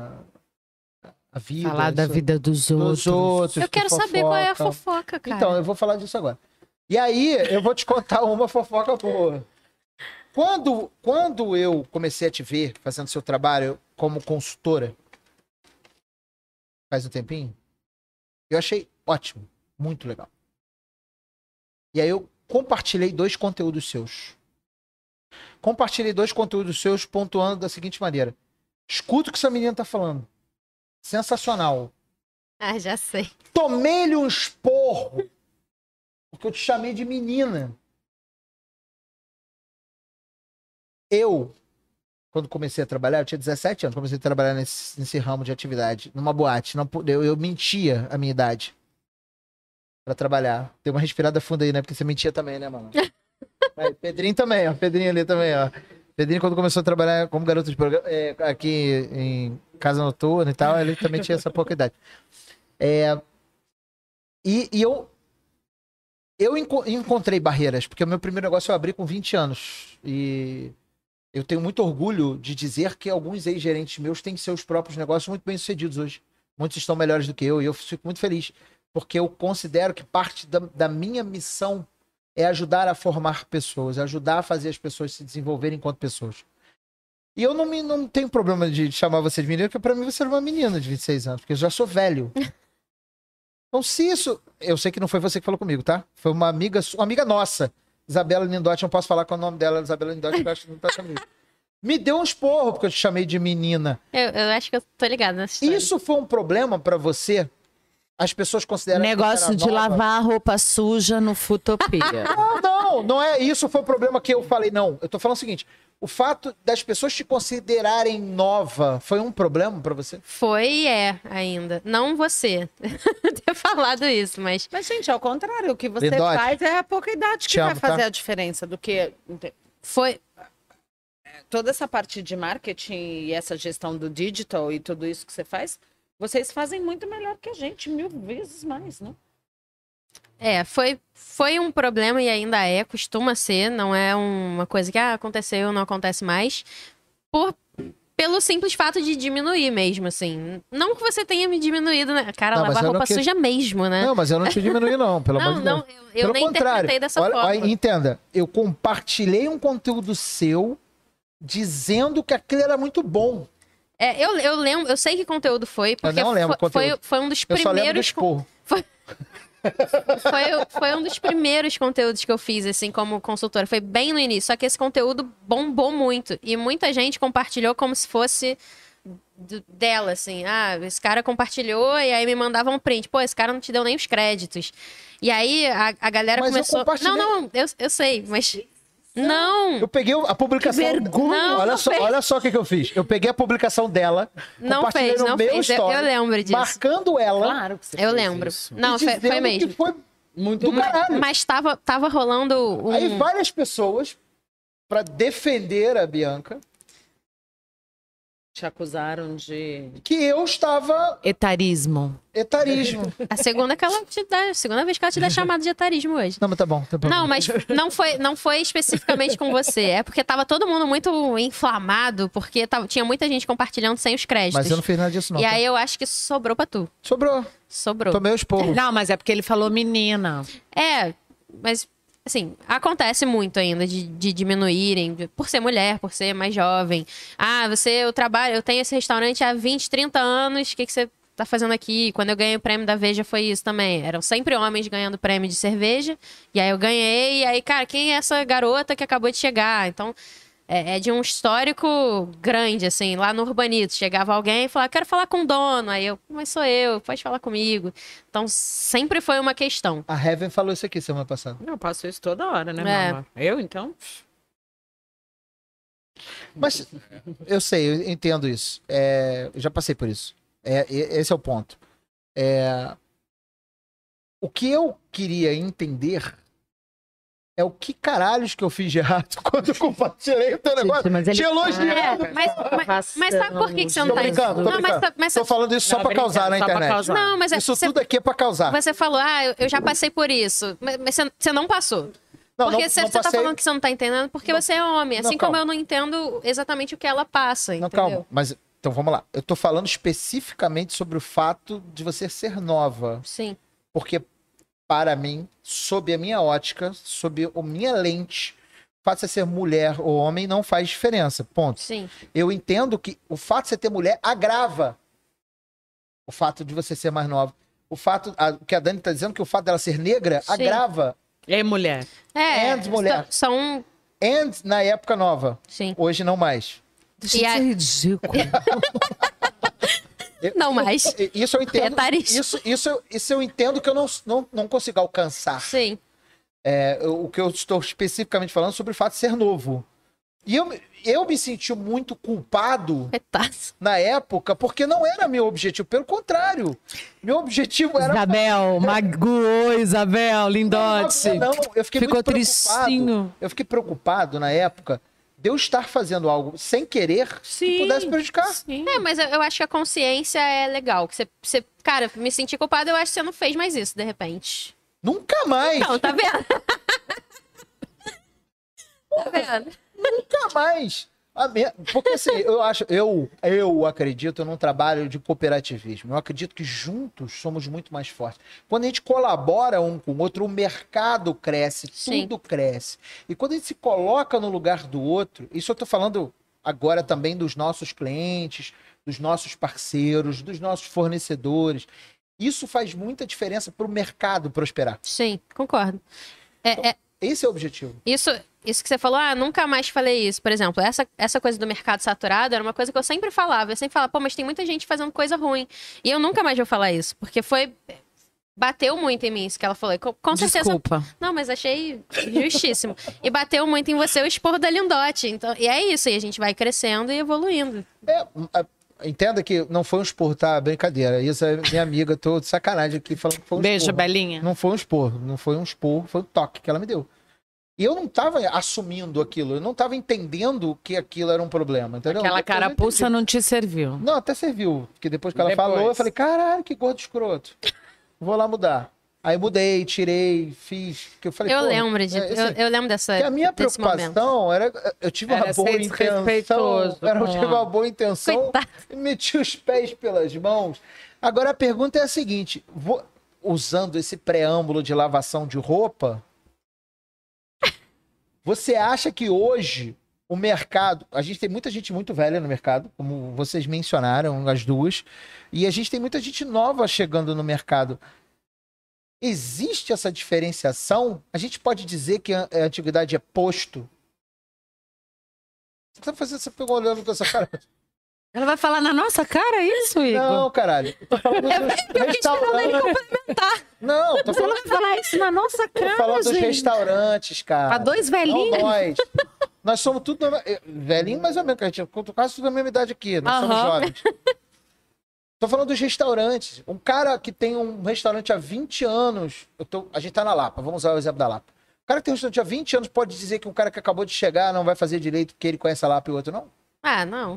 a vida. Falar da vida dos outros. Eu quero saber qual é a fofoca, cara. Então, eu vou falar disso agora. E aí, eu vou te contar uma fofoca boa. Quando eu comecei a te ver fazendo seu trabalho como consultora, faz um tempinho, eu achei ótimo, muito legal. E aí eu compartilhei 2 conteúdos seus. Compartilhei 2 conteúdos seus pontuando da seguinte maneira. Escuta o que essa menina tá falando. Sensacional. Ah, já sei. Tomei-lhe um esporro. Porque eu te chamei de menina. Eu, quando comecei a trabalhar, eu tinha 17 anos, comecei a trabalhar nesse ramo de atividade, numa boate. Eu mentia a minha idade pra trabalhar. Deu uma respirada funda aí, né? Porque você mentia também, né, mano? Aí, Pedrinho também, ó. Pedrinho ali também, ó. Pedrinho, quando começou a trabalhar como garoto de programa, aqui em Casa Noturna e tal, ele também tinha essa pouca idade. Eu encontrei barreiras, porque o meu primeiro negócio eu abri com 20 anos. E eu tenho muito orgulho de dizer que alguns ex-gerentes meus têm seus próprios negócios muito bem sucedidos hoje. Muitos estão melhores do que eu e eu fico muito feliz. Porque eu considero que parte da minha missão é ajudar a formar pessoas, ajudar a fazer as pessoas se desenvolverem enquanto pessoas. E eu não tenho problema de chamar você de menina, porque pra mim você era uma menina de 26 anos, porque eu já sou velho. Então, se isso... Eu sei que não foi você que falou comigo, tá? Foi uma amiga nossa, Isabela Lindotti. Não posso falar com o nome dela, Isabela Lindotti, porque eu acho que não tá comigo. Me deu um esporro porque eu te chamei de menina. Eu acho que eu tô ligada nessa história. Isso foi um problema pra você? As pessoas consideram Negócio que de era nova? lavar a roupa suja no Foodtopia. Não é isso. Foi o problema que eu falei. Não, eu tô falando o seguinte. O fato das pessoas te considerarem nova foi um problema pra você? Foi e é ainda. Não você ter falado isso, mas... Mas, gente, ao contrário, o que você Lindotti, faz é a pouca idade que te vai amo, fazer tá? a diferença do que... Foi... Toda essa parte de marketing e essa gestão do digital e tudo isso que você faz, vocês fazem muito melhor que a gente, 1000 vezes mais, né? Foi um problema e ainda costuma ser, não é uma coisa que aconteceu, não acontece mais, pelo simples fato de diminuir mesmo, assim. Não que você tenha me diminuído, né? Cara, Não, mas lavar eu não roupa suja mesmo, né? Não, mas eu não te diminui não, pelo amor de Deus. Eu Pelo nem contrário, interpretei dessa forma. olha, entenda, eu compartilhei um conteúdo seu dizendo que aquilo era muito bom. Eu lembro, eu sei que conteúdo foi, porque não lembro o conteúdo. foi um dos Eu só lembro do primeiros... esporro. Foi um dos primeiros conteúdos que eu fiz, assim, como consultora. Foi bem no início. Só que esse conteúdo bombou muito. E muita gente compartilhou como se fosse dela, assim. Ah, esse cara compartilhou e aí me mandava um print. Pô, esse cara não te deu nem os créditos. E aí a galera Mas eu começou... compartilhei. Não, eu sei, mas... Não! Eu peguei a publicação. Que vergonha! Não, olha não só, fez. olha só o que eu fiz. Eu peguei a publicação dela, Não compartilhei fez, no não meu fez. story, Eu lembro disso. marcando ela. Claro que você Eu fez lembro. isso. Não, e foi dizendo mesmo. que foi Muito do caralho. Mas tava rolando um... Aí várias pessoas, pra defender a Bianca, Te acusaram de Que eu estava etarismo. etarismo. A segunda a segunda vez que ela te dá chamada de etarismo hoje. Não, mas tá bom. Não, mas não foi especificamente com você. É porque tava todo mundo muito inflamado, porque tinha muita gente compartilhando sem os créditos. Mas eu não fiz nada disso, não. E tá? aí eu acho que sobrou pra tu. Sobrou. Sobrou. Tomei os porros. Não, mas é porque ele falou menina. É, mas assim, acontece muito ainda de diminuírem, por ser mulher, por ser mais jovem. Ah, eu tenho esse restaurante há 20, 30 anos, o que você tá fazendo aqui? Quando eu ganhei o prêmio da Veja foi isso também. Eram sempre homens ganhando prêmio de cerveja, e aí eu ganhei, e aí, cara, quem é essa garota que acabou de chegar? Então, é de um histórico grande, assim, lá no Urbanito. Chegava alguém e falava, quero falar com o dono. Aí eu, mas sou eu, pode falar comigo. Então, sempre foi uma questão. A Heaven falou isso aqui semana passada. Eu passo isso toda hora, né, É. meu amor? Eu, então? Mas eu sei, eu entendo isso. Eu já passei por isso. Esse é o ponto. O que eu queria entender é o que caralhos que eu fiz de errado quando eu compartilhei o teu negócio. mas ele- Te elogiando. Mas sabe por que você não Tô tá brincando, tô Não, brincando. mas Tô falando isso só Não, pra causar na brincando, só pra internet. causar. Não, mas Isso tudo aqui é pra causar. você falou, eu já passei por isso. Mas você não passou. Não, Porque não você tá passei- falando que você não tá entendendo porque Não. você é homem. Não, Assim como calma. eu não entendo exatamente o que ela passa, Não, entendeu? calma. Mas, então vamos lá. Eu tô falando especificamente sobre o fato de você ser nova. Sim, Porque, para mim, sob a minha ótica, sob a minha lente, o fato de você ser mulher ou homem não faz diferença. Ponto. sim. Eu entendo que o fato de você ter mulher agrava o fato de você ser mais nova. O fato, o que a Dani tá dizendo, que o fato dela ser negra Sim. agrava. É mulher. É, mulher. são... And na época nova. Sim. Hoje não mais. Deixa E de a- ser ridículo. Não mais. Isso eu entendo. Etarismo. Isso eu entendo que eu não consigo alcançar. Sim. O que eu estou especificamente falando sobre o fato de ser novo. E eu me senti muito culpado Coitado. na época, porque não era meu objetivo. Pelo contrário, meu objetivo era... Isabel, magoou, Isabel, lindote. Não, eu fiquei Ficou muito preocupado. tristinho. Eu fiquei preocupado na época de eu estar fazendo algo sem querer que Sim. pudesse prejudicar. Sim. Mas eu acho que a consciência é legal. Que você, cara, me senti culpada, eu acho que você não fez mais isso, de repente. Nunca mais, Não, tá vendo? Tá vendo? nunca mais. Porque assim, eu acredito num trabalho de cooperativismo. Eu acredito que juntos somos muito mais fortes. Quando a gente colabora um com o outro, o mercado cresce, Sim. tudo cresce. E quando a gente se coloca no lugar do outro, isso eu tô falando agora também dos nossos clientes, dos nossos parceiros, dos nossos fornecedores. Isso faz muita diferença para o mercado prosperar. Sim, concordo. Esse é o objetivo. Isso que você falou, nunca mais falei isso. Por exemplo, essa coisa do mercado saturado era uma coisa que eu sempre falava. Eu sempre falava, pô, mas tem muita gente fazendo coisa ruim. E eu nunca mais vou falar isso, porque bateu muito em mim isso que ela falou. E com certeza. Desculpa. Não, mas achei justíssimo. E bateu muito em você o esporro da Lindote. Então, e é isso, e a gente vai crescendo e evoluindo. Entenda que não foi um esporro, tá? Brincadeira. Isso é minha amiga, tô de sacanagem aqui falando que foi um Beijo, esporro. Belinha. Não foi um esporro, não foi um esporro, foi um toque que ela me deu. E eu não tava assumindo aquilo, eu não tava entendendo que aquilo era um problema, entendeu? Aquela Depois eu carapuça entendi. não te serviu. Não, até serviu, porque depois que ela Depois. falou, eu falei, caralho, que gordo escroto. Vou lá mudar. Aí mudei, tirei, fiz. Que eu falei, Eu pô, lembro assim, eu lembro dessa. que a minha desse momento. preocupação era. Eu tive uma Era boa ser intenção. desrespeitoso Eu com tive uma boa intenção. Coitado. E meti os pés pelas mãos. Agora a pergunta é a seguinte: usando esse preâmbulo de lavação de roupa, você acha que hoje o mercado. A gente tem muita gente muito velha no mercado, como vocês mencionaram, as duas, e a gente tem muita gente nova chegando no mercado. Existe essa diferenciação? A gente pode dizer que a antiguidade é posto? Você tá fazendo, você pegou olhando com essa cara? Ela vai falar na nossa cara isso, Igor? Não, caralho. Eu tô falando dos restaurantes. Não, tô Você não falando, vai falar isso na nossa tô cara, falando dos gente. restaurantes, cara. Pra dois Não velhinhos. nós. Nós somos tudo velhinho, mais ou menos, que a gente quase tudo da mesma idade aqui. Nós somos Aham. jovens. Tô falando dos restaurantes. Um cara que tem um restaurante há 20 anos. A gente tá na Lapa, vamos usar o exemplo da Lapa. O cara que tem um restaurante há 20 anos pode dizer que um cara que acabou de chegar não vai fazer direito porque ele conhece a Lapa e o outro não? Não.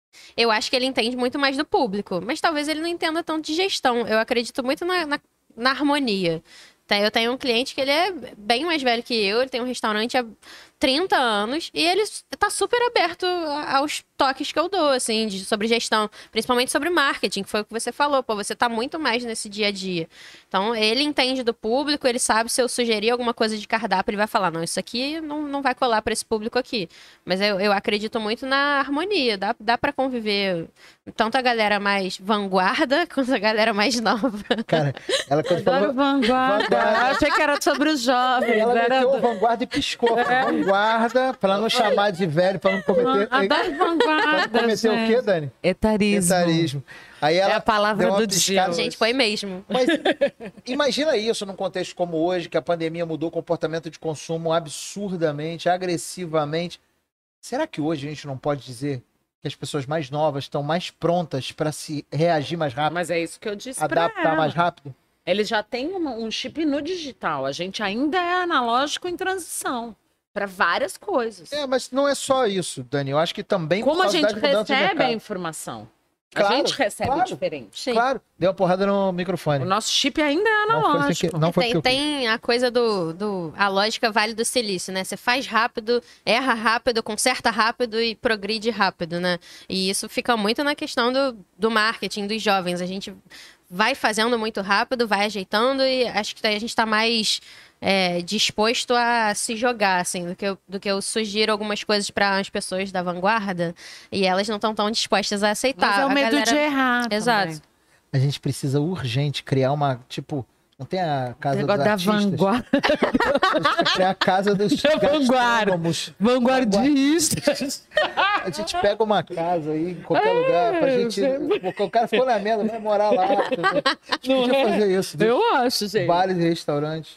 Eu acho que ele entende muito mais do público, mas talvez ele não entenda tanto de gestão. Eu acredito muito na harmonia. Eu tenho um cliente que ele é bem mais velho que eu, ele tem um restaurante há 30 anos e ele tá super aberto aos toques que eu dou, assim, sobre gestão, principalmente sobre marketing, que foi o que você falou, pô, você tá muito mais nesse dia a dia. Então, ele entende do público, ele sabe se eu sugerir alguma coisa de cardápio, ele vai falar, não, isso aqui não vai colar para esse público aqui. Mas eu acredito muito na harmonia, dá para conviver tanto a galera mais vanguarda quanto a galera mais nova. Cara, ela quando Adoro falou vanguarda. Eu achei que era sobre os jovens. ela Era... meteu vanguarda e piscou. Vanguarda, pra não chamar de velho, pra não cometer... Adoro vanguarda. Pra cometer o quê, Dani? Etarismo. Etarismo. Aí ela É a palavra deu uma do dia. piscada. Gente, foi mesmo. Mas imagina isso num contexto como hoje, que a pandemia mudou o comportamento de consumo absurdamente, agressivamente. Será que hoje a gente não pode dizer que as pessoas mais novas estão mais prontas para se reagir mais rápido, Mas é isso que eu disse pra adaptar ela. mais rápido? Ele já tem um chip no digital. A gente ainda é analógico em transição para várias coisas. É, mas não é só isso, Dani. Eu acho que também Como por a causa gente das mudanças de recebe a mercado. informação. Claro, a gente recebe claro. diferente. Sim. Claro, deu uma porrada no microfone. O nosso chip ainda é Não foi analógico. sem que- não foi porque eu quis. Tem a coisa a lógica Vale do Silício, né? Você faz rápido, erra rápido, conserta rápido e progride rápido, né? E isso fica muito na questão do marketing dos jovens. A gente vai fazendo muito rápido, vai ajeitando e acho que a gente está mais disposto a se jogar, assim, do que eu sugiro algumas coisas para as pessoas da vanguarda e elas não estão tão dispostas a aceitar. Mas é o A medo galera- de errar. Exato. também. A gente precisa urgente criar uma, tipo, não tem a O casa dos negócio da artistas? vanguarda. A gente precisa criar a casa dos Da vanguarda. gastrônomos. Vanguardistas. A gente pega uma casa aí, em qualquer lugar, pra gente... O cara ficou na merda, vai morar lá. Entendeu? A gente podia fazer isso. Eu acho, gente. Bares e restaurantes.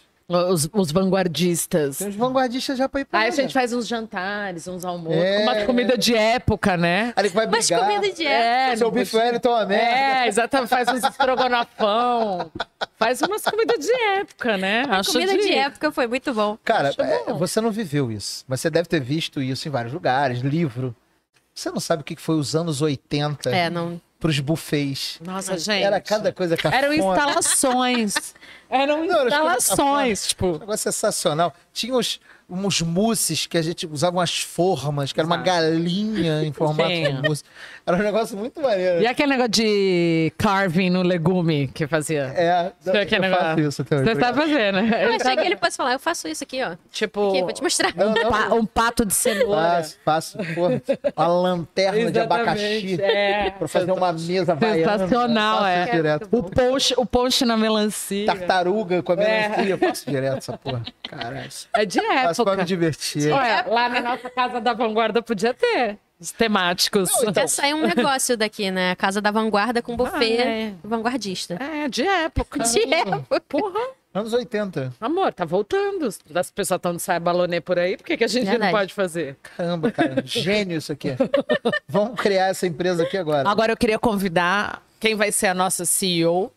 Os vanguardistas. Tem uns vanguardistas já pra ir pra Aí lá, a gente né? faz uns jantares, uns almoços, É. uma comida de época, né? Aí ele vai Mas brigar. comida de época. É, Seu bife Wellington é uma merda. É, exatamente. Faz uns estrogonofão. Faz umas comidas de época, né? Acho Comida de época foi muito bom. Cara, Acho bom. você não viveu isso. Mas você deve ter visto isso em vários lugares, livro. Você não sabe o que foi os anos 80 Não. pros buffets. Nossa, gente. Era cada coisa cafona. Eram instalações. Eram Não, era instalações, tipo. Um negócio sensacional. Tinha uns mousses que a gente usava umas formas, que era uma galinha em formato Tinha. de mousse. Era um negócio muito maneiro. E aquele negócio de carving no legume que fazia? É, Sabe aquele eu faço negócio? isso até hoje. Você sabe fazer, né? Eu achei que ele fosse falar, eu faço isso aqui, ó. Tipo, Aqui, vou te mostrar. Não, não. um pato de cenoura. Faço, porra, uma lanterna de abacaxi É. pra fazer uma mesa baiana. Sensacional, Faço é. isso direto. O ponche na melancia. Tartaruga com a melancia, eu faço direto essa porra. Caralho. É de Faço pra época. me divertir. Olha, lá na nossa casa da vanguarda podia ter os temáticos. Quer sair um negócio daqui, né? A Casa da Vanguarda com buffet vanguardista. É, de época. De época. Porra, Anos 80. amor, tá voltando. As pessoas estão de saia balonê por aí, por que a gente Verdade. não pode fazer? Caramba, cara, gênio isso aqui. Vamos criar essa empresa aqui agora. Agora eu queria convidar quem vai ser a nossa CEO.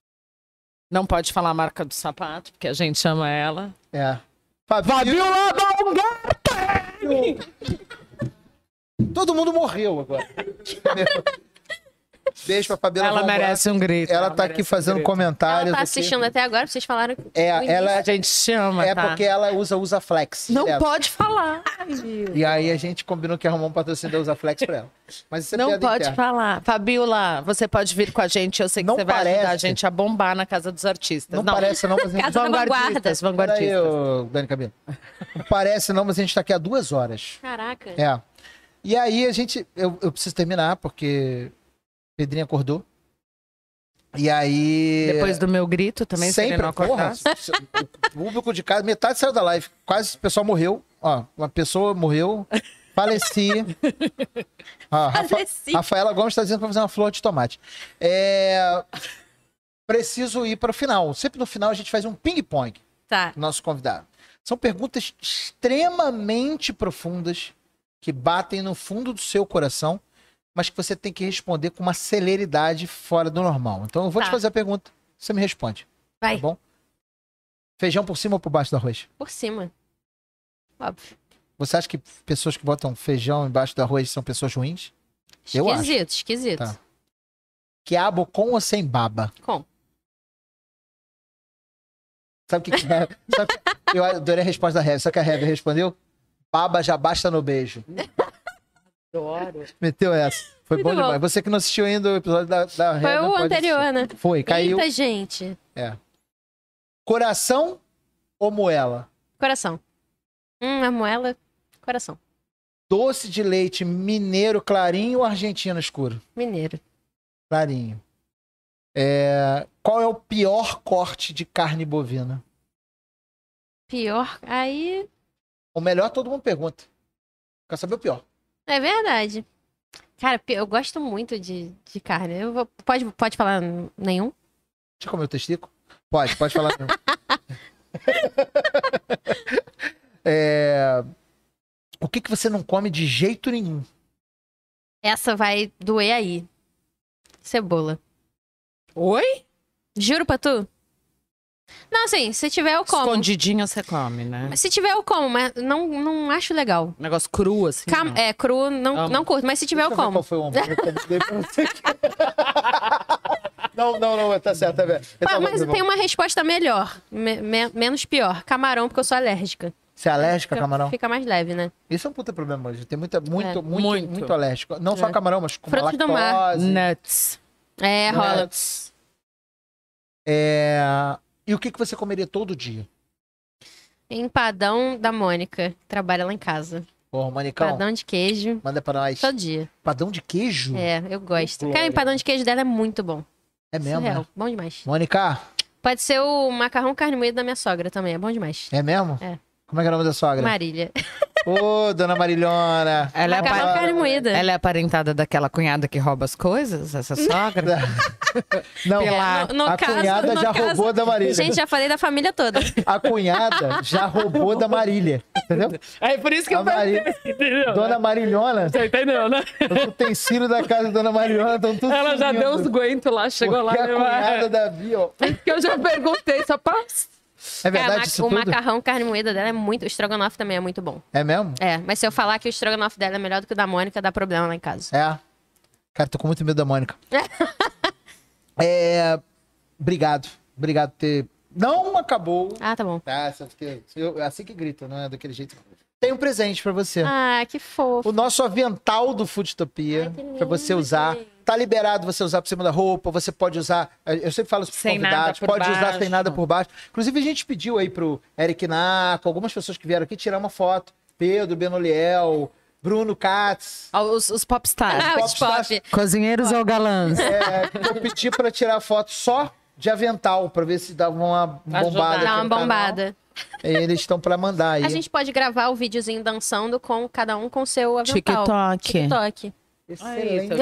Não pode falar a marca do sapato, porque a gente chama ela. É. Fabiola Baumgarten! Todo mundo morreu agora. Beijo pra Fabiola. Ela Baumgarten. merece um grito. Ela tá aqui merece um fazendo grito. comentários. Ela tá aqui. assistindo até agora, vocês falaram. É, no início. ela A gente chama, é tá? porque ela usa Flex. Não direto. pode falar. E aí a gente combinou que ia arrumar um patrocínio da Usa Flex pra ela. Mas isso é Não piada pode interna. falar. Fabiola, você pode vir com a gente. Eu sei que Não você vai ajudar a parece. gente a bombar na Casa dos Artistas. Não parece não, mas a gente... Casa da Vanguardistas, Peraí, vanguardistas. ô, Dani Cabelo. Não parece não, mas a gente tá aqui há 2 horas. Caraca. É. E aí a gente... Eu preciso terminar, porque Pedrinho acordou. E aí... Depois do meu grito também, se ele sempre, não porra, acordar. o público de casa, metade saiu da live. Quase o pessoal morreu. Ó, uma pessoa morreu. Faleci. Ó, Faleci. Rafaela Gomes está dizendo para fazer uma flor de tomate. Preciso ir para o final. Sempre no final a gente faz um ping-pong Tá. com o nosso convidado. São perguntas extremamente profundas que batem no fundo do seu coração, mas que você tem que responder com uma celeridade fora do normal. Então eu vou te Tá. fazer a pergunta, você me responde. Vai. Tá bom? Feijão por cima ou por baixo do arroz? Por cima. Óbvio. Você acha que pessoas que botam feijão embaixo do arroz são pessoas ruins? Eu acho. Esquisito. Tá. Quiabo com ou sem baba? Com. Sabe o que é? Eu adorei a resposta da Hebe. Sabe o que a Hebe respondeu? Baba já basta no beijo. Adoro. Meteu essa. Foi Muito bom demais. bom. Você que não assistiu ainda o episódio da Hebe. Foi o pode anterior, assistir. né? Foi, caiu. Eita, gente. É. Coração ou moela? Coração. A moela, coração. Doce de leite mineiro clarinho ou argentino escuro? Mineiro. Clarinho. Qual é o pior corte de carne bovina? Pior, aí... O melhor todo mundo pergunta. Quer saber o pior? É verdade. Cara, eu gosto muito de carne. Pode falar nenhum? Já comeu testículo? Pode falar. O que você não come de jeito nenhum? Essa vai doer aí. Cebola. Oi? Juro pra tu? Não, assim, se tiver eu como. Escondidinho você come, né? Se tiver eu como, mas não acho legal. Negócio cru, assim. não. Cru, não curto, mas se tiver eu Deixa ver como. Qual foi o hambúrguer que eu dei pra você? Não, tá certo, tá vendo. Mas tem uma resposta melhor, menos pior. Camarão, porque eu sou alérgica. Você é alérgica a camarão? Fica mais leve, né? Isso é um puta problema hoje. Tem muito Muito. alérgico. Não só camarão, mas com Frutos do mar. lactose. Nuts. Rola. Nuts. E o que você comeria todo dia? Empadão da Mônica. Trabalha lá em casa. Porra, Manicão, Empadão de queijo. manda pra nós. Todo dia. Empadão de queijo? Eu gosto. Glória. Cara, o empadão de queijo dela é muito bom. É mesmo, Surreal. né? Bom demais. Mônica, Pode ser o macarrão carne moída da minha sogra também. É bom demais. é mesmo? É. Como é que é o nome da sogra? Marília. Ô, dona Marilhona. Ela é, Macarrão carne moída. ela é aparentada daquela cunhada que rouba as coisas? Essa sogra? Não, No a caso- cunhada no já caso- roubou da Marília. Gente, já falei da família toda. A cunhada já roubou da Marília. Entendeu? É por isso que A Marília. entendeu? Dona Marilhona. Você entendeu, né? Os utensílios da casa da Dona Marilhona estão tudo Ela já sumindo. deu os guentos lá, chegou Porque lá. a cunhada da Bia, ó. Que eu já perguntei, só pra... É verdade isso o tudo? macarrão carne moída dela é muito... O estrogonofe também é muito bom. É mesmo? Mas se eu falar que o estrogonofe dela é melhor do que o da Mônica, dá problema lá em casa. É. Cara, tô com muito medo da Mônica. Obrigado. Obrigado por ter... Não acabou. Ah, tá bom. Tá, assim que grita, não é daquele jeito. Tem um presente pra você. Ah, que fofo. O nosso avental do Foodtopia, Ai, que lindo, pra você usar. gente. Tá liberado você usar por cima da roupa, você pode usar, eu sempre falo isso pros Sem nada convidados, por pode usar baixo. sem nada por baixo. Inclusive a gente pediu aí pro Eric Naco, algumas pessoas que vieram aqui tirar uma foto. Pedro Benoliel, Bruno Katz. Os popstars. Ah, os Popstars. pop. Cozinheiros ou galãs? Eu pedi pra tirar foto só de avental, pra ver se dava uma bombada. Ajudar. aqui Dá uma no canal. bombada. Eles estão pra mandar aí. A gente pode gravar o videozinho dançando com cada um com seu avental. TikTok. Excelente.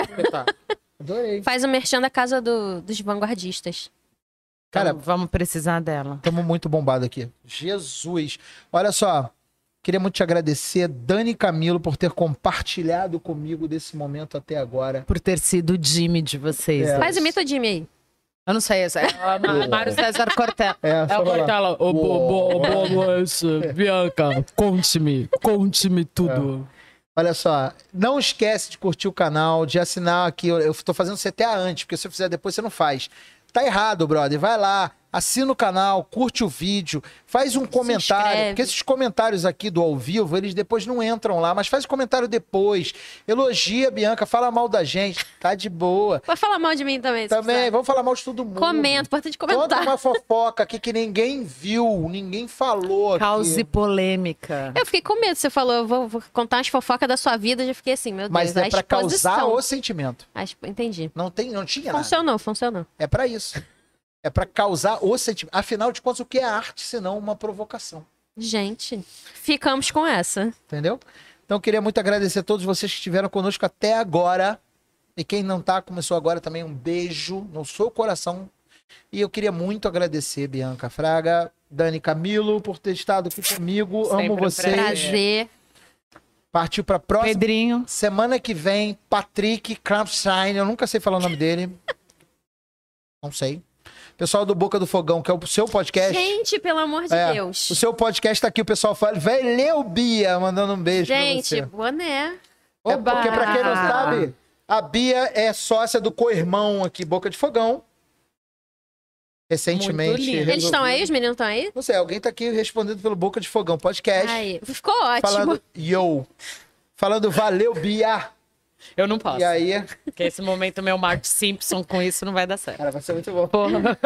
Adorei. Faz o merchan da casa dos vanguardistas. Cara, Vamos precisar dela. estamos muito bombados aqui. Jesus. Olha só. Queria muito te agradecer, Dani Camilo, por ter compartilhado comigo desse momento até agora. Por ter sido o Jimmy de vocês. É. Faz o mito Jimmy aí. Eu não sei, essa é Mário César Cortella. É, É só o vai lá. Cortella. Boa noite, Bianca. Conte-me tudo. Olha só, não esquece de curtir o canal, de assinar aqui. Eu tô fazendo CTA antes, porque se eu fizer depois você não faz. Tá errado, brother. Vai lá, assina o canal, curte o vídeo, faz um comentário. inscreve. Porque esses comentários aqui do ao vivo, eles depois não entram lá, mas faz comentário depois. Elogia, Bianca, fala mal da gente. Tá de boa. Pode falar mal de mim também. se Também, precisar. vamos falar mal de todo mundo. Comenta, importante Conta comentar. uma fofoca aqui que ninguém viu, ninguém falou aqui. Cause polêmica. Eu fiquei com medo. Você falou, eu vou contar umas fofocas da sua vida. Eu já fiquei assim, meu Deus. Mas é a pra causar exposição. o sentimento. Entendi. Não tinha nada. Funcionou. É pra isso. É pra causar o sentimento. Afinal de contas, o que é arte senão uma provocação? Gente, ficamos com essa. Entendeu? Então, eu queria muito agradecer a todos vocês que estiveram conosco até agora. E quem não tá, começou agora também, um beijo no seu coração. E eu queria muito agradecer, Bianca Fraga, Dani Camilo, por ter estado aqui comigo. Sempre Amo um vocês. Prazer. Partiu pra próxima. Pedrinho. Semana que vem, Patrick Krampstein. Eu nunca sei falar o nome dele. Não sei. Pessoal do Boca do Fogão, que é o seu podcast. Gente, pelo amor de É, Deus. O seu podcast tá aqui, o pessoal fala. Valeu, Bia, mandando um beijo Gente, pra você. boné. É porque, pra quem não Oba! sabe, A Bia é sócia do co-irmão aqui, Boca de Fogão. Recentemente. Muito lindo. Eles estão aí? Os meninos estão aí? Não sei, alguém tá aqui respondendo pelo Boca de Fogão podcast. Aí, ficou ótimo. Falando, falando valeu, Bia. Eu não posso. E aí, Porque esse momento meu Marge Simpson com isso não vai dar certo. cara, vai ser muito bom. Porra.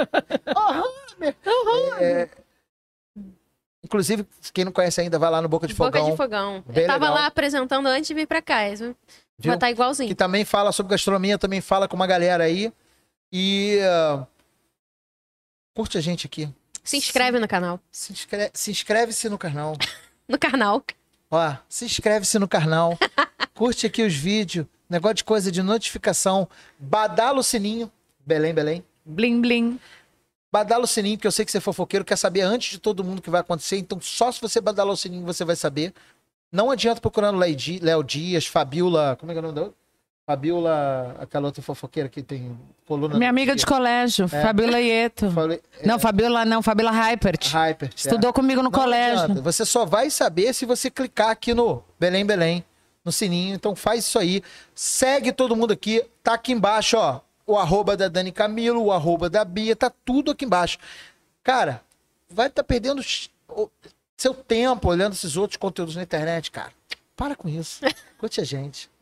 Inclusive, quem não conhece ainda, vai lá no Boca de Fogão. Boca de Fogão. Bem Eu tava legal. lá apresentando antes de vir pra cá. Viu? Vai estar igualzinho. Que também fala sobre gastronomia, também fala com uma galera aí. E curte a gente aqui. Se inscreve no canal. Se inscreve-se no canal. No canal. Ó, se inscreve-se no canal. Curte aqui os vídeos. Negócio de coisa de notificação. Badala o sininho. Belém, Belém. Blim, blim. Badala o sininho, porque eu sei que você é fofoqueiro, quer saber antes de todo mundo o que vai acontecer. Então, só se você badalar o sininho, você vai saber. Não adianta procurando Léo Dias, Fabiola. Como é que é o nome da outra? Fabiola, aquela outra fofoqueira que tem coluna. Minha amiga de colégio, Fabiola Ieto. Não, Fabiola não, Fabiola Hypert. Hyper. Estudou comigo no colégio. Adianta. Você só vai saber se você clicar aqui no Belém, Belém, no sininho. Então faz isso aí. Segue todo mundo aqui. Tá aqui embaixo, ó. O arroba da Dani Camilo, o arroba da Bia, tá tudo aqui embaixo. Cara, vai estar perdendo seu tempo olhando esses outros conteúdos na internet, cara. Para com isso. Curte a gente.